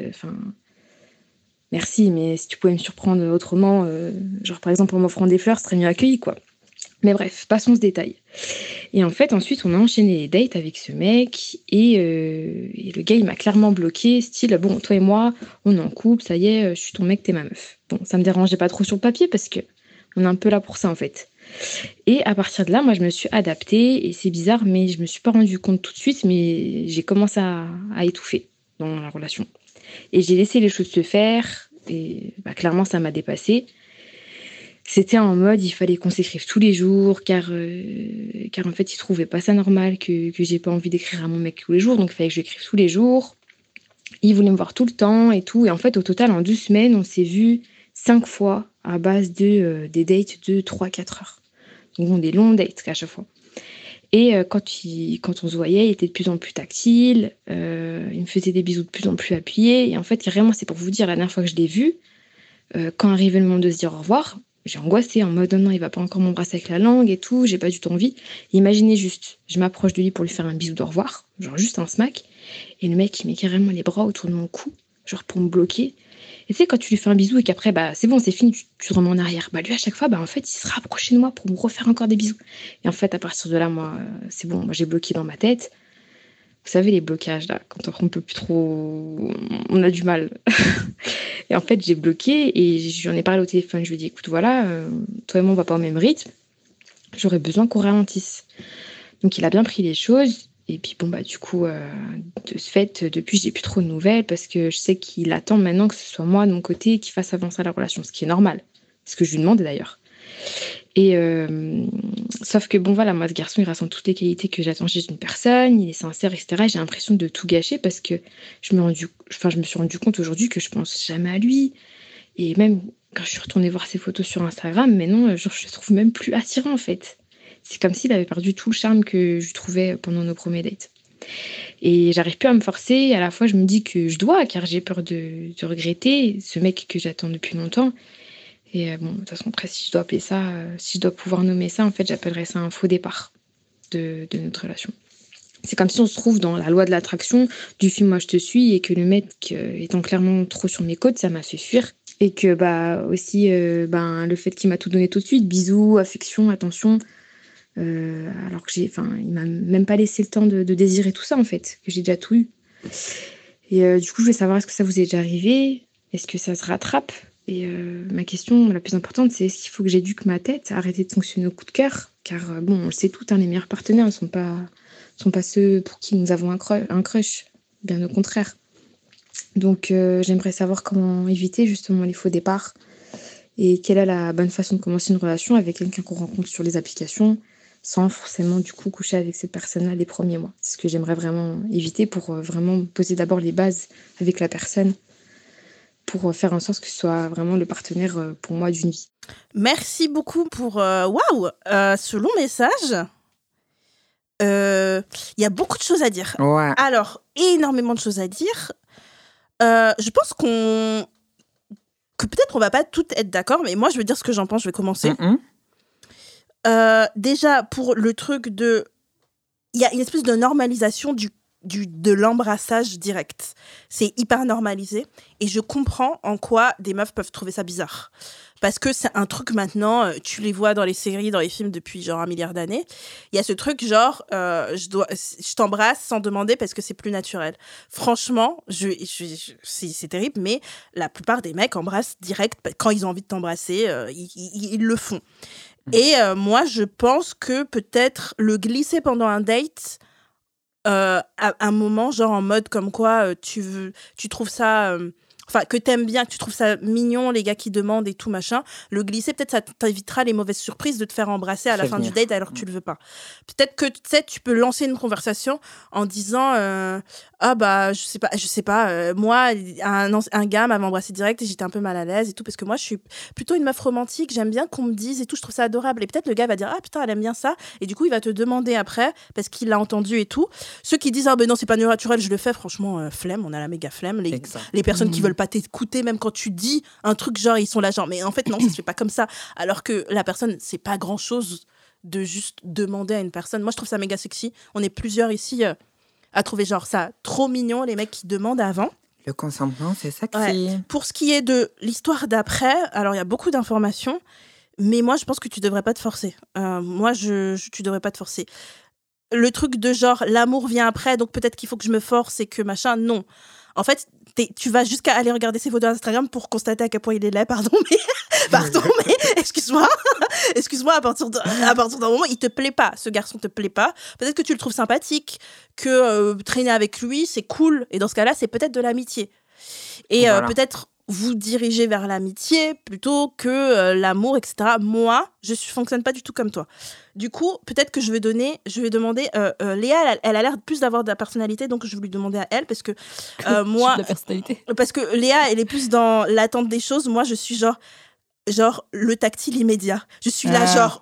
merci, mais si tu pouvais me surprendre autrement, genre par exemple en m'offrant des fleurs, ce serait mieux accueilli, quoi. Mais bref, passons ce détail. Et en fait, ensuite, on a enchaîné les dates avec ce mec et le gars, il m'a clairement bloqué, style, bon, toi et moi, on est en couple, ça y est, je suis ton mec, t'es ma meuf. Bon, ça me dérangeait pas trop sur le papier parce que on est un peu là pour ça, en fait. Et à partir de là, moi, je me suis adaptée et c'est bizarre, mais je me suis pas rendu compte tout de suite, mais j'ai commencé à étouffer dans la relation. Et j'ai laissé les choses se faire et clairement, ça m'a dépassée. C'était en mode, il fallait qu'on s'écrive tous les jours, car en fait, il trouvait pas ça normal que j'ai pas envie d'écrire à mon mec tous les jours, donc il fallait que je l'écrive tous les jours. Il voulait me voir tout le temps et tout. Et en fait, au total, en 2 semaines, on s'est vus 5 fois à base de des dates de 3-4 heures. Donc, des longs dates à chaque fois. Et quand on se voyait, il était de plus en plus tactile, il me faisait des bisous de plus en plus appuyés. Et en fait, vraiment, c'est pour vous dire, la dernière fois que je l'ai vu, quand arrivait le moment de se dire au revoir, j'ai angoissé en mode non, il va pas encore m'embrasser avec la langue et tout, j'ai pas du tout envie. Imaginez juste, je m'approche de lui pour lui faire un bisou de revoir, genre juste un smack, et le mec il met carrément les bras autour de mon cou, genre pour me bloquer. Et tu sais, quand tu lui fais un bisou et qu'après c'est bon, c'est fini, tu te remets en arrière, lui à chaque fois, en fait, il se rapprochait de moi pour me refaire encore des bisous. Et en fait, à partir de là, moi, c'est bon, moi j'ai bloqué dans ma tête. Vous savez, les blocages, là, quand on peut plus trop... On a du mal. Et en fait, j'ai bloqué et j'en ai parlé au téléphone. Je lui ai dit, écoute, voilà, toi et moi, on va pas au même rythme. J'aurais besoin qu'on ralentisse. Donc, il a bien pris les choses. Et puis, du coup, de ce fait, depuis, j'ai plus trop de nouvelles parce que je sais qu'il attend maintenant que ce soit moi, de mon côté, qui fasse avancer la relation. Ce qui est normal. Ce que je lui demande, d'ailleurs. Et sauf que moi ce garçon il rassemble toutes les qualités que j'attends chez une personne, il est sincère, etc. Et j'ai l'impression de tout gâcher parce que je me suis rendu compte aujourd'hui que je pense jamais à lui. Et même quand je suis retournée voir ses photos sur Instagram, mais non, je le trouve même plus attirant en fait. C'est comme s'il avait perdu tout le charme que je trouvais pendant nos premiers dates. Et j'arrive plus à me forcer, et à la fois je me dis que je dois, car j'ai peur de regretter ce mec que j'attends depuis longtemps. Et de toute façon, après, si je dois appeler ça, si je dois pouvoir nommer ça, en fait, j'appellerais ça un faux départ de notre relation. C'est comme si on se trouve dans la loi de l'attraction du film Moi je te suis et que le mec étant clairement trop sur mes côtes, ça m'a fait fuir. Et que aussi le fait qu'il m'a tout donné tout de suite, bisous, affection, attention, alors que il m'a même pas laissé le temps de désirer tout ça en fait, que j'ai déjà tout eu. Et du coup je voulais savoir, est-ce que ça vous est déjà arrivé ? Est-ce que ça se rattrape ? Et ma question la plus importante, c'est est-ce qu'il faut que j'éduque ma tête à arrêter de fonctionner au coup de cœur ? Car on le sait tout, les meilleurs partenaires ne sont pas ceux pour qui nous avons un crush, bien au contraire. Donc j'aimerais savoir comment éviter justement les faux départs et quelle est la bonne façon de commencer une relation avec quelqu'un qu'on rencontre sur les applications sans forcément du coup coucher avec cette personne-là les premiers mois. C'est ce que j'aimerais vraiment éviter pour vraiment poser d'abord les bases avec la personne pour faire en sorte que ce soit vraiment le partenaire pour moi d'une vie. Merci beaucoup pour ce long message. Il y a beaucoup de choses à dire. Ouais. Alors, énormément de choses à dire. Je pense que peut-être on va pas toutes être d'accord, mais moi je veux dire ce que j'en pense, je vais commencer. Déjà, pour le truc de... Il y a une espèce de normalisation de l'embrassage direct. C'est hyper normalisé et je comprends en quoi des meufs peuvent trouver ça bizarre. Parce que c'est un truc maintenant, tu les vois dans les séries, dans les films depuis genre 1 milliard d'années. Il y a ce truc genre, je t'embrasse sans demander parce que c'est plus naturel. Franchement, c'est terrible, mais la plupart des mecs embrassent direct quand ils ont envie de t'embrasser, ils le font. Et moi, je pense que peut-être le glisser pendant un date, à un moment, genre en mode comme quoi tu trouves ça... que t'aimes bien, que tu trouves ça mignon, les gars qui demandent et tout, machin, le glisser, peut-être ça t'évitera les mauvaises surprises de te faire embrasser à la fin du date alors que tu le veux pas. Peut-être que, tu sais, tu peux lancer une conversation en disant je sais pas, moi, un gars m'avait embrassé direct et j'étais un peu mal à l'aise et tout, parce que moi, je suis plutôt une meuf romantique, j'aime bien qu'on me dise et tout, je trouve ça adorable. Et peut-être le gars va dire, ah putain, elle aime bien ça, et du coup, il va te demander après, parce qu'il l'a entendu et tout. Ceux qui disent, non, c'est pas naturel, je le fais, franchement, flemme, on a la méga flemme. Les personnes qui veulent pas t'écouter, même quand tu dis un truc genre, ils sont là genre, mais en fait, non, ça se fait pas comme ça. Alors que la personne, c'est pas grand chose de juste demander à une personne. Moi, je trouve ça méga sexy. On est plusieurs ici à trouver genre ça trop mignon, les mecs qui demandent avant. Le consentement, c'est sexy. Ouais. Pour ce qui est de l'histoire d'après, alors il y a beaucoup d'informations, mais moi, je pense que tu devrais pas te forcer. Tu devrais pas te forcer. Le truc de genre, l'amour vient après, donc peut-être qu'il faut que je me force et que machin, non. En fait, tu vas jusqu'à aller regarder ses photos Instagram pour constater à quel point il est laid, pardon, mais excuse-moi, à partir d'un moment, il te plaît pas, ce garçon te plaît pas. Peut-être que tu le trouves sympathique, que traîner avec lui, c'est cool, et dans ce cas-là, c'est peut-être de l'amitié. Et peut-être vous diriger vers l'amitié plutôt que l'amour, etc. Moi, je fonctionne pas du tout comme toi. Du coup, peut-être que je vais demander... Léa, elle a l'air plus d'avoir de la personnalité, donc je vais lui demander à elle, parce que moi... De la personnalité. Parce que Léa, elle est plus dans l'attente des choses. Moi, je suis genre le tactile immédiat. Je suis là, genre...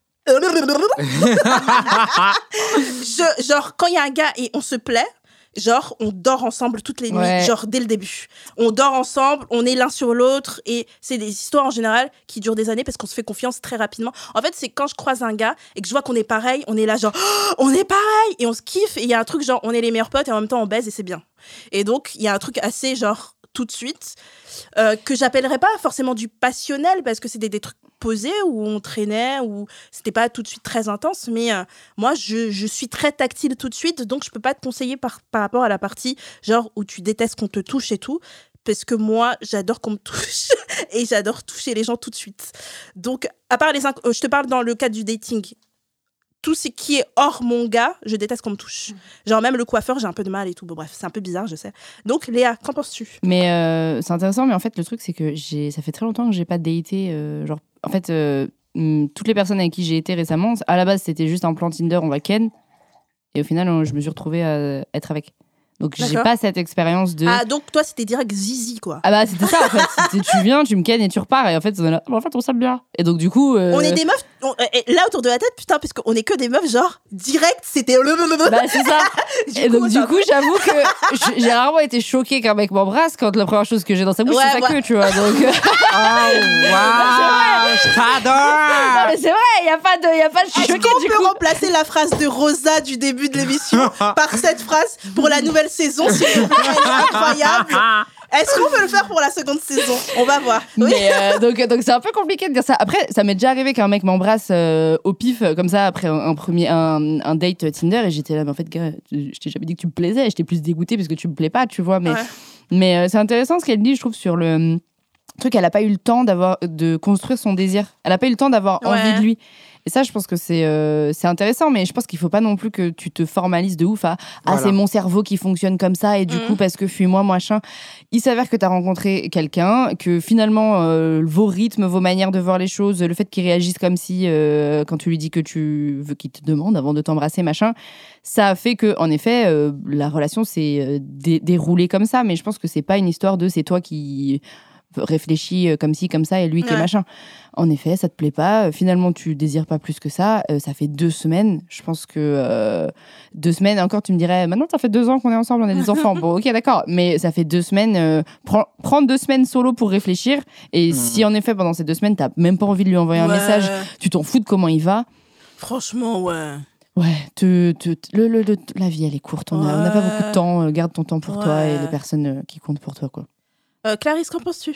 genre, quand il y a un gars et on se plaît, genre, on dort ensemble toutes les nuits, genre dès le début. On dort ensemble, on est l'un sur l'autre, et c'est des histoires en général qui durent des années parce qu'on se fait confiance très rapidement. En fait, c'est quand je croise un gars et que je vois qu'on est pareil, on est là genre, on est pareil, et on se kiffe, et il y a un truc genre, on est les meilleurs potes et en même temps on baise et c'est bien. Et donc, il y a un truc assez genre, tout de suite, que j'appellerais pas forcément du passionnel parce que c'est des trucs posés où on traînait, où c'était pas tout de suite très intense, mais moi je suis très tactile tout de suite, donc je peux pas te conseiller par rapport à la partie genre où tu détestes qu'on te touche et tout, parce que moi j'adore qu'on me touche et j'adore toucher les gens tout de suite. Donc à part je te parle dans le cadre du dating, tout ce qui est hors mon gars, je déteste qu'on me touche. Genre même le coiffeur, j'ai un peu de mal et tout. Bon bref, c'est un peu bizarre, je sais. Donc Léa, qu'en penses-tu ? Mais c'est intéressant, mais en fait le truc c'est que ça fait très longtemps que j'ai pas daté. En fait, toutes les personnes avec qui j'ai été récemment, à la base c'était juste un plan Tinder, on va ken, et au final je me suis retrouvée à être avec. Donc j'ai pas cette expérience de... Ah, donc toi c'était direct zizi quoi. Ah bah c'était ça en fait. Tu viens, tu me kennes et tu repars, et en fait on s'aime bien. Et donc du coup... On est des meufs, là autour de la tête, putain, parce qu'on est que des meufs genre direct, c'était... Bah c'est ça. Et donc du coup j'avoue que j'ai rarement été choquée qu'un mec m'embrasse quand la première chose que j'ai dans sa bouche c'est sa queue, tu vois. Donc... Oh waouh, je t'adore. Non mais c'est vrai, il y a pas de Est-ce choqué qu'on du peut coup. remplacer la phrase de Rosa du début de l'émission par cette phrase pour la nouvelle saison, s'il vous plaît, elle est incroyable. Est-ce qu'on peut le faire pour la seconde saison? On va voir. Oui. Mais donc c'est un peu compliqué de dire ça. Après, ça m'est déjà arrivé qu'un mec m'embrasse au pif comme ça après un date Tinder et j'étais là, mais en fait, gars, je t'ai jamais dit que tu me plaisais, j'étais plus dégoûtée parce que tu me plais pas, tu vois. Mais c'est intéressant ce qu'elle dit, je trouve, sur le truc. Elle a pas eu le temps de construire son désir. Elle a pas eu le temps d'avoir envie de lui. Et ça, je pense que c'est intéressant, mais je pense qu'il faut pas non plus que tu te formalises de ouf à c'est mon cerveau qui fonctionne comme ça et du coup parce que fuis-moi machin. Il s'avère que tu as rencontré quelqu'un, que finalement vos rythmes, vos manières de voir les choses, le fait qu'il réagisse comme si quand tu lui dis que tu veux qu'il te demande avant de t'embrasser machin, ça a fait que en effet la relation s'est déroulée comme ça. Mais je pense que c'est pas une histoire de c'est toi qui réfléchis comme ci comme ça et lui qui est machin. En effet, ça te plaît pas, finalement tu désires pas plus que ça, ça fait 2 semaines, je pense que 2 semaines, encore tu me dirais maintenant ça fait 2 ans qu'on est ensemble, on a des enfants, bon ok d'accord, mais ça fait 2 semaines, prendre 2 semaines solo pour réfléchir, et si en effet pendant ces 2 semaines t'as même pas envie de lui envoyer un message, tu t'en fous de comment il va, franchement ouais. Ouais, la vie elle est courte, on n'a pas beaucoup de temps, garde ton temps pour toi et les personnes qui comptent pour toi quoi. Clarisse, qu'en penses-tu?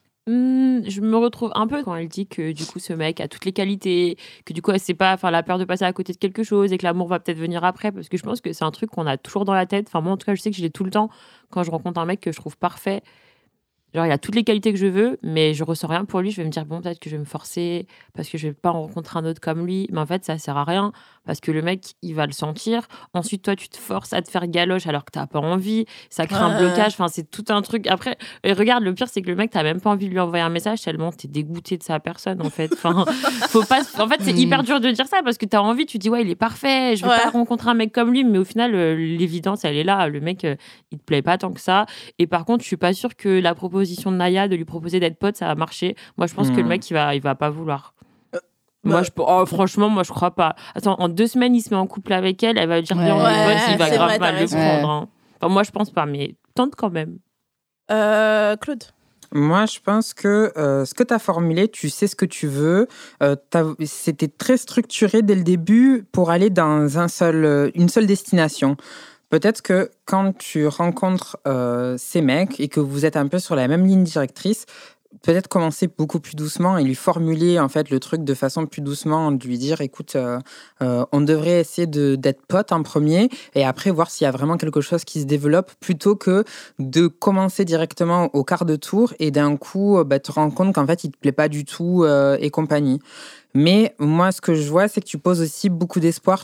Je me retrouve un peu quand elle dit que du coup ce mec a toutes les qualités, que du coup elle sait pas, enfin la peur de passer à côté de quelque chose et que l'amour va peut-être venir après, parce que je pense que c'est un truc qu'on a toujours dans la tête. Enfin moi en tout cas je sais que je l'ai tout le temps quand je rencontre un mec que je trouve parfait. Genre, il a toutes les qualités que je veux, mais je ressens rien pour lui. Je vais me dire, bon, peut-être que je vais me forcer parce que je vais pas en rencontrer un autre comme lui. Mais en fait, ça sert à rien parce que le mec, il va le sentir. Ensuite, toi, tu te forces à te faire galoche alors que t'as pas envie. Ça crée un blocage. Enfin, c'est tout un truc. Après, regarde, le pire, c'est que le mec, t'as même pas envie de lui envoyer un message tellement t'es dégoûté de sa personne, en fait. Enfin, faut pas... En fait, c'est hyper dur de dire ça parce que t'as envie, tu dis, ouais, il est parfait. Je vais pas rencontrer un mec comme lui. Mais au final, l'évidence, elle est là. Le mec, il te plaît pas tant que ça. Et par contre, je suis pas sûre que la proposition de Naya de lui proposer d'être pote, ça va marcher. Moi, je pense que le mec, il va pas vouloir. Franchement, moi, je crois pas. Attends, en 2 semaines, il se met en couple avec elle, elle va lui dire viens, on est potes, il va grave mal le prendre. Hein. Enfin, moi, je pense pas, mais tente quand même. Claude? Moi, je pense que ce que tu as formulé, tu sais ce que tu veux. C'était très structuré dès le début pour aller dans une seule destination. Peut-être que quand tu rencontres ces mecs et que vous êtes un peu sur la même ligne directrice, peut-être commencer beaucoup plus doucement et lui formuler en fait le truc de façon plus doucement, de lui dire écoute, on devrait essayer d'être potes en premier et après voir s'il y a vraiment quelque chose qui se développe, plutôt que de commencer directement au quart de tour et d'un coup te rends compte qu'en fait il te plaît pas du tout et compagnie. Mais moi ce que je vois, c'est que tu poses aussi beaucoup d'espoir,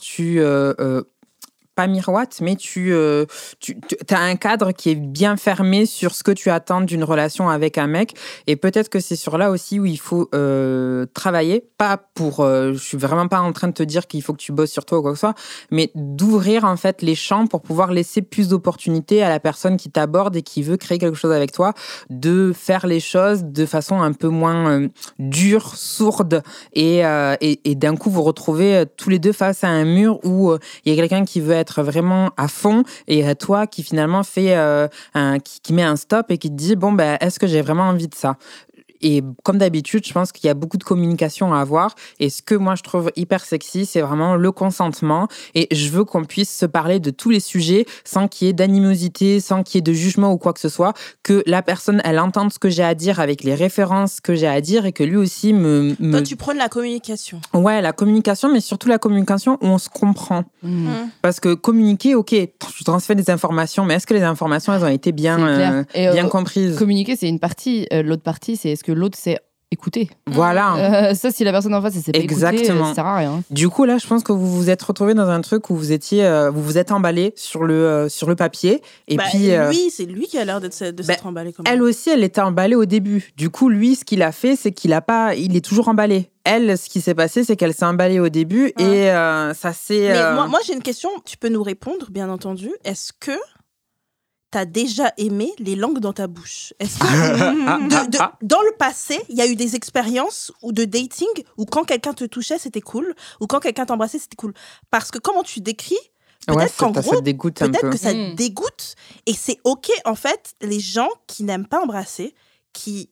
pas miroite, mais tu as un cadre qui est bien fermé sur ce que tu attends d'une relation avec un mec. Et peut-être que c'est sur là aussi où il faut travailler. Je suis vraiment pas en train de te dire qu'il faut que tu bosses sur toi ou quoi que ce soit, mais d'ouvrir en fait les champs pour pouvoir laisser plus d'opportunités à la personne qui t'aborde et qui veut créer quelque chose avec toi, de faire les choses de façon un peu moins dure, sourde, et d'un coup vous retrouvez tous les deux face à un mur où il y a quelqu'un qui veut être vraiment à fond et toi qui finalement fait qui met un stop et qui te dit bon est-ce que j'ai vraiment envie de ça? Et comme d'habitude, je pense qu'il y a beaucoup de communication à avoir. Et ce que moi, je trouve hyper sexy, c'est vraiment le consentement. Et je veux qu'on puisse se parler de tous les sujets sans qu'il y ait d'animosité, sans qu'il y ait de jugement ou quoi que ce soit. Que la personne, elle entende ce que j'ai à dire avec les références que j'ai à dire et que lui aussi Toi, tu prônes la communication. Ouais, la communication, mais surtout la communication où on se comprend. Parce que communiquer, ok, je transmets des informations, mais est-ce que les informations, elles ont été bien comprises? Communiquer, c'est une partie. L'autre partie, c'est est-ce que l'autre sait écouter. Voilà. Ça, si la personne en face, elle sait pas écouter, ça sert à rien. Du coup, là, je pense que vous vous êtes retrouvés dans un truc où vous êtes emballés sur le papier. Et puis, c'est lui qui a l'air de s'être emballé. Elle aussi, elle était emballée au début. Du coup, lui, ce qu'il a fait, c'est il est toujours emballé. Elle, ce qui s'est passé, c'est qu'elle s'est emballée au début et ça s'est... Mais moi, j'ai une question. Tu peux nous répondre, bien entendu. Est-ce que t'as déjà aimé les langues dans ta bouche? Est-ce que dans le passé, il y a eu des expériences ou de dating où quand quelqu'un te touchait, c'était cool, ou quand quelqu'un t'embrassait, c'était cool? Parce que comment tu décris, peut-être qu'en gros, ça dégoûte un peu. Peut-être que ça dégoûte, et c'est ok en fait, les gens qui n'aiment pas embrasser, qui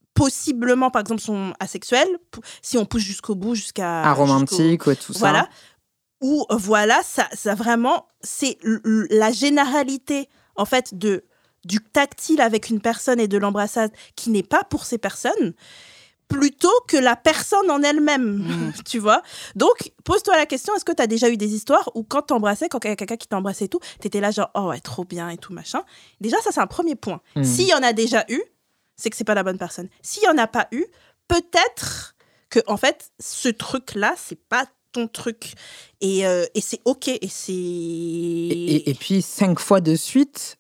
possiblement, par exemple, sont asexuels, si on pousse jusqu'au bout, jusqu'à... Aromantique, ouais, tout ça. Voilà. Ou voilà, ça vraiment, c'est la généralité, en fait, du tactile avec une personne et de l'embrassade qui n'est pas pour ces personnes, plutôt que la personne en elle-même, tu vois. Donc, pose-toi la question, est-ce que tu as déjà eu des histoires où quand t'embrassais, quand il y a quelqu'un qui t'embrassait et tout, t'étais là genre, oh ouais, trop bien et tout, machin. Déjà, ça, c'est un premier point. S'il y en a déjà eu, c'est que c'est pas la bonne personne. S'il y en a pas eu, peut-être que, en fait, ce truc-là, c'est pas ton truc. Et c'est OK. Et c'est... Et puis, 5 fois de suite,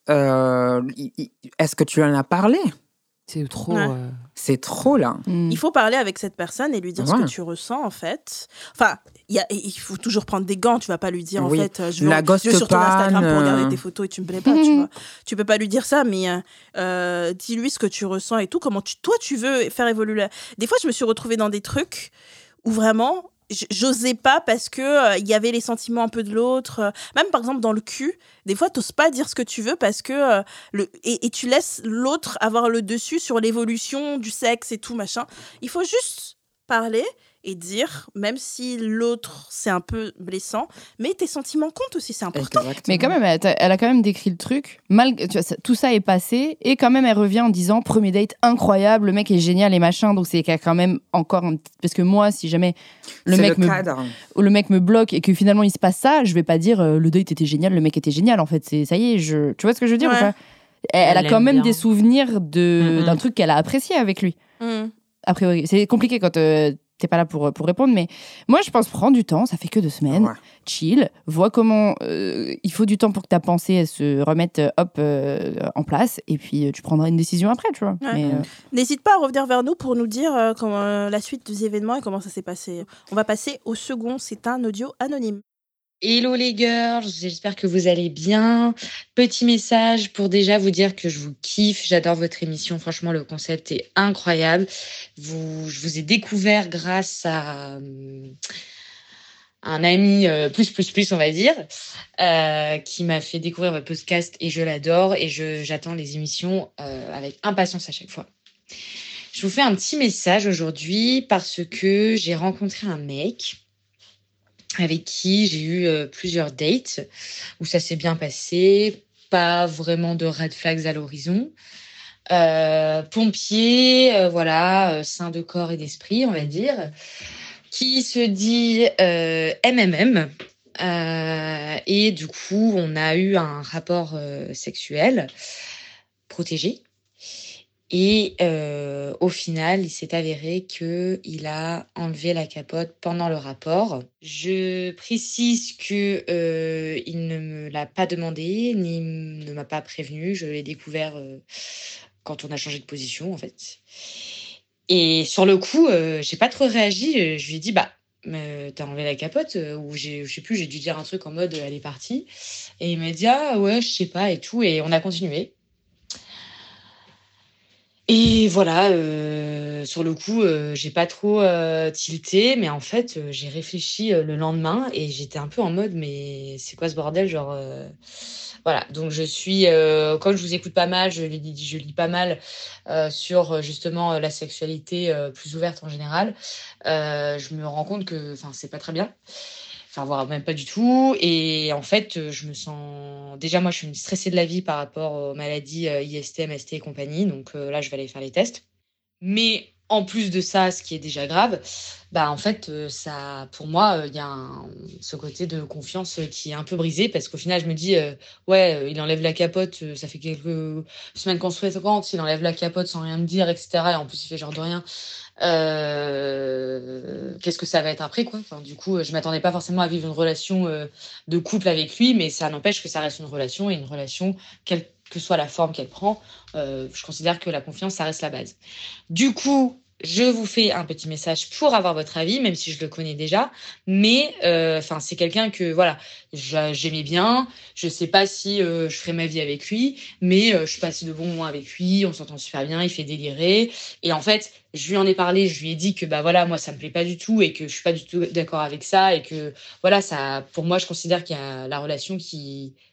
est-ce que tu en as parlé ? C'est trop... Ouais. C'est trop, là. Il faut parler avec cette personne et lui dire ce que tu ressens, en fait. Enfin, il faut toujours prendre des gants. Tu vas pas lui dire, en fait, je vais sur ton Instagram pour regarder tes photos et tu me plais pas, tu vois. Tu peux pas lui dire ça, mais dis-lui ce que tu ressens et tout, comment toi, tu veux faire évoluer. Des fois, je me suis retrouvée dans des trucs où vraiment... j'osais pas parce que y avait les sentiments un peu de l'autre. Même par exemple dans le cul, des fois t'oses pas dire ce que tu veux parce que et tu laisses l'autre avoir le dessus sur l'évolution du sexe et tout machin. Il faut juste parler et dire, même si l'autre c'est un peu blessant, mais tes sentiments comptent aussi, c'est important. Exactement. Mais quand même, elle a quand même décrit le truc. Tu vois, tout ça est passé et quand même elle revient en disant premier date incroyable, le mec est génial et machin. Donc c'est qu'il y a quand même encore parce que moi, si jamais le mec me bloque et que finalement il se passe ça, je vais pas dire le date était génial, le mec était génial. En fait, c'est ça y est, tu vois ce que je veux dire ou pas ? Elle a quand même des souvenirs d'un truc qu'elle a apprécié avec lui. A priori, c'est compliqué quand t'es pas là pour répondre, mais moi je pense prends du temps, ça fait que 2 semaines, chill, vois comment il faut du temps pour que ta pensée elle se remette en place, et puis tu prendras une décision après, tu vois. Ouais. Mais, n'hésite pas à revenir vers nous pour nous dire comment, la suite des événements et comment ça s'est passé. On va passer au second, c'est un audio anonyme. Hello les girls, j'espère que vous allez bien. Petit message pour déjà vous dire que je vous kiffe, j'adore votre émission, franchement le concept est incroyable. Je vous ai découvert grâce à un ami plus on va dire, qui m'a fait découvrir votre podcast et je l'adore et j'attends les émissions avec impatience à chaque fois. Je vous fais un petit message aujourd'hui parce que j'ai rencontré un mec avec qui j'ai eu plusieurs dates où ça s'est bien passé, pas vraiment de red flags à l'horizon. Pompier, sain de corps et d'esprit, on va dire, qui se dit MMM. Et du coup, on a eu un rapport sexuel protégé. Et au final, il s'est avéré qu'il a enlevé la capote pendant le rapport. Je précise que il ne me l'a pas demandé, ni ne m'a pas prévenu. Je l'ai découvert quand on a changé de position, en fait. Et sur le coup, j'ai pas trop réagi. Je lui ai dit, t'as enlevé la capote ou je sais plus, j'ai dû dire un truc en mode, elle est partie. Et il m'a dit, ah ouais, je sais pas et tout. Et on a continué. Et voilà, sur le coup, j'ai pas trop tilté, mais en fait, j'ai réfléchi le lendemain et j'étais un peu en mode, mais c'est quoi ce bordel, genre voilà. Donc je suis, quand je vous écoute pas mal, je lis pas mal sur justement la sexualité plus ouverte en général. Je me rends compte que, c'est pas très bien. Enfin, voire même pas du tout. Et en fait, je me sens... Déjà, moi, je suis une stressée de la vie par rapport aux maladies IST, MST et compagnie. Donc là, je vais aller faire les tests. Mais en plus de ça, ce qui est déjà grave, en fait, ça, pour moi, il y a ce côté de confiance qui est un peu brisé. Parce qu'au final, je me dis, il enlève la capote. Ça fait quelques semaines qu'on se fréquente. Il enlève la capote sans rien me dire, etc. Et en plus, il fait genre de rien. Qu'est-ce que ça va être après, quoi. Enfin, du coup, je m'attendais pas forcément à vivre une relation de couple avec lui, mais ça n'empêche que ça reste une relation, et une relation, quelle que soit la forme qu'elle prend, je considère que la confiance, ça reste la base. Du coup, je vous fais un petit message pour avoir votre avis, même si je le connais déjà. Mais c'est quelqu'un que j'aimais bien. Je sais pas si je ferai ma vie avec lui, mais je passe de bons moments avec lui. On s'entend super bien. Il fait délirer. Et en fait, je lui en ai parlé. Je lui ai dit que moi ça me plaît pas du tout et que je suis pas du tout d'accord avec ça et que ça, pour moi, je considère qu'il y a la relation qui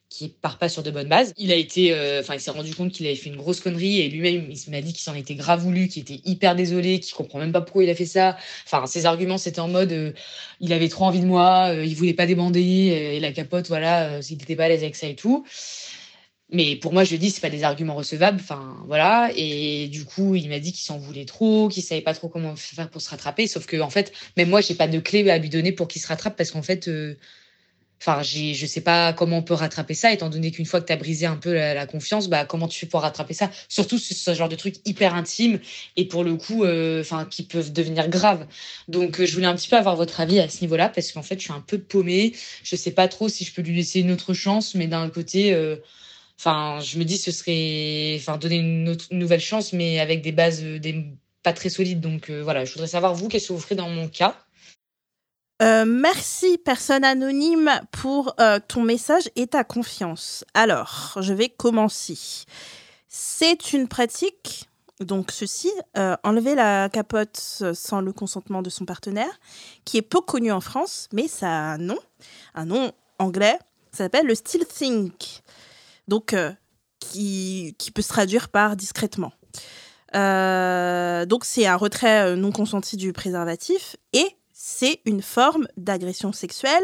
qui part pas sur de bonnes bases. Il s'est rendu compte qu'il avait fait une grosse connerie et lui-même, il m'a dit qu'il s'en était grave voulu, qu'il était hyper désolé, qu'il comprend même pas pourquoi il a fait ça. Enfin, ses arguments, c'était en mode, il avait trop envie de moi, il voulait pas débander, et la capote, voilà, il était pas à l'aise avec ça et tout. Mais pour moi, je lui dis, c'est pas des arguments recevables, enfin, voilà. Et du coup, il m'a dit qu'il s'en voulait trop, qu'il savait pas trop comment faire pour se rattraper. Sauf que, en fait, même moi, j'ai pas de clé à lui donner pour qu'il se rattrape parce qu'en fait, je sais pas comment on peut rattraper ça, étant donné qu'une fois que t'as brisé un peu la confiance, comment tu fais pour rattraper ça? Surtout ce genre de trucs hyper intimes et pour le coup, qui peuvent devenir graves. Donc, je voulais un petit peu avoir votre avis à ce niveau-là parce qu'en fait, je suis un peu paumée. Je sais pas trop si je peux lui laisser une autre chance, mais d'un côté, je me dis ce serait donner une nouvelle chance, mais avec des bases pas très solides. Donc voilà, je voudrais savoir, vous, qu'est-ce que vous ferez dans mon cas? Merci, personne anonyme, pour ton message et ta confiance. Alors, je vais commencer. C'est une pratique, donc ceci, enlever la capote sans le consentement de son partenaire, qui est peu connu en France, mais ça a un nom anglais, ça s'appelle le still think. Donc, qui peut se traduire par discrètement. Donc, c'est un retrait non consenti du préservatif et c'est une forme d'agression sexuelle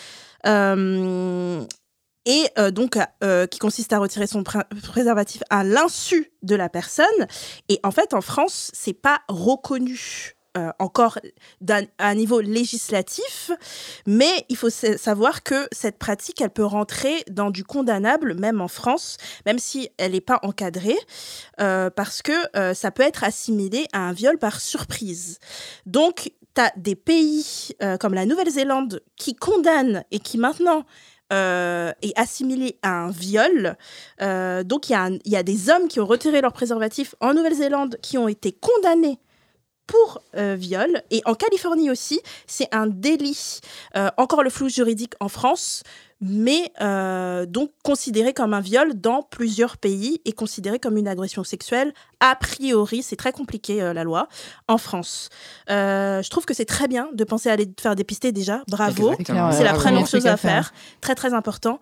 qui consiste à retirer son préservatif à l'insu de la personne. Et en fait, en France, c'est pas reconnu encore à un niveau législatif, mais il faut savoir que cette pratique, elle peut rentrer dans du condamnable, même en France, même si elle n'est pas encadrée, parce que ça peut être assimilé à un viol par surprise. Donc, tu as des pays comme la Nouvelle-Zélande qui condamnent et qui maintenant est assimilé à un viol. Donc, il y a des hommes qui ont retiré leur préservatif en Nouvelle-Zélande qui ont été condamnés pour viol. Et en Californie aussi, c'est un délit. Encore le flou juridique en France, mais donc considéré comme un viol dans plusieurs pays et considéré comme une agression sexuelle. A priori, c'est très compliqué la loi en France. Je trouve que c'est très bien de penser à aller te faire dépister déjà. Bravo. C'est la première chose à faire. Très, très important.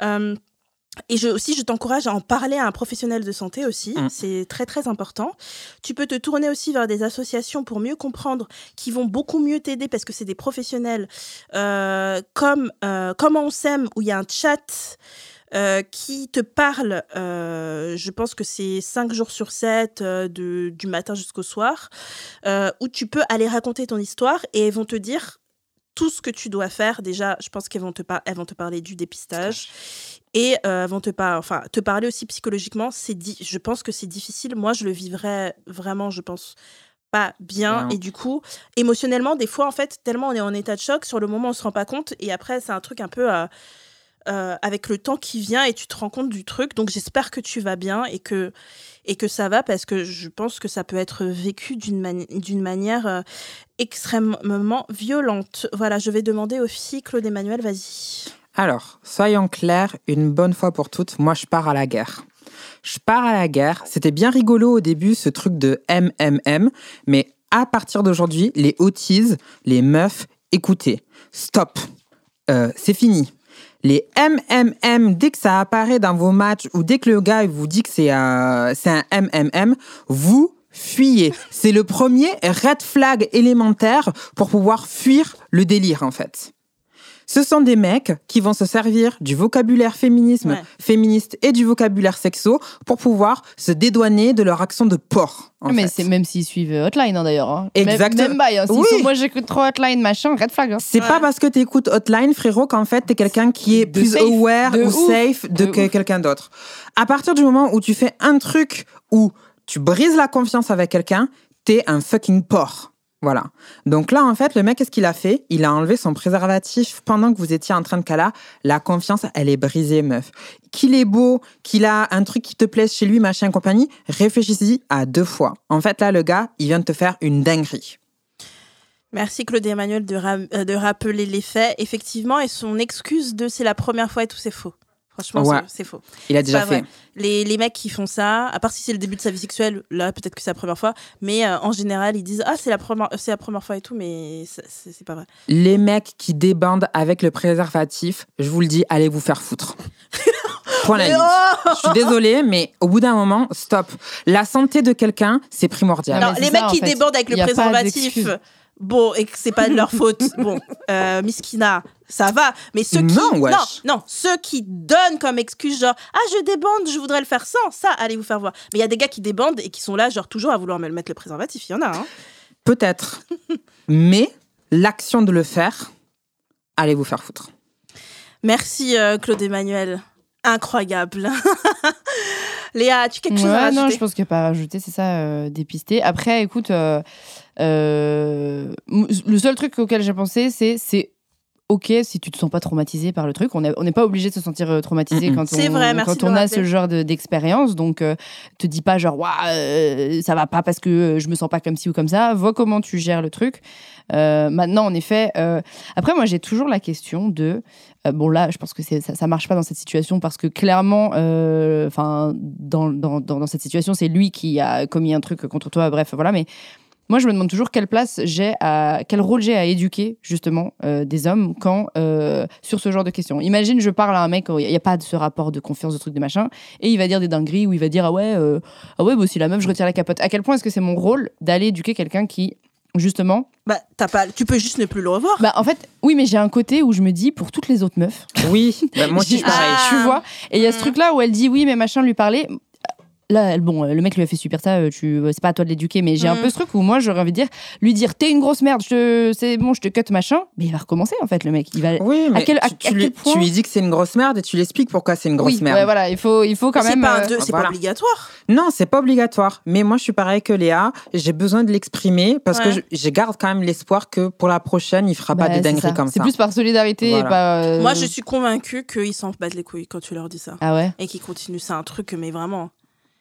Et je t'encourage à en parler à un professionnel de santé aussi. C'est très, très important. Tu peux te tourner aussi vers des associations pour mieux comprendre, qui vont beaucoup mieux t'aider parce que c'est des professionnels comme Comment on s'aime, où il y a un chat qui te parle, je pense que c'est 5 jours sur 7, du matin jusqu'au soir, où tu peux aller raconter ton histoire et ils vont te dire tout ce que tu dois faire. Déjà, je pense qu'elles vont te parler du dépistage. Et vont te parler aussi psychologiquement. Je pense que c'est difficile. Moi, je le vivrais vraiment, je pense, pas bien. Et du coup, émotionnellement, des fois, en fait, tellement on est en état de choc, sur le moment, on se rend pas compte. Et après, c'est un truc un peu avec le temps qui vient et tu te rends compte du truc. Donc, j'espère que tu vas bien et que ça va, parce que je pense que ça peut être vécu d'une manière extrêmement violente. Voilà, je vais demander aux filles. Claude Emmanuel, vas-y. Alors, soyons clairs, une bonne fois pour toutes, moi je pars à la guerre. C'était bien rigolo au début, ce truc de MMM, mais à partir d'aujourd'hui, les hotties, les meufs, écoutez, stop, c'est fini. Les MMM, dès que ça apparaît dans vos matchs ou dès que le gars vous dit que c'est un MMM, vous fuyez. C'est le premier red flag élémentaire pour pouvoir fuir le délire en fait. Ce sont des mecs qui vont se servir du vocabulaire féministe et du vocabulaire sexo pour pouvoir se dédouaner de leur action de porc. Mais c'est même s'ils suivent Hotline d'ailleurs. Hein. Exactement. Même bail. Oui. Moi j'écoute trop Hotline, machin, red flag. Hein. C'est pas parce que t'écoutes Hotline, frérot, qu'en fait t'es quelqu'un qui est plus aware ou safe que quelqu'un d'autre. À partir du moment où tu fais un truc où tu brises la confiance avec quelqu'un, t'es un fucking porc. Voilà. Donc là, en fait, le mec, qu'est-ce qu'il a fait ? Il a enlevé son préservatif pendant que vous étiez en train de câlin. La confiance, elle est brisée, meuf. Qu'il est beau, qu'il a un truc qui te plaise chez lui, machin et compagnie, réfléchis-y à 2 fois. En fait, là, le gars, il vient de te faire une dinguerie. Merci Claude Emmanuel de rappeler les faits. Effectivement, et son excuse de « c'est la première fois et tout, c'est faux ». Franchement, c'est faux. Il a déjà fait. Les mecs qui font ça, à part si c'est le début de sa vie sexuelle, là, peut-être que c'est la première fois, mais en général, ils disent « Ah, c'est la première fois et tout », mais c'est pas vrai. Les mecs qui débandent avec le préservatif, je vous le dis, allez vous faire foutre. Point la ligne. Je suis désolée, mais au bout d'un moment, stop. La santé de quelqu'un, c'est primordial. Non, mais les c'est mecs ça, qui en fait. débordent avec le Y a pas préservatif, d'excuse. bon, et que c'est pas de leur faute, bon, Miskina, ça va. Mais ceux qui... Non, wesh. non, ceux qui donnent comme excuse, genre, je débande, je voudrais le faire sans, ça, allez vous faire voir. Mais il y a des gars qui débandent et qui sont là, genre, toujours à vouloir me mettre le préservatif, il y en a, hein. Peut-être. Mais l'action de le faire, allez vous faire foutre. Merci, Claude Emmanuel. Incroyable. Léa, as-tu quelque chose à rajouter? Non, je pense qu'il n'y a pas à rajouter, c'est ça, dépister. Après, écoute, le seul truc auquel j'ai pensé, c'est ok si tu te sens pas traumatisé par le truc. On n'est pas obligé de se sentir traumatisé quand C'est vrai, merci quand de on le a rappeler. ce genre d'expérience. Donc, te dis pas genre, ça va pas parce que je me sens pas comme ci ou comme ça. Vois comment tu gères le truc. Maintenant, en effet, après, moi, j'ai toujours la question de... bon, là, je pense que ça marche pas dans cette situation parce que clairement, dans cette situation, c'est lui qui a commis un truc contre toi. Bref, voilà, mais... Moi, je me demande toujours quel rôle j'ai à éduquer, justement, des hommes sur ce genre de questions. Imagine, je parle à un mec, il n'y a pas de ce rapport de confiance, de truc, de machin, et il va dire des dingueries, ou il va dire, si la meuf, je retire la capote. À quel point est-ce que c'est mon rôle d'aller éduquer quelqu'un qui, justement... tu peux juste ne plus le revoir. En fait, oui, mais j'ai un côté où je me dis, pour toutes les autres meufs... Oui, moi aussi, je suis pareil. Tu vois. Et il y a ce truc-là où elle dit, oui, mais machin, lui parler... Là, le mec lui a fait super ça, c'est pas à toi de l'éduquer, mais j'ai un peu ce truc où moi j'aurais envie de lui dire t'es une grosse merde, c'est bon, je te cut machin, mais il va recommencer en fait, le mec. Il va. Oui, mais quel point... tu lui dis que c'est une grosse merde et tu lui expliques pourquoi c'est une grosse merde. Ouais, voilà, il faut quand même. C'est pas obligatoire. Non, c'est pas obligatoire. Mais moi, je suis pareil que Léa. J'ai besoin de l'exprimer parce que je garde quand même l'espoir que pour la prochaine, il fera pas de dingueries comme ça. C'est plus par solidarité et pas. Moi, je suis convaincue qu'ils s'en battent les couilles quand tu leur dis ça. Ah ouais. Et qu'ils continuent. C'est un truc, mais vraiment.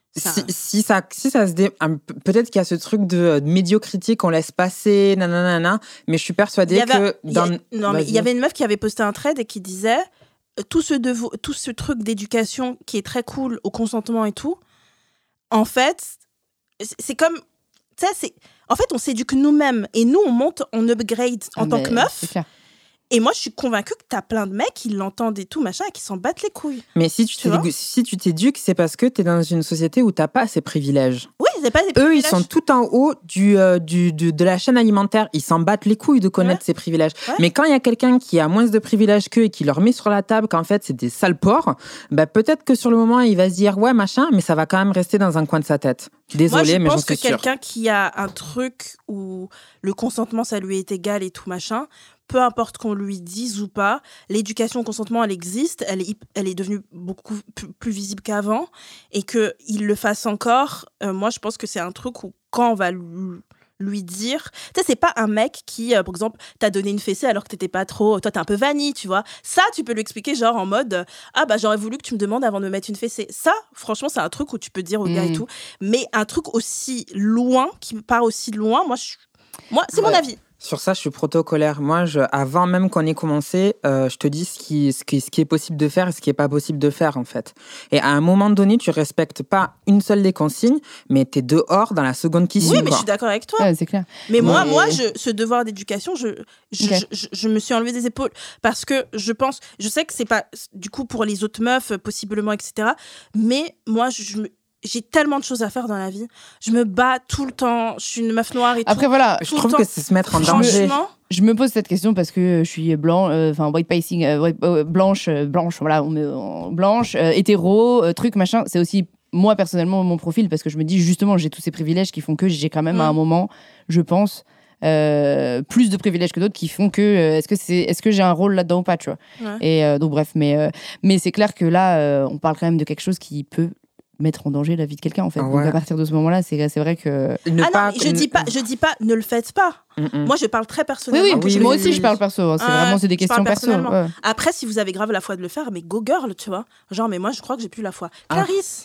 Si ça se peut-être qu'il y a ce truc de médiocrité qu'on laisse passer, nanana, mais je suis persuadée il y avait une meuf qui avait posté un thread et qui disait tout ce truc d'éducation qui est très cool au consentement et tout, en fait, c'est comme, tu sais, en fait, on s'éduque nous-mêmes et nous, on upgrade en tant que meuf. C'est clair. Et moi, je suis convaincue que t'as plein de mecs qui l'entendent et tout, machin, et qui s'en battent les couilles. Mais si tu t'éduques, c'est parce que t'es dans une société où t'as pas ces privilèges. Oui, c'est pas des privilèges. Eux, ils sont tout en haut de la chaîne alimentaire. Ils s'en battent les couilles de connaître ces privilèges. Ouais. Mais quand il y a quelqu'un qui a moins de privilèges qu'eux et qui leur met sur la table qu'en fait, c'est des sales porcs, peut-être que sur le moment, il va se dire, ouais, machin, mais ça va quand même rester dans un coin de sa tête. Désolée, mais j'en suis sûre. Moi, je pense que quelqu'un qui a un truc où le consentement, ça lui est égal et tout, machin, peu importe qu'on lui dise ou pas, l'éducation au consentement, elle existe, elle est devenue beaucoup plus visible qu'avant, et qu'il le fasse encore, moi, je pense que c'est un truc où, quand on va lui dire... Tu sais, c'est pas un mec qui, par exemple, t'a donné une fessée alors que t'étais pas trop... Toi, t'es un peu vanille, tu vois. Ça, tu peux lui expliquer, genre, en mode... j'aurais voulu que tu me demandes avant de me mettre une fessée. Ça, franchement, c'est un truc où tu peux dire au gars et tout. Mais un truc aussi loin, qui part aussi loin, moi, c'est mon avis. Sur ça, je suis protocolaire. Moi, avant même qu'on ait commencé, je te dis ce qui est possible de faire et ce qui est pas possible de faire, en fait. Et à un moment donné, tu respectes pas une seule des consignes, mais t'es dehors dans la seconde qui suit. Oui, mais je suis d'accord avec toi. Ouais, c'est clair. Mais moi, ce devoir d'éducation, je me suis enlevé des épaules parce que je sais que c'est pas, du coup, pour les autres meufs, possiblement, etc. Mais moi, j'ai tellement de choses à faire dans la vie. Je me bats tout le temps. Je suis une meuf noire et tout. Après, voilà. Je trouve que c'est se mettre en danger. Je me pose cette question parce que je suis white passing, blanche, voilà, blanche, hétéro, truc, machin. C'est aussi, moi, personnellement, mon profil parce que je me dis, justement, j'ai tous ces privilèges qui font que j'ai quand même, à un moment, je pense, plus de privilèges que d'autres qui font que est-ce que j'ai un rôle là-dedans ou pas, tu vois. Ouais. Et donc, bref, mais c'est clair que là, on parle quand même de quelque chose qui peut mettre en danger la vie de quelqu'un, en fait. Ouais. Donc à partir de ce moment-là, c'est vrai que... je dis pas, ne le faites pas. Moi, je parle très personnellement. Oui, moi aussi, je parle perso. C'est des questions perso. Ouais. Après, si vous avez grave la foi de le faire, mais go girl, tu vois. Genre, mais moi, je crois que j'ai plus la foi. Clarisse.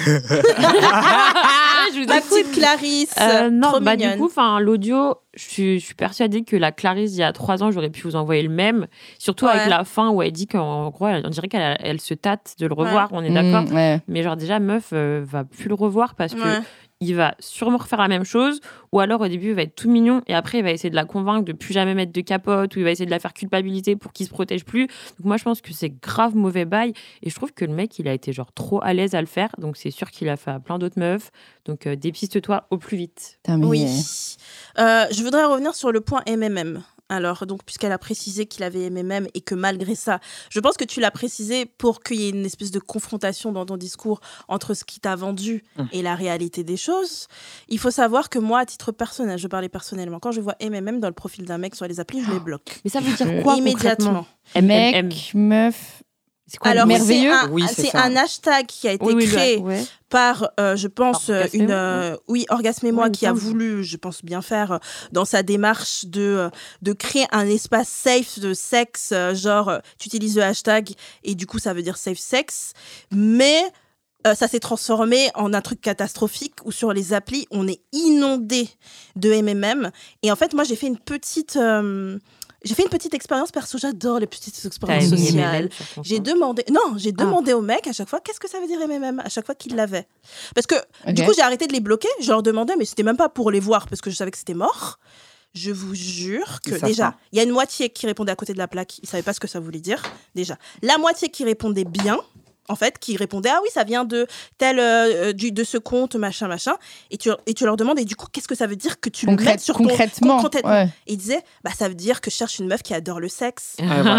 Ma petite Clarisse. Non, du coup, l'audio, je suis persuadée que la Clarisse d'il y a 3 ans, j'aurais pu vous envoyer le même. Surtout avec la fin où elle dit qu'en gros, on dirait qu'elle se tâte de le revoir, on est d'accord. Mais genre, déjà, meuf, va plus le revoir parce que il va sûrement refaire la même chose, ou alors au début il va être tout mignon et après il va essayer de la convaincre de plus jamais mettre de capote, ou il va essayer de la faire culpabiliser pour qu'il se protège plus. Donc moi je pense que c'est grave mauvais bail, et je trouve que le mec il a été genre trop à l'aise à le faire, donc c'est sûr qu'il a fait à plein d'autres meufs. Donc dépiste-toi au plus vite. Oui. Je voudrais revenir sur le point MMM. Alors, donc, puisqu'elle a précisé qu'il avait MMM et que malgré ça, je pense que tu l'as précisé pour qu'il y ait une espèce de confrontation dans ton discours entre ce qui t'a vendu et la réalité des choses. Il faut savoir que moi, à titre personnel, je parlais personnellement, quand je vois MMM dans le profil d'un mec sur les applis, je les bloque. Mais ça veut dire quoi immédiatement? Mec, meuf. C'est quoi, alors, merveilleux? c'est un hashtag qui a été créé par, je pense, Orgasme et moi, qui a voulu, je pense bien faire, dans sa démarche de créer un espace safe de sexe, genre, tu utilises le hashtag et du coup, ça veut dire safe sex, mais ça s'est transformé en un truc catastrophique où sur les applis, on est inondé de MMM. Et en fait, moi, j'ai fait une petite expérience perso, j'adore les petites expériences sociales. J'ai demandé au mec à chaque fois qu'est-ce que ça veut dire MMM à chaque fois qu'il l'avait. Parce que du coup, j'ai arrêté de les bloquer, je leur demandais, mais c'était même pas pour les voir parce que je savais que c'était mort. Je vous jure que déjà, il y a une moitié qui répondait à côté de la plaque, ils savaient pas ce que ça voulait dire. Déjà, la moitié qui répondait bien, en fait, qui répondait ah oui, ça vient de tel de ce compte machin, et tu leur demandes et du coup qu'est-ce que ça veut dire que tu le mettes sur ton concrètement. Et ils disaient ça veut dire que je cherche une meuf qui adore le sexe.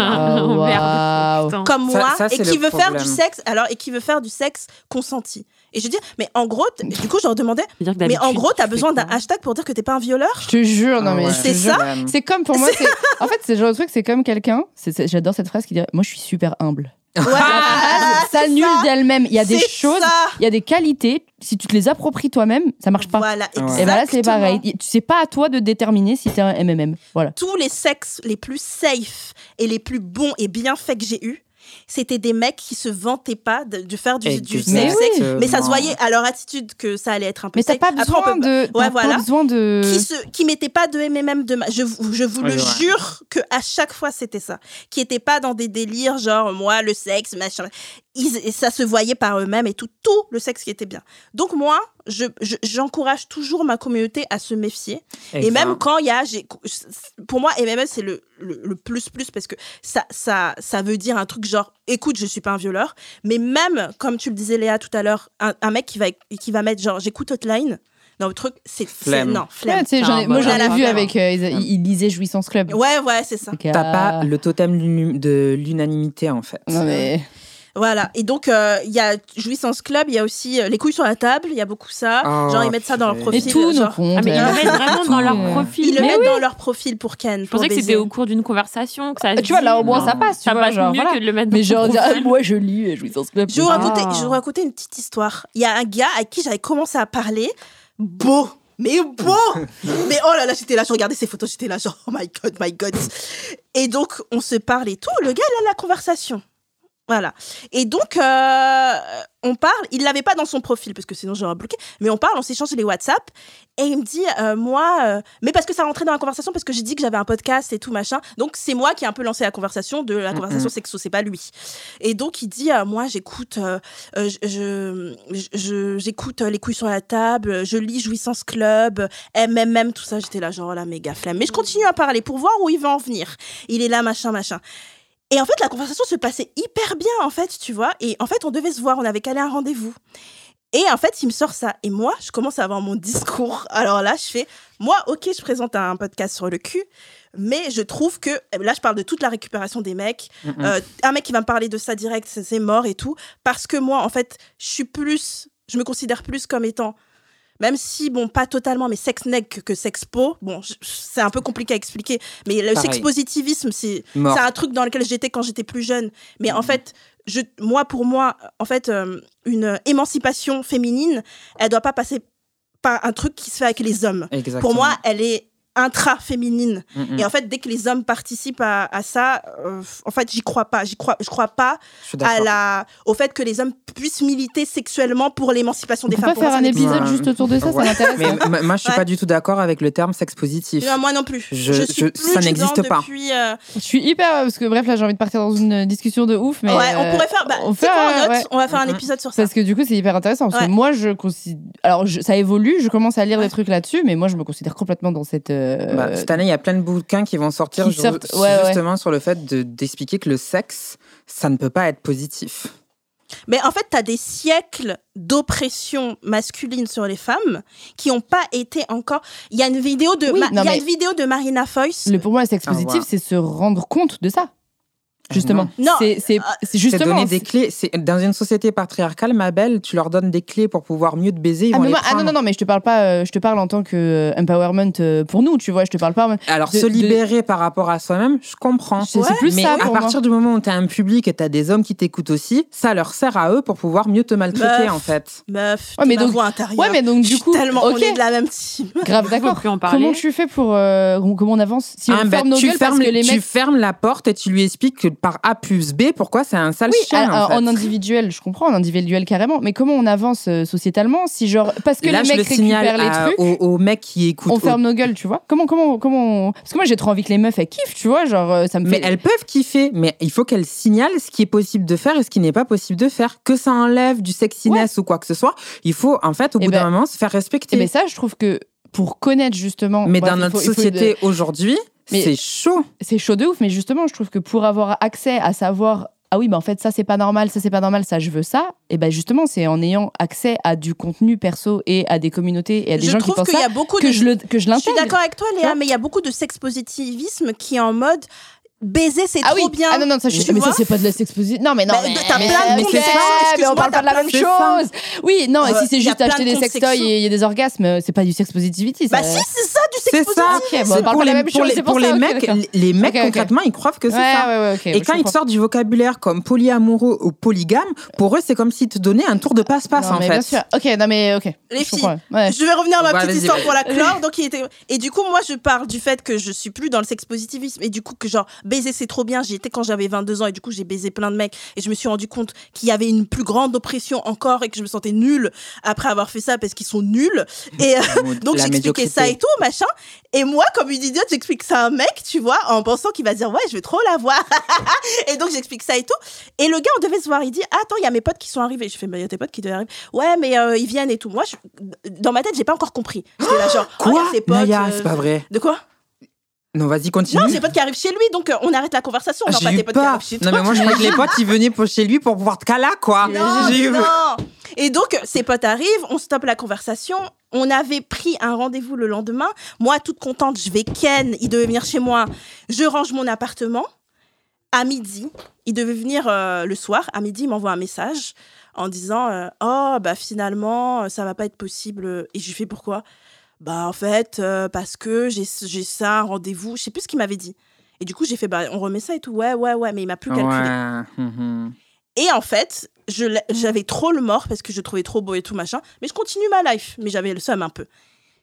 Comme moi, et qui veut faire du sexe et qui veut faire du sexe consenti. Et je dis mais en gros du coup je leur demandais mais en gros t'as besoin d'un hashtag pour dire que t'es pas un violeur. Je te jure, non mais c'est ça. C'est comme pour moi, en fait c'est le genre de truc, c'est comme quelqu'un, j'adore cette phrase qui dirait moi je suis super humble. Ça annule d'elle-même. Il y a des choses, il y a des qualités. Si tu te les appropries toi-même, ça marche pas. Voilà, exactement. Et ben là, c'est pareil. C'est pas à toi de déterminer si t'es un MMM. Voilà. Tous les sexes les plus safe et les plus bons et bien faits que j'ai eus, c'était des mecs qui se vantaient pas de faire du safe sex, mais ça se voyait à leur attitude que ça allait être un peu safe. Mais t'as pas besoin de qui mettaient pas de MMM je vous le jure que à chaque fois c'était ça, qui étaient pas dans des délires genre moi le sexe machin. Ça se voyait par eux-mêmes et tout le sexe qui était bien. Donc moi, j'encourage toujours ma communauté à se méfier. Et même quand il y a... Pour moi, MMM, c'est le plus parce que ça veut dire un truc genre, écoute, je suis pas un violeur. Mais même, comme tu le disais Léa tout à l'heure, un mec qui va mettre genre, j'écoute Hotline. Non, le truc, c'est flemme. Moi, j'en ai vu avec... il lisait Jouissance Club. Ouais, c'est ça. T'as pas le totem de l'unanimité, en fait. Non, mais... Voilà, et donc il y a Jouissance Club, il y a aussi les couilles sur la table, il y a beaucoup ça. Genre ils mettent ça dans leur profil. Et tous nos comptes. Mais ils le mettent vraiment dans leur profil. Ils le mettent dans leur profil pour Ken. Je pensais que c'était au cours d'une conversation que ça. Tu vois, là au moins ça passe. Ça passe mieux que de le mettre dans ton profil. Mais genre, moi je lis Jouissance Club. Je vais vous raconter une petite histoire. Il y a un gars avec qui j'avais commencé à parler. Beau. Mais oh là là, j'étais là, je regardais ses photos, j'étais là genre oh my god. Et donc on se parle et tout. Le gars il a la conversation. Voilà. Et donc, on parle, il l'avait pas dans son profil, parce que sinon j'aurais bloqué, mais on s'échange les WhatsApp, et il me dit, mais parce que ça rentrait dans la conversation, parce que j'ai dit que j'avais un podcast et tout, machin, donc c'est moi qui ai un peu lancé la conversation de la conversation sexo, c'est pas lui. Et donc, il dit, moi, j'écoute, j'écoute Les couilles sur la table, je lis Jouissance Club, MMM, tout ça, j'étais là, genre, la méga flemme. Mais je continue à parler pour voir où il va en venir. Il est là, machin. Et en fait, la conversation se passait hyper bien, en fait, tu vois. Et en fait, on devait se voir, on avait calé un rendez-vous. Et en fait, il me sort ça. Et moi, je commence à avoir mon discours. Alors là, je fais, moi, ok, je présente un podcast sur le cul, mais je trouve que, là, je parle de toute la récupération des mecs. Un mec qui va me parler de ça direct, c'est mort et tout. Parce que moi, en fait, je me considère plus comme étant... Même si, bon, pas totalement, mais sex-neg que sex-po, bon, c'est un peu compliqué à expliquer, mais le sex-positivisme, c'est un truc dans lequel j'étais quand j'étais plus jeune. Mais en fait, pour moi, en fait, une émancipation féminine, elle doit pas passer par un truc qui se fait avec les hommes. Exactement. Pour moi, elle est intra-féminine. Et en fait, dès que les hommes participent à ça, en fait, j'y crois pas. Je crois pas au fait que les hommes puissent militer sexuellement pour l'émancipation des femmes. On peut pas faire un épisode juste autour de ça, ça m'intéresse. Mais moi, je suis pas du tout d'accord avec le terme sexe positif. Moi non plus. Ça n'existe pas. Je suis hyper... Parce que bref, là, j'ai envie de partir dans une discussion de ouf. Mais on pourrait faire... on va faire un épisode sur ça. Parce que du coup, c'est hyper intéressant. Parce que moi, je considère... Alors, ça évolue, je commence à lire des trucs là-dessus, mais moi, je me considère complètement dans cette... cette année, il y a plein de bouquins qui vont sortir justement sur le fait d'expliquer que le sexe, ça ne peut pas être positif. Mais en fait, tu as des siècles d'oppression masculine sur les femmes qui n'ont pas été encore... Il y a une vidéo de Marina Foïs. Pour moi, le sexe positif, c'est se rendre compte de ça. Justement. Non. C'est justement. C'est donner des clés. Dans une société patriarcale, ma belle, tu leur donnes des clés pour pouvoir mieux te baiser. Non, mais je te parle pas. Je te parle en tant que empowerment pour nous, tu vois. Je te parle pas. Alors, se libérer par rapport à soi-même, je comprends. C'est plus mais ça. Mais à partir du moment où t'as un public et t'as des hommes qui t'écoutent aussi, ça leur sert à eux pour pouvoir mieux te maltraiter, en fait. Meuf, mais donc, voix intérieure. Ouais, mais donc du coup, on est de la même team. Grave, d'accord. Comment tu fais pour comment on avance si on ferme nos gueules parce que les mecs... Tu fermes la porte et tu lui expliques que par A plus B, pourquoi c'est un sale chien, en fait. En individuel, je comprends, en individuel carrément, mais comment on avance sociétalement si genre parce que là, les mecs récupèrent les trucs aux mecs qui écoutent, on ferme nos gueules, tu vois. Comment parce que moi j'ai trop envie que les meufs elles kiffent, tu vois, genre ça me fait... Mais elles peuvent kiffer, mais il faut qu'elles signalent ce qui est possible de faire et ce qui n'est pas possible de faire, que ça enlève du sexiness ou quoi que ce soit. Il faut en fait au bout d'un moment se faire respecter. Mais ça, je trouve que pour connaître justement... Mais dans notre société aujourd'hui, c'est chaud. C'est chaud de ouf, mais justement, je trouve que pour avoir accès à savoir, ah oui, en fait, ça, c'est pas normal, ça, je veux ça, et ben justement, c'est en ayant accès à du contenu perso et à des communautés et à des gens qui pensent ça que je l'intègre. Je suis d'accord avec toi, Léa, mais il y a beaucoup de sex-positivisme qui est en mode... Baiser, c'est trop bien. Ah non, ça, mais ça, c'est pas de la sexposition. Non, mais non. T'as plein de contextes. Mais on parle pas de la même chose. Oui, non, et si c'est juste acheter des sextoys et il y a des orgasmes, c'est pas du sex-positivity. Bah si, c'est ça, du sex-positivity. On parle pas de la même chose. Pour les mecs, les mecs, concrètement, ils croient que c'est ça. Et quand ils te sortent du vocabulaire comme polyamoureux ou polygame, pour eux, c'est comme s'ils te donnaient un tour de passe-passe, en fait. Bien sûr. Ok, non, mais ok. Les filles, je vais revenir à ma petite histoire pour la clore. Et du coup, moi, je parle du fait que je suis plus dans le sex-positivisme et du coup, que genre, baiser, c'est trop bien. J'y étais quand j'avais 22 ans et du coup, j'ai baisé plein de mecs et je me suis rendu compte qu'il y avait une plus grande oppression encore et que je me sentais nulle après avoir fait ça parce qu'ils sont nuls. Et donc, j'expliquais ça et tout, machin. Et moi, comme une idiote, j'explique ça à un mec, tu vois, en pensant qu'il va dire, ouais, je vais trop la voir. Et donc, j'explique ça et tout. Et le gars, on devait se voir. Il dit, attends, il y a mes potes qui sont arrivés. Je fais, il y a tes potes qui devaient arriver. Ouais, mais ils viennent et tout. Moi, dans ma tête, j'ai pas encore compris. J'étais là, genre, quoi, ses potes. Naya, c'est pas vrai. De quoi? Non, vas-y, continue. Non, c'est potes qui arrivent chez lui, donc on arrête la conversation. Genre, pas tes potes qui arrivent chez toi. Non, mais moi, je croyais que les potes, ils venaient chez lui pour pouvoir te caler, quoi. Non. Et donc, ses potes arrivent, on stoppe la conversation. On avait pris un rendez-vous le lendemain. Moi, toute contente, je vais ken. Il devait venir chez moi. Je range mon appartement. À midi, il devait venir le soir. À midi, il m'envoie un message en disant oh, bah finalement, ça va pas être possible. Et je lui fais pourquoi? Bah en fait, parce que j'ai ça, un rendez-vous. Je sais plus ce qu'il m'avait dit. Et du coup, j'ai fait bah on remet ça et tout. Ouais, mais il m'a plus calculé. Ouais. Et en fait, j'avais trop le mort parce que je le trouvais trop beau et tout machin. Mais je continue ma life. Mais j'avais le seum un peu.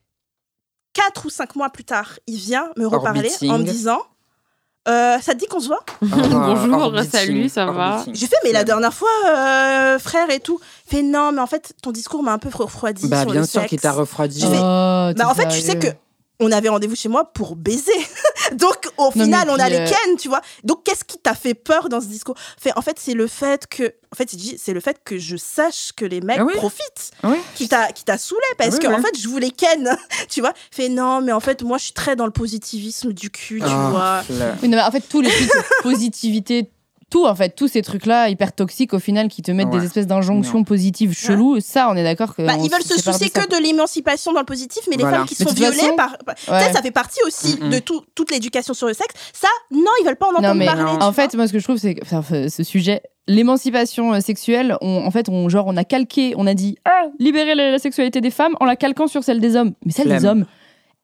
4 ou 5 mois plus tard, il vient me reparler en me disant ça te dit qu'on se voit? Bonjour, salut, ça va? J'ai fait, mais la dernière fois, frère et tout. Fait, non, mais en fait, ton discours m'a un peu refroidi. Bah, sur bien le sûr sexe. qu'il t'a refroidi. Bah, en fait, tu sais que on avait rendez-vous chez moi pour baiser. Donc, au final, on allait ken, tu vois. Donc, qu'est-ce qui t'a fait peur dans ce discours? En fait, c'est le fait que... En fait, il dit, c'est le fait que je sache que les mecs profitent qui t'a saoulé. Parce que, en fait, je voulais ken, tu vois. Fait, non, mais en fait, moi, je suis très dans le positivisme du cul, tu vois. Oui, non, mais en fait, tous les trucs de positivité... tous ces trucs-là hyper toxiques au final qui te mettent des espèces d'injonctions positives cheloues, ça on est d'accord que ils veulent se soucier que de l'émancipation dans le positif, mais les femmes qui sont violées ça fait partie aussi de toute l'éducation sur le sexe. Ça, non, ils veulent pas en entendre parler. En fait, moi ce que je trouve c'est que ce sujet, l'émancipation sexuelle, on a calqué, on a dit libérer la sexualité des femmes en la calquant sur celle des hommes, mais celle des hommes,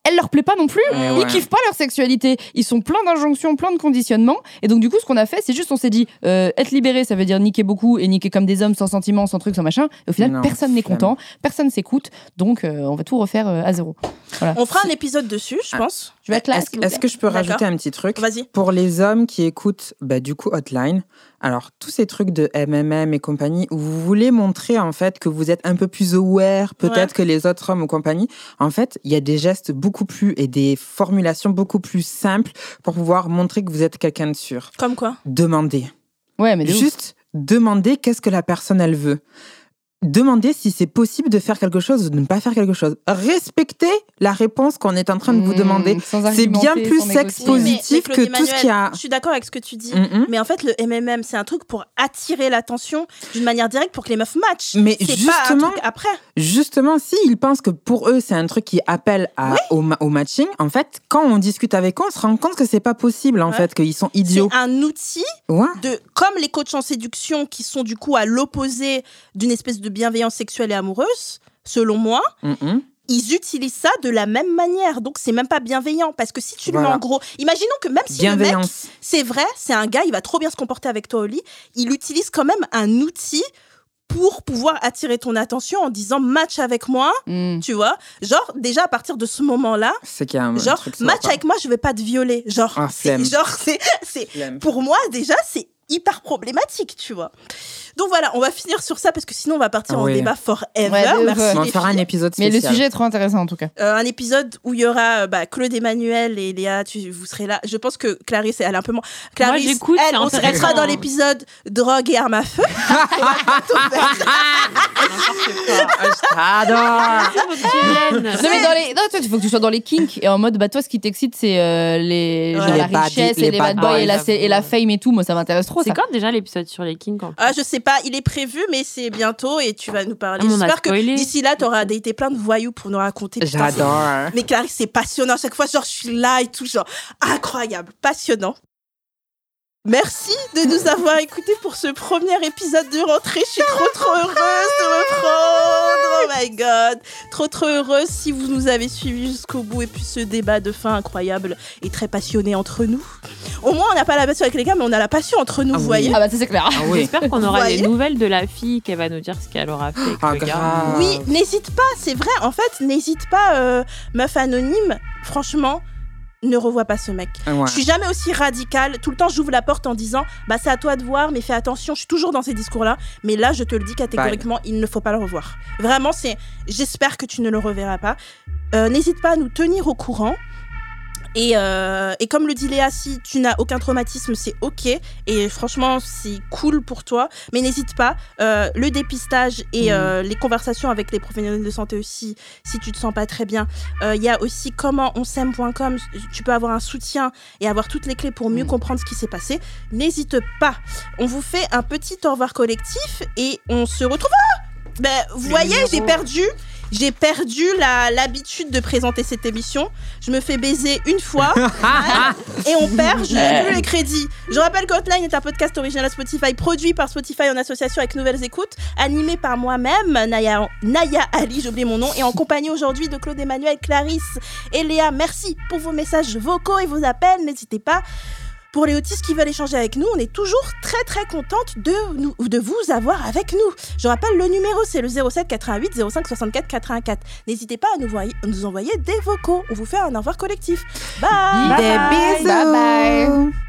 elle leur plaît pas non plus. Ils kiffent pas leur sexualité. Ils sont pleins d'injonctions, pleins de conditionnements. Et donc, du coup, ce qu'on a fait, c'est juste, on s'est dit, être libéré, ça veut dire niquer beaucoup et niquer comme des hommes, sans sentiments, sans trucs, sans machin. Et au final, personne n'est content, personne s'écoute. Donc, on va tout refaire à zéro. Voilà. On fera un épisode dessus, je pense. Je vais être là. Est-ce que je peux rajouter un petit truc ? Vas-y. Pour les hommes qui écoutent, du coup, Hotline, alors, tous ces trucs de MMM et compagnie, où vous voulez montrer, en fait, que vous êtes un peu plus aware, peut-être que les autres hommes ou compagnie, en fait, il y a des gestes beaucoup plus et des formulations beaucoup plus simples pour pouvoir montrer que vous êtes quelqu'un de sûr. Comme quoi ? Demandez. Ouais, mais juste demander qu'est-ce que la personne, elle veut. Demandez si c'est possible de faire quelque chose ou de ne pas faire quelque chose. Respectez la réponse qu'on est en train de vous demander. C'est bien plus sexe positif que tout ce qu'il y a. Je suis d'accord avec ce que tu dis, mais en fait, le MMM, c'est un truc pour attirer l'attention d'une manière directe pour que les meufs matchent. Mais c'est justement, pas un truc après. Justement, s'ils pensent que pour eux, c'est un truc qui appelle au matching, en fait, quand on discute avec eux, on se rend compte que c'est pas possible, en fait, qu'ils sont idiots. C'est un outil comme les coachs en séduction qui sont du coup à l'opposé d'une espèce de bienveillance sexuelle et amoureuse, selon moi, ils utilisent ça de la même manière. Donc, c'est même pas bienveillant. Parce que si tu le mets en gros... Imaginons que même si le mec, c'est vrai, c'est un gars, il va trop bien se comporter avec toi au lit, il utilise quand même un outil pour pouvoir attirer ton attention en disant match avec moi, tu vois. Genre, déjà, à partir de ce moment-là, c'est qu'il y a un genre, truc match avec moi, je vais pas te violer. Genre, pour moi, déjà, c'est hyper problématique, tu vois. Donc voilà, on va finir sur ça parce que sinon on va partir en débat forever. Merci. On fera un épisode spécial. Mais le sujet est trop intéressant en tout cas. Un épisode où il y aura Claude Emmanuel et Léa, vous serez là. Je pense que Clarisse, elle est un peu moins. Clarisse, moi, j'écoute, elle, on sera dans l'épisode drogue et armes à feu. Non mais il faut que tu sois dans les kinks et en mode toi ce qui t'excite c'est la richesse et les bad boys et la fame et tout. Moi ça m'intéresse trop. C'est quand déjà l'épisode sur les kinks? Je sais pas, il est prévu mais c'est bientôt et tu vas nous parler. J'espère que d'ici là t'auras daté plein de voyous pour nous raconter. J'adore. Mais Clarisse, c'est passionnant. À chaque fois genre je suis là et tout, genre incroyable, passionnant. Merci de nous avoir écoutés pour ce premier épisode de rentrée. Je suis trop heureuse de me prendre. Oh my god. Trop heureuse si vous nous avez suivis jusqu'au bout et puis ce débat de fin incroyable et très passionné entre nous. Au moins on n'a pas la passion avec les gars mais on a la passion entre nous, vous voyez. Ah bah ça c'est clair. J'espère qu'on aura des nouvelles de la fille qu'elle va nous dire ce qu'elle aura fait avec le gars. Oui, n'hésite pas, c'est vrai. En fait, n'hésite pas, meuf anonyme. Franchement, ne revois pas ce mec. Je suis jamais aussi radicale. Tout le temps, j'ouvre la porte en disant c'est à toi de voir, mais fais attention. Je suis toujours dans ces discours-là. Mais là, je te le dis catégoriquement, il ne faut pas le revoir. Vraiment, j'espère que tu ne le reverras pas. N'hésite pas à nous tenir au courant. Et comme le dit Léa, si tu n'as aucun traumatisme, c'est ok. Et franchement, c'est cool pour toi. Mais n'hésite pas. Le dépistage et les conversations avec les professionnels de santé aussi, si tu te sens pas très bien. Il y a aussi commentonsaime.com. Tu peux avoir un soutien et avoir toutes les clés pour mieux comprendre ce qui s'est passé. N'hésite pas. On vous fait un petit au revoir collectif et on se retrouve. Vous voyez, j'ai perdu l'habitude de présenter cette émission. Je me fais baiser une fois et on perd, je n'ai plus les crédits. Je rappelle que Hotline est un podcast original Spotify, produit par Spotify en association avec Nouvelles Écoutes, animé par moi-même, Naya Ali, j'ai oublié mon nom, et en compagnie aujourd'hui de Claude Emmanuel, Clarisse et Léa. Merci pour vos messages vocaux et vos appels, n'hésitez pas. Pour les autistes qui veulent échanger avec nous, on est toujours très contente de vous avoir avec nous. Je rappelle le numéro, c'est le 07 88 05 64 84. N'hésitez pas à nous envoyer des vocaux. On vous fait un au revoir collectif. Bye. Des bisous. Bye bye.